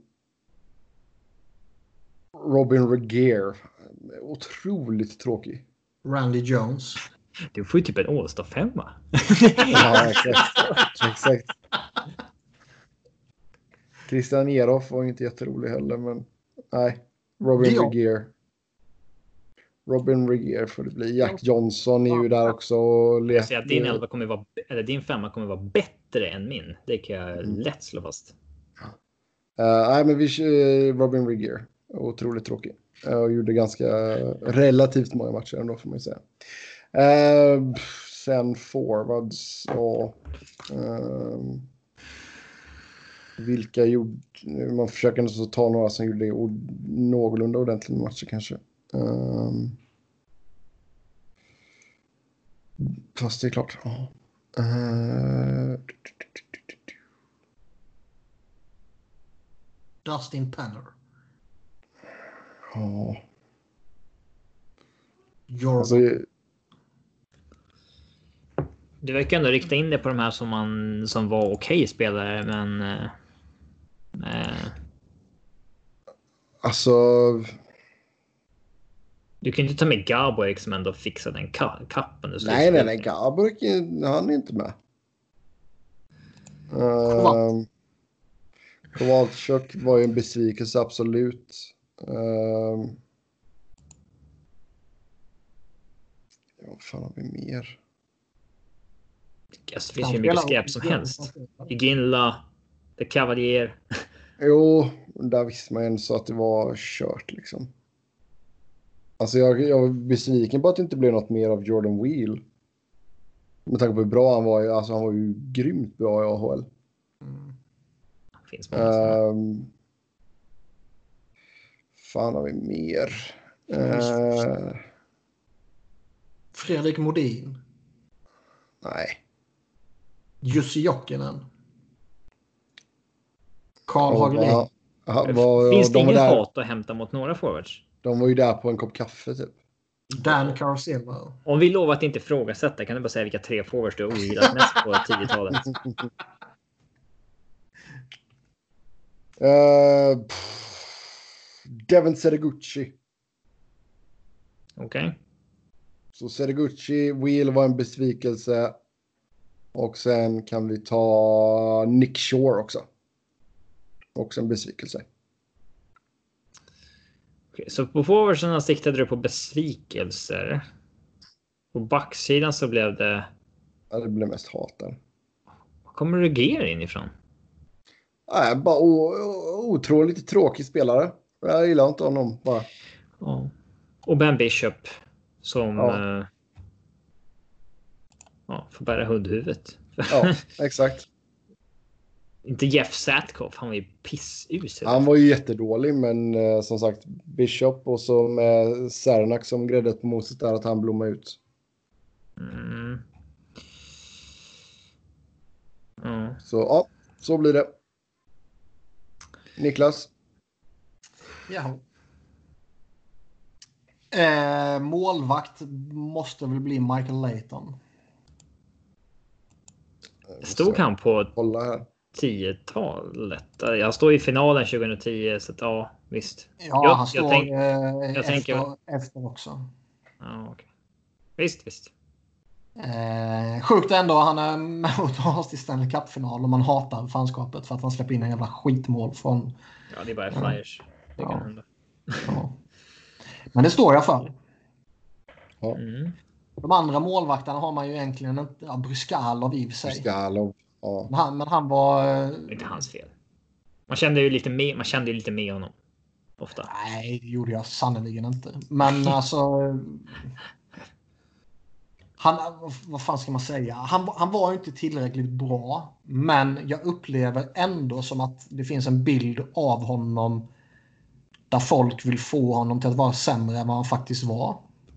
Robin Regeer. Otroligt tråkig. Randy Jones. Du får ju typ en All-Star 5. Ja, exakt. Christian Eroff var inte jätterolig heller, men nej. Robin Regeer får det bli. Jack Johnson är ju där också. Jag säger att din 11 kommer vara, eller din 5 kommer vara bättre än min. Det kan jag lätt slå fast. Nej, men Robin Regeer. Otroligt tråkig. Och gjorde ganska relativt många matcher ändå, får man ju säga. Sen forwards. Vilka gjorde... Man försöker så ta några som gjorde någorlunda ordentliga matcher kanske. Fast det är klart. Dustin Penner. Ja. Alltså, du verkar ändå rikta in det på de här som var okej spelare, men Alltså... Du kan inte ta med Garborg som ändå fixade den kappen. Nej. Garborg, han är inte med. Kowalczyk var ju en besvikelse, absolut. Vad fan har vi mer? Det finns ju mycket skräp som helst. Ginla, The Cavalier. Jo, där visste man ju så att det var kört liksom. Alltså jag var besviken på att det inte blev något mer av Jordan Wheel. Med tanke på hur bra han var. Alltså han var ju grymt bra i AHL. Finns fan har vi mer? Fredrik Modin. Nej. Jussi Jokinen. Carl Hagelin. Finns det ingen hat att hämta mot några forwards? De var ju där på en kopp kaffe typ. Dan Carcillo. Om vi lovar att inte ifrågasätta, kan du bara säga vilka 3 forwards du har ogillat mest på 10-talet? Devin Setoguchi. Okej. Så Setoguchi, Wheel var en besvikelse. Och sen kan vi ta Nick Shore också. Också en besvikelse. Okej, så på forwardsen siktade du på besvikelser. På backsidan så blev det... Ja, det blev mest hat där. Var kommer Ruger in ifrån? Nej, bara otroligt tråkig spelare. Jag gillar inte honom bara. Ja. Och Ben Bishop som får bära hundhuvudet. Ja, exakt. Inte Jeff Satkoff, han var ju pissusel. Han var ju jättedålig, men som sagt Bishop och så med Cernak som gräddet på moset där att han blommar ut. Så ja, så blir det. Niklas? Ja. Målvakt måste väl bli Michael Layton. Stod han på hålla här 10-talet? Jag står i finalen 2010, så att, ja, visst. Ja, han står efter också. Ja, okay. Visst. Sjukt ändå, han är med och tar oss till Stanley Cup-final och man hatar fanskapet för att han släpper in en jävla skitmål från... Ja, det är bara Flyers. Det kan hända. Ja. Men det står jag för. Ja. De andra målvakterna har man ju egentligen inte... Ja, Bryskalov i sig. Bryskalov, ja. Men han var... Det är inte hans fel. Man kände ju lite med honom. Ofta. Nej, det gjorde jag sannoliken inte. Men alltså... vad fan ska man säga? Han var ju inte tillräckligt bra. Men jag upplever ändå som att det finns en bild av honom där folk vill få honom till att vara sämre än vad han faktiskt var.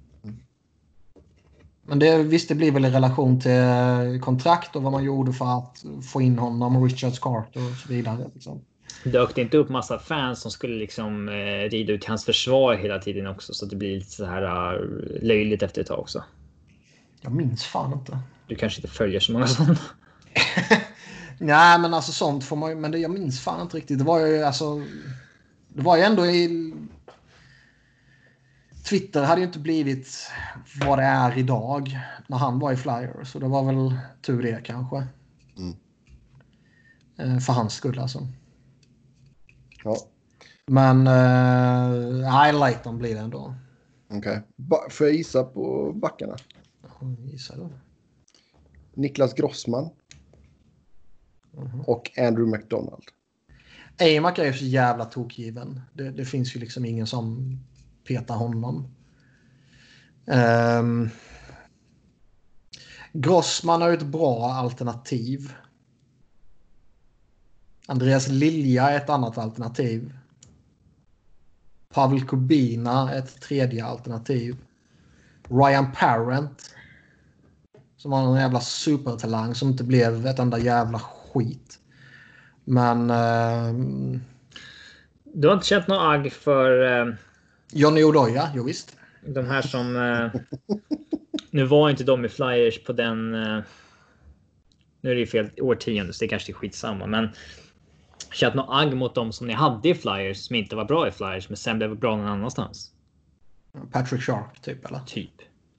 Men det blir väl i relation till kontrakt och vad man gjorde för att få in honom och Richard Carter och så vidare. Liksom. Dök det inte upp massa fans som skulle liksom rida ut hans försvar hela tiden också, så att det blir lite så här löjligt efter ett tag också? Jag minns fan inte. Du kanske inte följer så många sådana. Nej, men alltså sånt får man ju, men jag minns fan inte riktigt. Det var ju ändå i... Twitter hade ju inte blivit vad det är idag när han var i Flyers. Så det var väl tur det kanske. För hans skull alltså. Ja. Men Layton blir det ändå. Okej. Får jag gissa på backarna? Gissa då. Niklas Grossman. Och Andrew McDonald. Aimak är ju så jävla tokgiven. Det finns ju liksom ingen som petar honom. Grossman är ett bra alternativ. Andreas Lilja är ett annat alternativ. Pavel Kubina är ett tredje alternativ. Ryan Parent, som var en jävla supertalang som inte blev ett enda jävla skit. Men... Du har inte känt någon agg för... Johnny Odoja, jo visst. De här som... nu var inte de i Flyers på den... nu är det ju fel årtionde, så det kanske är skitsamma. Men känt något agg mot dem som ni hade i Flyers som inte var bra i Flyers men sen blev bra någon annanstans? Patrick Sharp typ eller? Typ.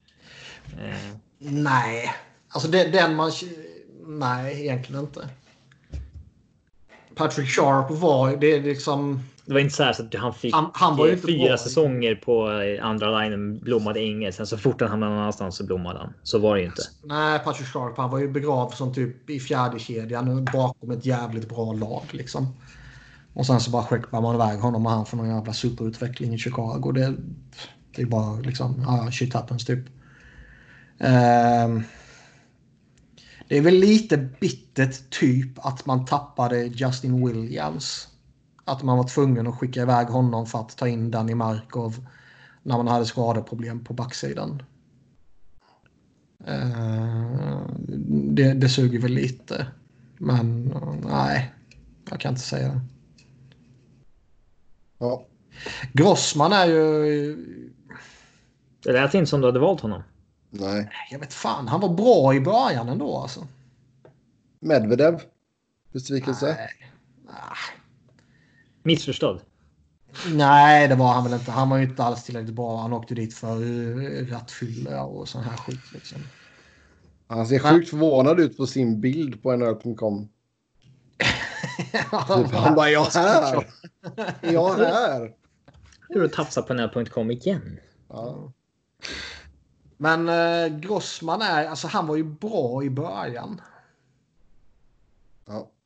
Nej. Alltså nej, egentligen inte. Patrick Sharp var det liksom... Det var inte så här så att han fick han var ju 4 bra säsonger på andra linjen, blommade inget. Sen så fort han hamnade någon annanstans så blommade han. Så var det ju inte. Nej, Patrick Sharp, han var ju begravd som typ i fjärde kedjan bakom ett jävligt bra lag liksom. Och sen så bara skickar man iväg honom och han får någon jävla superutveckling i Chicago. Det är bara liksom, shit happens typ. Det är väl lite bittert typ att man tappade Justin Williams. Att man var tvungen att skicka iväg honom för att ta in Danny Markov när man hade skadeproblem på backsidan. Det suger väl lite. Men nej, jag kan inte säga det. Ja. Grossman är ju... Det lät inte som du hade valt honom. Nej. Jag vet fan, han var bra i början ändå alltså. Medvedev. Besvikelse. Nej. Missförstådd. Nej, det var han väl inte. Han var ju inte alls tillräckligt bra. Han åkte dit för rattfylla och sån här skit liksom. Han ser sjukt förvånad ut på sin bild på nhl.com. Typ, han bara, jag här. Jag här. Hur du tafsar på nhl.com igen. Ja. Men Grossman alltså han var ju bra i början. Ja.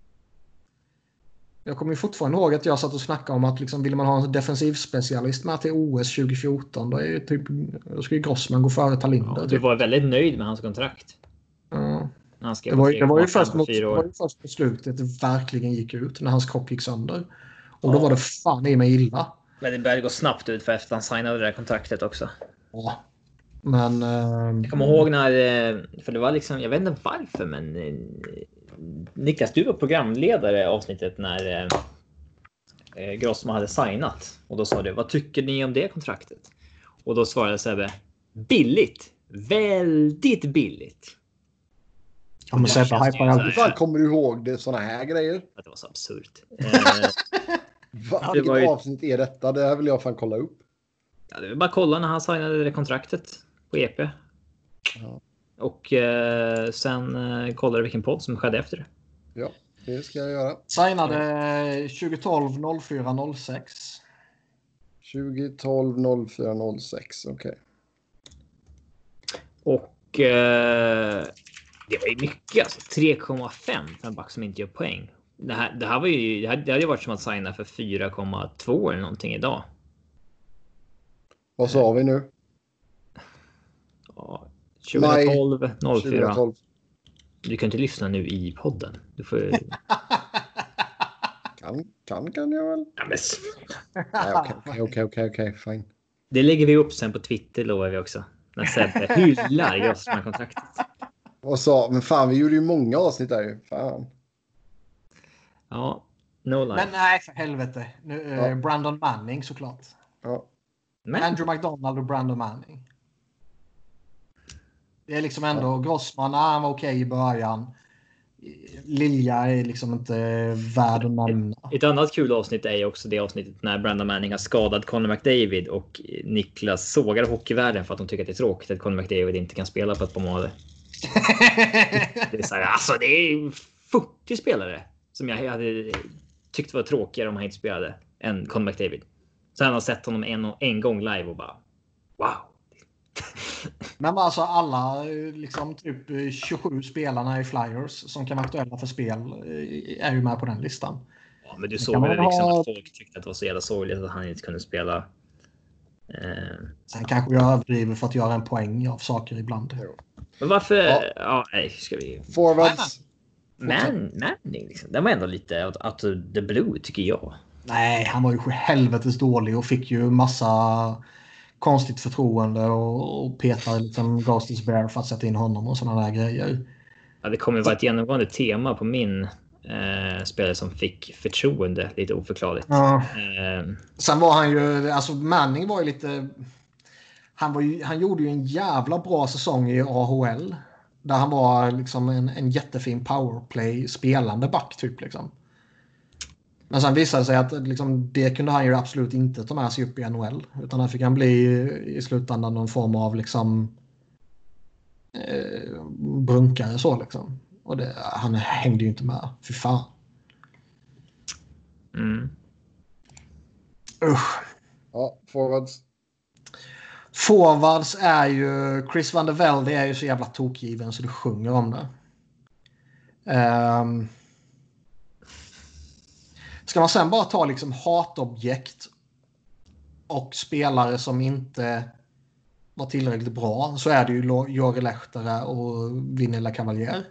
Jag kommer ju fortfarande ihåg att jag satt och snackade om att liksom, vill man ha en defensivspecialist med till OS 2014 då ska ju Grossman gå före Talinder. Ja, du var väldigt nöjd med hans kontrakt. Ja. Det var ju först på slutet det verkligen gick ut när hans kropp gick sönder. Och då var det fan i mig illa. Men det började gå snabbt ut för efter han signade det där kontraktet också. Ja. Men... Jag kommer ihåg när... För det var liksom... Jag vet inte varför men... Niklas, du var programledare i avsnittet när Grossman hade signat. Och då sa du, vad tycker ni om det kontraktet? Och då svarade Sebbe, billigt. Väldigt billigt. Ja, men Sebbe hypar alltid. Fan, kommer du ihåg det såna här grejer? Att det var så absurt. Vilket avsnitt är detta? Det här vill jag fan kolla upp. Ja, det är bara kolla när han signade det kontraktet på EP. Ja. Och sen kollade vilken podd som skedde efter det. Ja, det ska jag göra. Signade 2012 04 06. 2012 04 06, okej. Och det var ju mycket, alltså 3,5 för en back som inte gör poäng. Det här var ju, det hade ju varit som att signa för 4,2 eller någonting idag. Vad sa vi nu? Ja, 2012 04. 2012. Du kan inte lyssna nu i podden. Du får... kan jag väl? Ja, men... Okej, fine. Det lägger vi upp sen på Twitter, lovar vi också. När Sebbe hyllar Grossman-kontraktet. Och så, men fan, vi gjorde ju många avsnitt där ju. Fan. Ja, no lie. Men nej, för helvete. Nu, Brandon Manning såklart. Ja. Men... Andrew McDonald och Brandon Manning. Det är liksom ändå Grossman, han var okej i början. Lilja är liksom inte värd att nämna. Ett annat kul avsnitt är ju också det avsnittet när Brandon Manning har skadat Connor McDavid och Niklas sågar hockeyvärlden för att de tycker att det är tråkigt att Connor McDavid inte kan spela på ett par månader. Det är så här, alltså det är 40 spelare som jag hade tyckt var tråkigare om han inte spelade än Connor McDavid. Så han har sett honom en gång live och bara wow. Men alltså alla liksom typ 27 spelarna i Flyers som kan vara aktuella för spel är ju med på den listan. Ja, men du såg väl liksom att folk tyckte att det var så jävla sorgligt att han inte kunde spela. Sen kanske jag överdriver för att göra en poäng av saker ibland. Men varför? Ja, nej, ska vi... Forwards. Manning liksom. Den var ändå lite out of the blue tycker jag. Nej, han var ju helvetes dålig och fick ju massa konstigt förtroende och petade liksom Ghostis Bear för att sätta in honom och sådana där grejer. Ja, det kommer ju vara ett genomgående tema på min spelare som fick förtroende, lite oförklarligt. Ja. Sen var han ju, alltså Manning var ju lite, han gjorde ju en jävla bra säsong i AHL där han var liksom en jättefin powerplay spelande back typ liksom. Men sen visade det sig att liksom, det kunde han ju absolut inte ta med sig upp i NHL. Utan där fick han bli i slutändan någon form av liksom brunkare så liksom. Och han hängde ju inte med. Fy fan. Usch. Ja, forwards. Forwards är ju... Chris Van der Velde är ju så jävla tokgiven så du sjunger om det. Ska man sen bara ta liksom hatobjekt och spelare som inte var tillräckligt bra så är det ju Jori Lehtera och Vinilla Cavalier.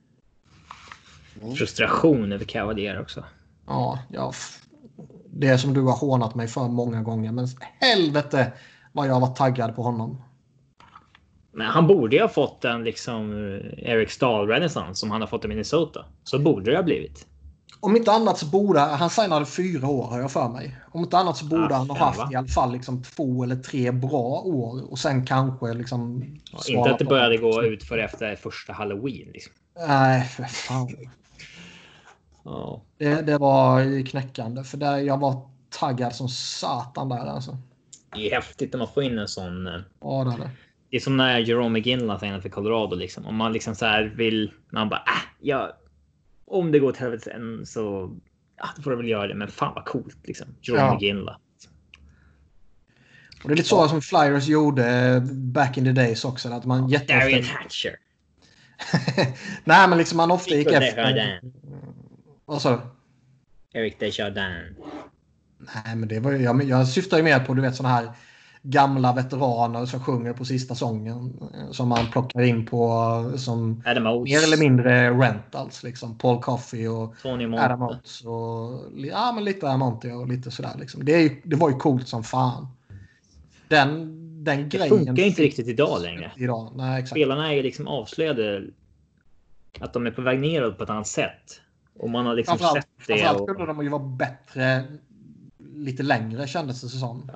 Frustration över Cavalier också. Ja, det är som du har hånat mig för många gånger. Men helvete vad jag var taggad på honom. Men han borde ju ha fått en liksom Eric Stahl-renässans som han har fått i Minnesota. Så borde det ha blivit. Om inte annat så borde han signade 4 år har jag för mig. Om inte annat så borde han ha haft i alla fall liksom 2 eller 3 bra år. Och sen kanske liksom... inte att det började gå ut för efter första Halloween. Liksom. Nej, för fan. Ja. Det var knäckande. För jag var taggad som satan där alltså. Det är häftigt när man får in en sån... Ja, det är det. Det är som när Jerome McGinley signade för Colorado. Liksom. Om man liksom så här vill... Man bara... om det går till helvete än så... då får det väl göra det. Men fan vad coolt liksom. Jerome McGinley. Och det är lite så som Flyers gjorde back in the days också. Att man Darian Hatcher. Nej, men liksom man ofta gick efter... Vad sa du? Eric Desjardins. Nej, men det var jag syftar ju mer på, du vet, såna här gamla veteraner som sjunger på sista sången som man plockar in på som mer eller mindre rentals liksom. Paul Coffey och Adam Oates och men lite Amonte och lite sådär liksom. Det var ju coolt som fan. Den grejen det funkar inte riktigt idag längre. Nej, exakt. Spelarna är liksom avslöjade att de är på väg neråt på ett annat sätt. Och man har liksom sett det. Framförallt skulle de ju vara bättre lite längre kändes det som.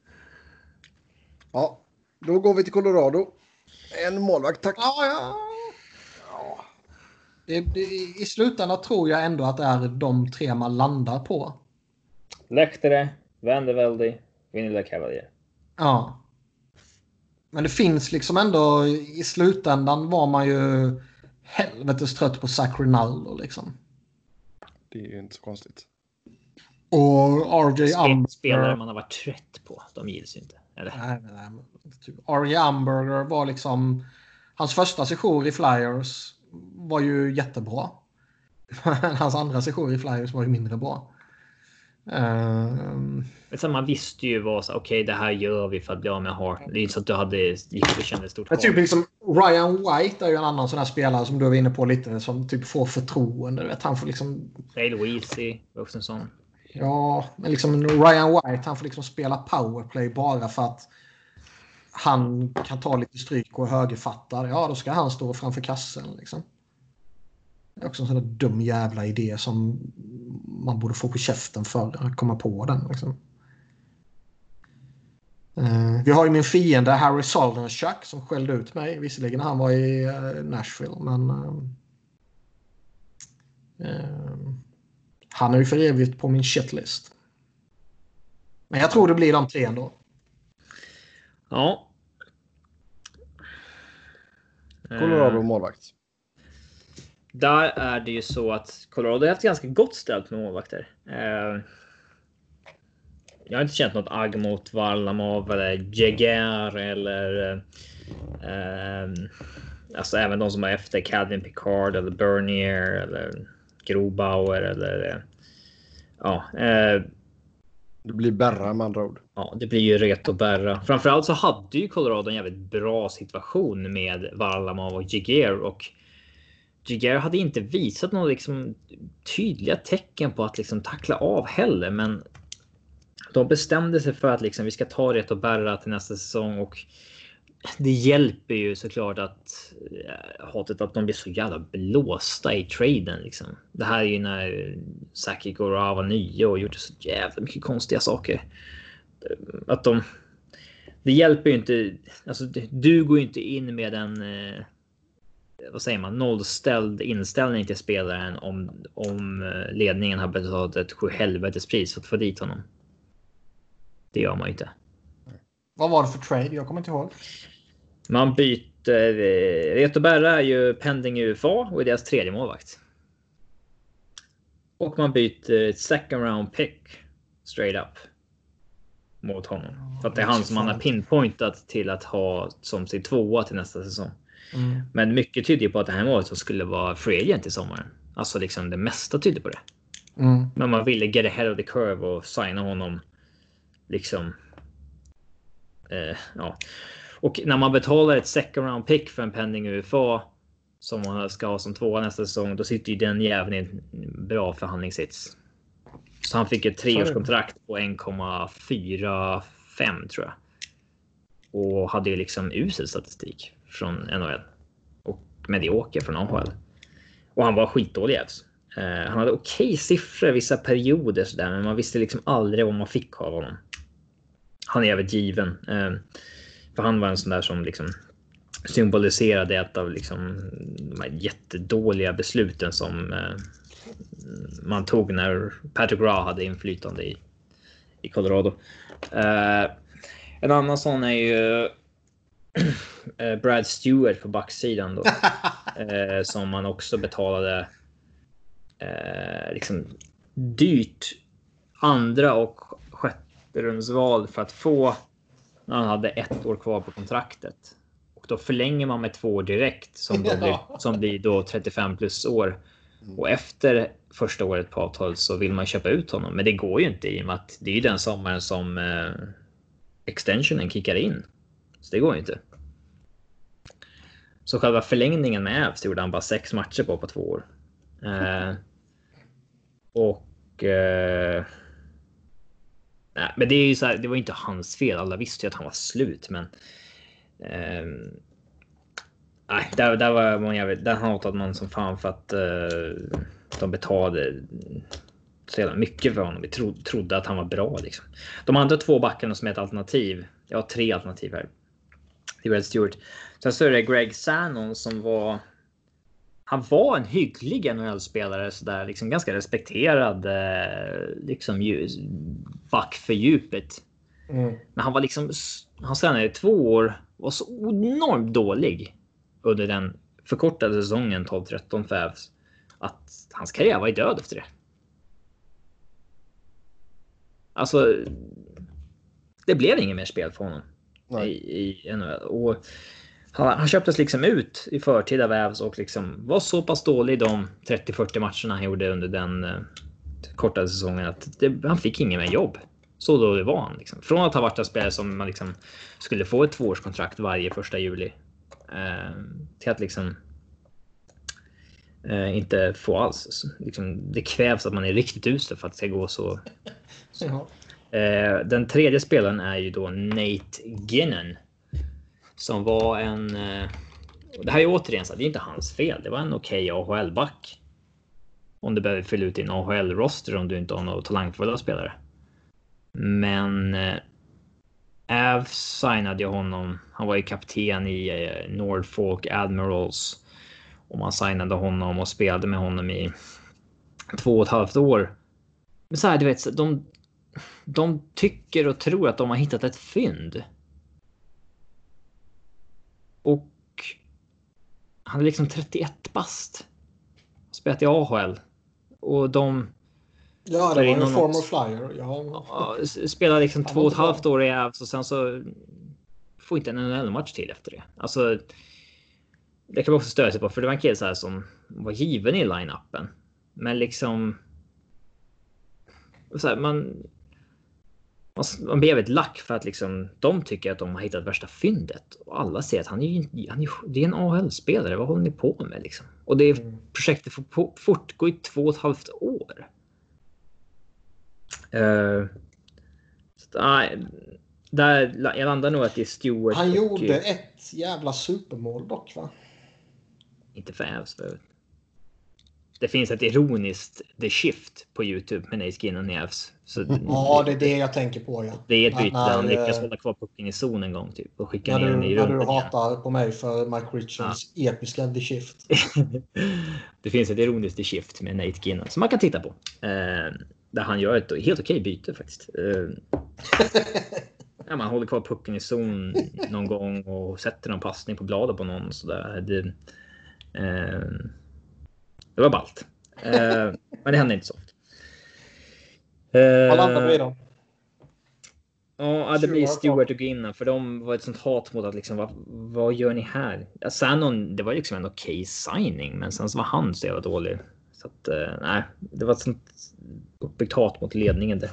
Ja, då går vi till Colorado. En målvakt, tack. Ja. I slutändan tror jag ändå att det är de 3 man landar på. Lehtera, Van der Velde, Vinilla Cavalier. Ja. Men det finns liksom ändå i slutändan var man ju helvetes trött på Zach Rinaldo liksom. Det är ju inte så konstigt. Och RJ Amberger... Spelare man har varit trött på. De gills ju inte. Eller? Nej. Typ RJ Amberger var liksom... Hans första session i Flyers var ju jättebra. Hans andra session i Flyers var ju mindre bra. Men man visste ju vad så okej, det här gör vi för att bli av med Hart. Det är inte så att du hade kände stort Hart. Typ liksom Ryan White är ju en annan sån här spelare som du var inne på lite som typ får förtroende, vet han får liksom Dale Weezy också en sån. Ja, men liksom Ryan White han får liksom spela powerplay bara för att han kan ta lite stryk och högerfattar. Ja, då ska han stå framför kassen liksom. Det är också en sån där dum jävla idé som man borde få på käften för att komma på den. Liksom. Vi har ju min fiende Harry Soldenchuk som skällde ut mig. Visserligen när han var i Nashville, men han är ju för evigt på min shitlist. Men jag tror det blir de 3 ändå. Ja. Colorado målvakt. Där är det ju så att Colorado har haft ganska gott ställt med målvakter. Jag har inte känt något agg mot Varlamov eller Jäger eller alltså även de som är efter Calvin Pickard eller Bernier eller Grobauer eller det blir Berra med andra ord. Ja, det blir ju Reto Berra. Framförallt så hade ju Colorado en jävligt bra situation med Varlamov och Jäger och Jäger hade inte visat några liksom tydliga tecken på att liksom tackla av heller, men de bestämde sig för att liksom vi ska ta Reto Berra till nästa säsong och det hjälper ju såklart att hatet att de blir så jävla blåsta i traden liksom. Det här är ju när Saki Gorava var 9 och gjorde så jävla mycket konstiga saker. Att det hjälper ju inte, alltså du går ju inte in med en vad säger man, nollställd inställning till spelaren om ledningen har betalat ett sjuhelvetespris för att få dit honom. Det gör man ju inte. Vad var det för trade? Jag kommer inte ihåg. Man byter... Reto Berra är ju pending UFA och är deras tredje målvakt. Och man byter ett second round pick straight up mot honom. För att det är han som man har pinpointat till att ha som sin tvåa till nästa säsong. Men mycket tyder på att det här målet skulle vara free agent i sommaren. Alltså liksom det mesta tyder på det. Men man ville get ahead of the curve och signa honom liksom... ja. Och när man betalar ett second round pick för en pending UFA som man ska ha som tvåa nästa säsong, då sitter ju den jäveln i en bra förhandlingssits. Så han fick ett 3-årskontrakt på 1,45 tror jag. Och hade ju liksom usel statistik från NHL. Och medioker från AHL. Och han var skitdålig Avs. Han hade okej siffror vissa perioder sådär, men man visste liksom aldrig vad man fick av honom. Han är jävligt given. För han var en sån där som liksom symboliserade ett av liksom de här jättedåliga besluten som man tog när Patrick Roy hade inflytande i Colorado. En annan sån är ju Brad Stewart på backsidan då. Som man också betalade liksom dyrt andra och sjätte rundsval för att få när han hade 1 år kvar på kontraktet. Och då förlänger man med 2 år direkt som blir då 35 plus år. Och efter första året på avtalet så vill man köpa ut honom. Men det går ju inte i och med att det är ju den sommaren som extensionen kickar in. Så det går ju inte. Så själva förlängningen med Avs gjorde han bara 6 matcher på 2 år. Nej, men det är ju så här, det var inte hans fel. Alla visste ju att han var slut, men nej, där var man jävligt. Där hatade man som fan för att de betalade så jävla mycket för honom. Vi trodde att han var bra liksom. De andra 2 backarna som är ett alternativ. Jag har 3 alternativ här. Det är Brad Stewart. Sen så är det Greg Shannon som var... Han var en hygglig NHL-spelare så där liksom ganska respekterad liksom back för djupet. Men han var liksom han stannade i 2 år var så enormt dålig under den förkortade säsongen 12-13 för Avs att hans karriär var i död efter det. Alltså det blev ingen mer spel för honom i NHL och han köptes liksom ut i förtida Avs och liksom var så pass dålig de 30-40 matcherna han gjorde under den korta säsongen att han fick ingen mer jobb. Så då det var han liksom. Från att ha varit en spelare som man liksom skulle få ett 2-årskontrakt varje 1 juli till att liksom inte få alls. Liksom, det krävs att man är riktigt usel för att det ska gå så. Den tredje spelaren är ju då Nate Ginnon. Som var en... Det här är återigen så att det är inte hans fel. Det var en okej AHL-back. Om du behöver fylla ut din AHL-roster om du inte har några talangfulla spelare. Men Avs signade honom. Han var ju kapten i Norfolk Admirals. Och man signade honom och spelade med honom i 2,5 år. Men så här, du vet, de tycker och tror att de har hittat ett fynd. Och han är liksom 31 bast. Spelat i AHL. Och de... Ja, det var en former flyer. Ja. Spelar liksom 2,5 år i Avs och sen så får inte en NHL-match till efter det. Alltså, det kan man också störa sig på. För det var en kille så här som var given i line-upen. Men liksom... Så här, man blir väldigt lack för att liksom, de tycker att de har hittat värsta fyndet. Och alla säger att det är en AHL-spelare. Vad håller ni på med liksom? Och det är projektet får fortgå i 2,5 år. Där jag landar nog att det är Stewart. Han gjorde ett jävla supermål dock, va? Inte för Avs. Det finns ett ironiskt The Shift på YouTube med Nate Ginnon i Avs. Ja, det är det jag tänker på. Ja. Det är ett byte där han lyckas hålla kvar pucken i zon en gång typ, och skicka ner den i rummet. När du hatar på mig för Mike Richards episka The Shift. Det finns ett ironiskt The Shift med Nate Ginnon som man kan titta på. Där han gör ett helt okej byte faktiskt. Man håller kvar pucken i zon någon gång och sätter någon passning på bladet på någon. Så där. Det var ballt. Men det hände inte så ofta. Vad landar vi då? Ja, det blir Stewart och Ginna, för de var ett sånt hat mot att liksom, vad gör ni här? Sannon, det var liksom en okej signing, men sen så var han så jävla dålig. Så att, nej, det var ett sånt uppbyggt hat mot ledningen det.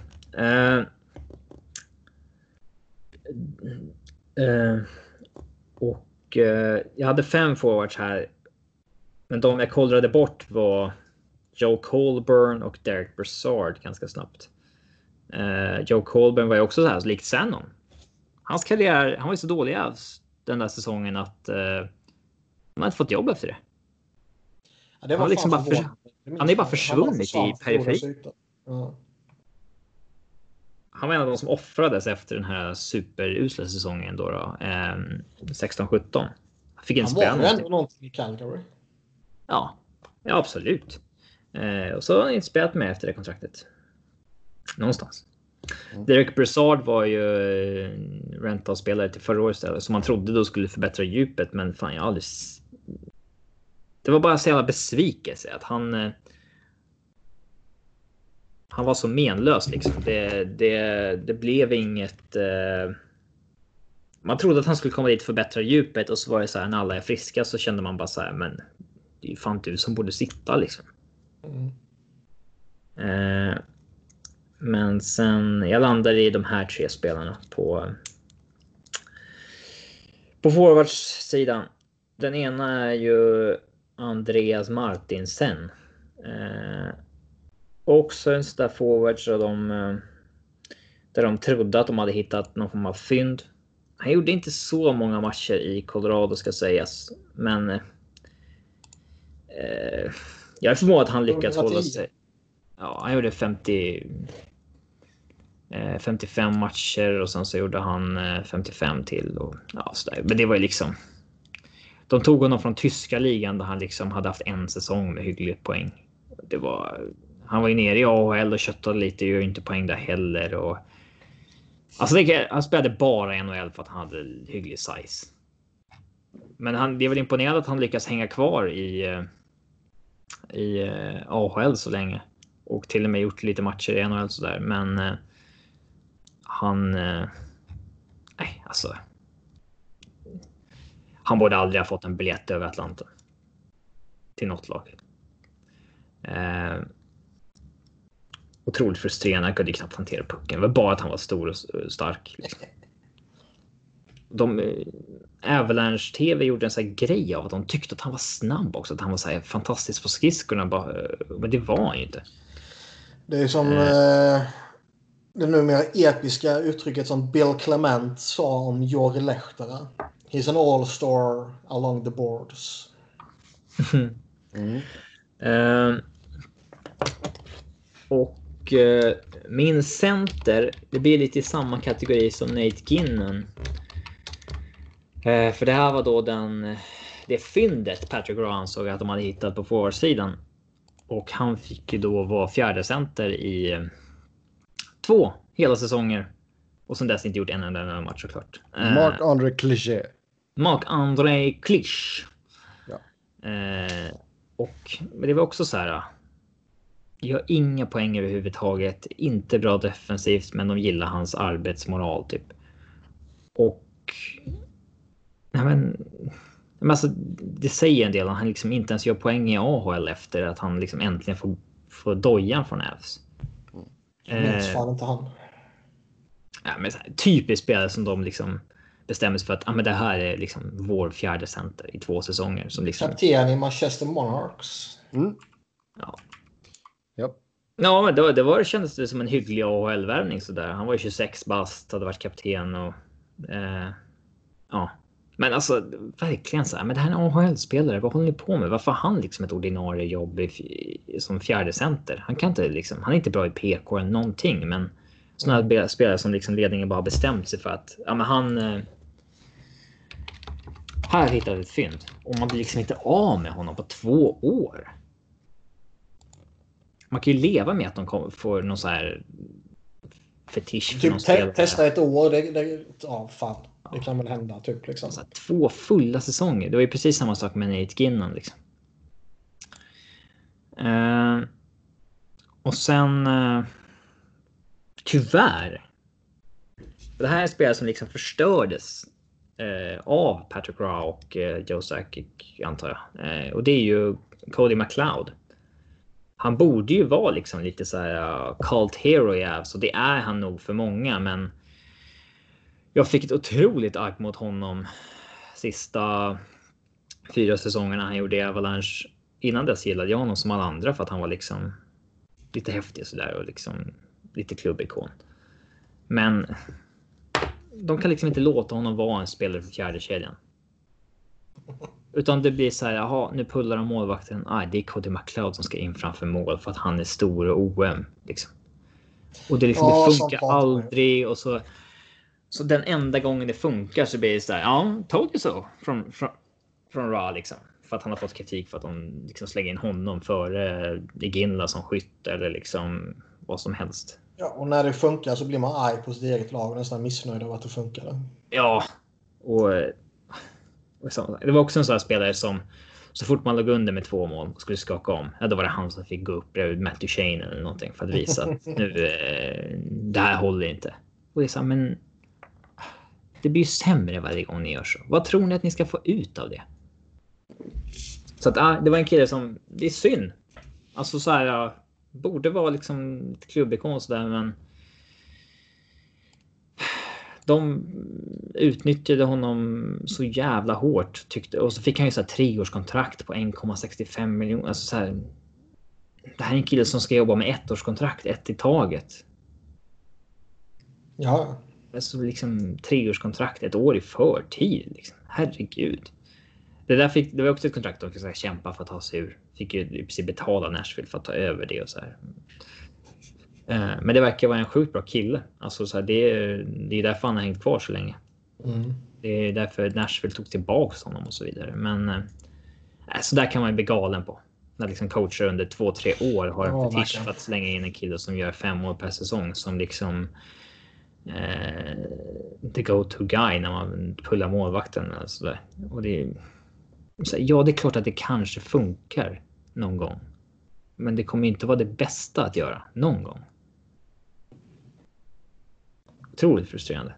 Jag hade 5 forwards här, men de jag kollrade bort var Joe Colburn och Derek Brassard ganska snabbt. Joe Colburn var ju också så här likt Sannon. Hans karriär, han var ju så dålig den där säsongen att han inte fått jobb efter det. Ja, det var liksom han är bara försvunnit i periferin. Han var en av de som offrades efter den här superusla säsongen då 16-17. Fick en spänn. Han var ändå någonting i Calgary. Ja, absolut. Och så har han inte spelat med efter det kontraktet. Någonstans. Derek Brassard var ju rentalspelare till förra året som man trodde då skulle förbättra djupet, men fan jag aldrig. Det var bara så jävla besvikelse att han var så menlös liksom. Det blev inget. Man trodde att han skulle komma dit och förbättra djupet, och så var det så här, när alla är friska så kände man bara så här, men det är ju fan du som borde sitta liksom. Men sen jag landar i de här 3 spelarna på forwardssidan. Den ena är ju Andreas Martinsen. Också en sån där forward så där de trodde att de hade hittat någon form av fynd. Han gjorde inte så många matcher i Colorado ska sägas, men jag är förmodad att han lyckats hålla sig. Ja, han gjorde 55 matcher och sen så gjorde han 55 till och ja, så där. Men det var ju liksom, de tog honom från tyska ligan där han liksom hade haft en säsong med hyggligt poäng. Han var ju nere i AHL och köttade lite, gör inte poäng där heller, och alltså han spelade bara i NHL för att han hade hygglig size. Men det är väl imponerande att han lyckas hänga kvar i AHL så länge. Och till och med gjort lite matcher i NHL så där. Men han borde aldrig ha fått en biljett över Atlanten till något lag. Otroligt frustrerande. Han kunde knappt hantera pucken. Det var bara att han var stor och stark. Liksom. Avalanche TV gjorde en sån här grej av att de tyckte att han var snabb också. Att han var så här fantastisk på skridskorna. Men det var han ju inte. Det är som det numera episka uttrycket som Bill Clement sa om Jori Lehtera. He's an all-star along the boards. Och min center, det blir lite i samma kategori som Nate Ginnon. För det här var då det fyndet Patrick Roy ansåg att de hade hittat på forwardsidan. Och han fick ju då vara fjärde center i 2 hela säsonger. Och sen dess inte gjort en enda match såklart. Marc-André Cliché. Marc-André Cliché. Ja. Men det var också så här. Jag har inga poäng överhuvudtaget. Inte bra defensivt, men de gillar hans arbetsmoral typ. Och men alltså, det säger en del. Han liksom inte ens gör poäng i AHL efter att han liksom äntligen får dojan från Avs. Minns fan inte han. Ja, men typiskt spelare som de liksom bestämmer sig för att men det här är liksom vår fjärde center i 2 säsonger. Som liksom... Kapten i Manchester Monarchs. Ja. Yep. Ja, men det kändes det som en hygglig AHL-värvning sådär. Han var ju 26 bast, hade varit kapten och ja. Men alltså verkligen så här, men det här är en AHL-spelare, vad håller ni på med? Varför har han liksom ett ordinarie jobb som fjärde center? Han kan inte liksom, han är inte bra i PK eller någonting, men sådana spelare som liksom ledningen bara har bestämt sig för att ja, men han här hittade ett fynd och man blir liksom inte av med honom på 2 år. Man kan ju leva med att de får någon så här fetisch för någon spelare. Testa ett år, ja fan. Det kan väl hända typ liksom. Så 2 fulla säsonger. Det var ju precis samma sak med Nate Ginnon liksom. Och sen tyvärr. Det här är spelare som liksom förstördes av Patrick Roy och Joe Sakic antar jag. Och det är ju Cody McLeod. Han borde ju vara liksom lite så här cult hero så det är han nog för många, men jag fick ett otroligt arg mot honom sista 4 säsongerna han gjorde i Avalanche. Innan dess gillade jag honom som alla andra för att han var liksom lite häftig sådär och liksom lite klubbikon. Men de kan liksom inte låta honom vara en spelare för fjärde kedjan. Utan det blir så här, jaha, nu pullar de målvakten. Det är Cody McLeod som ska in framför mål för att han är stor och OM liksom. Och det liksom det funkar aldrig och så den enda gången det funkar så blir det så här, ja, told you so från Ra liksom. För att han har fått kritik för att de liksom slänger in honom före Iginla som skytt eller liksom vad som helst. Ja, och när det funkar så blir man arg på sitt eget lag och nästan missnöjd av att det funkar. Ja, och det var också en sån här spelare som så fort man låg under med 2 mål och skulle skaka om, då var det han som fick gå upp bredvid Matt Duchene eller någonting för att visa att nu det här håller inte. Och det är så här, men det blir ju sämre varje gång ni gör så. Vad tror ni att ni ska få ut av det? Så att det var en kille som, det är synd. Alltså så här, borde vara liksom ett klubbikon så där, men de utnyttjade honom så jävla hårt tyckte, och så fick han ju så här 3-årskontrakt på 1,65 miljoner. Alltså så här, det här är en kille som ska jobba med 1-årskontrakt, 1 i taget. Ja. Alltså liksom 3-årskontrakt, 1 år i förtid liksom. Herregud. Det var också ett kontrakt de ska kämpa för att ta sig ur. Fick ju i princip betala Nashville för att ta över det och så här. Men det verkar vara en sjukt bra kille. Alltså så här, det är därför han har hängt kvar så länge. Det är därför Nashville tog tillbaka honom och så vidare. Men så där kan man ju bli galen på. När liksom coacher under 2-3 år har en fetisch för att slänga in en kille som gör 5 mål per säsong som liksom the go-to guy när man pullar målvakten och så där. Och det är det är klart att det kanske funkar någon gång. Men det kommer inte vara det bästa att göra någon gång. Otroligt frustrerande.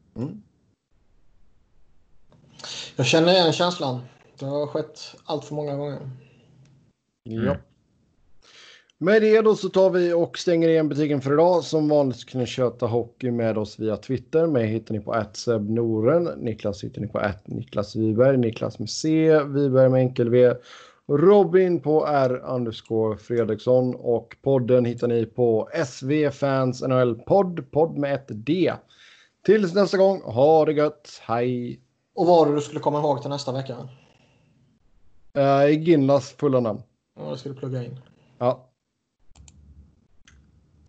Jag känner igen känslan. Det har skett allt för många gånger. Ja. Med det då så tar vi och stänger igen butiken för idag. Som vanligt kan ni köta hockey med oss via Twitter. Mig hittar ni på @sebnoren. Niklas hittar ni på @niklasviberg. Niklas med C, Viberg med enkel V. Robin på R_Fredriksson. Och podden hittar ni på SV Fans NHL podd med ett D. Tills nästa gång, ha det gött, hej. Och vad du skulle komma ihåg till nästa vecka? Ginlas fulla namn. Ja, det ska du plugga in. Ja.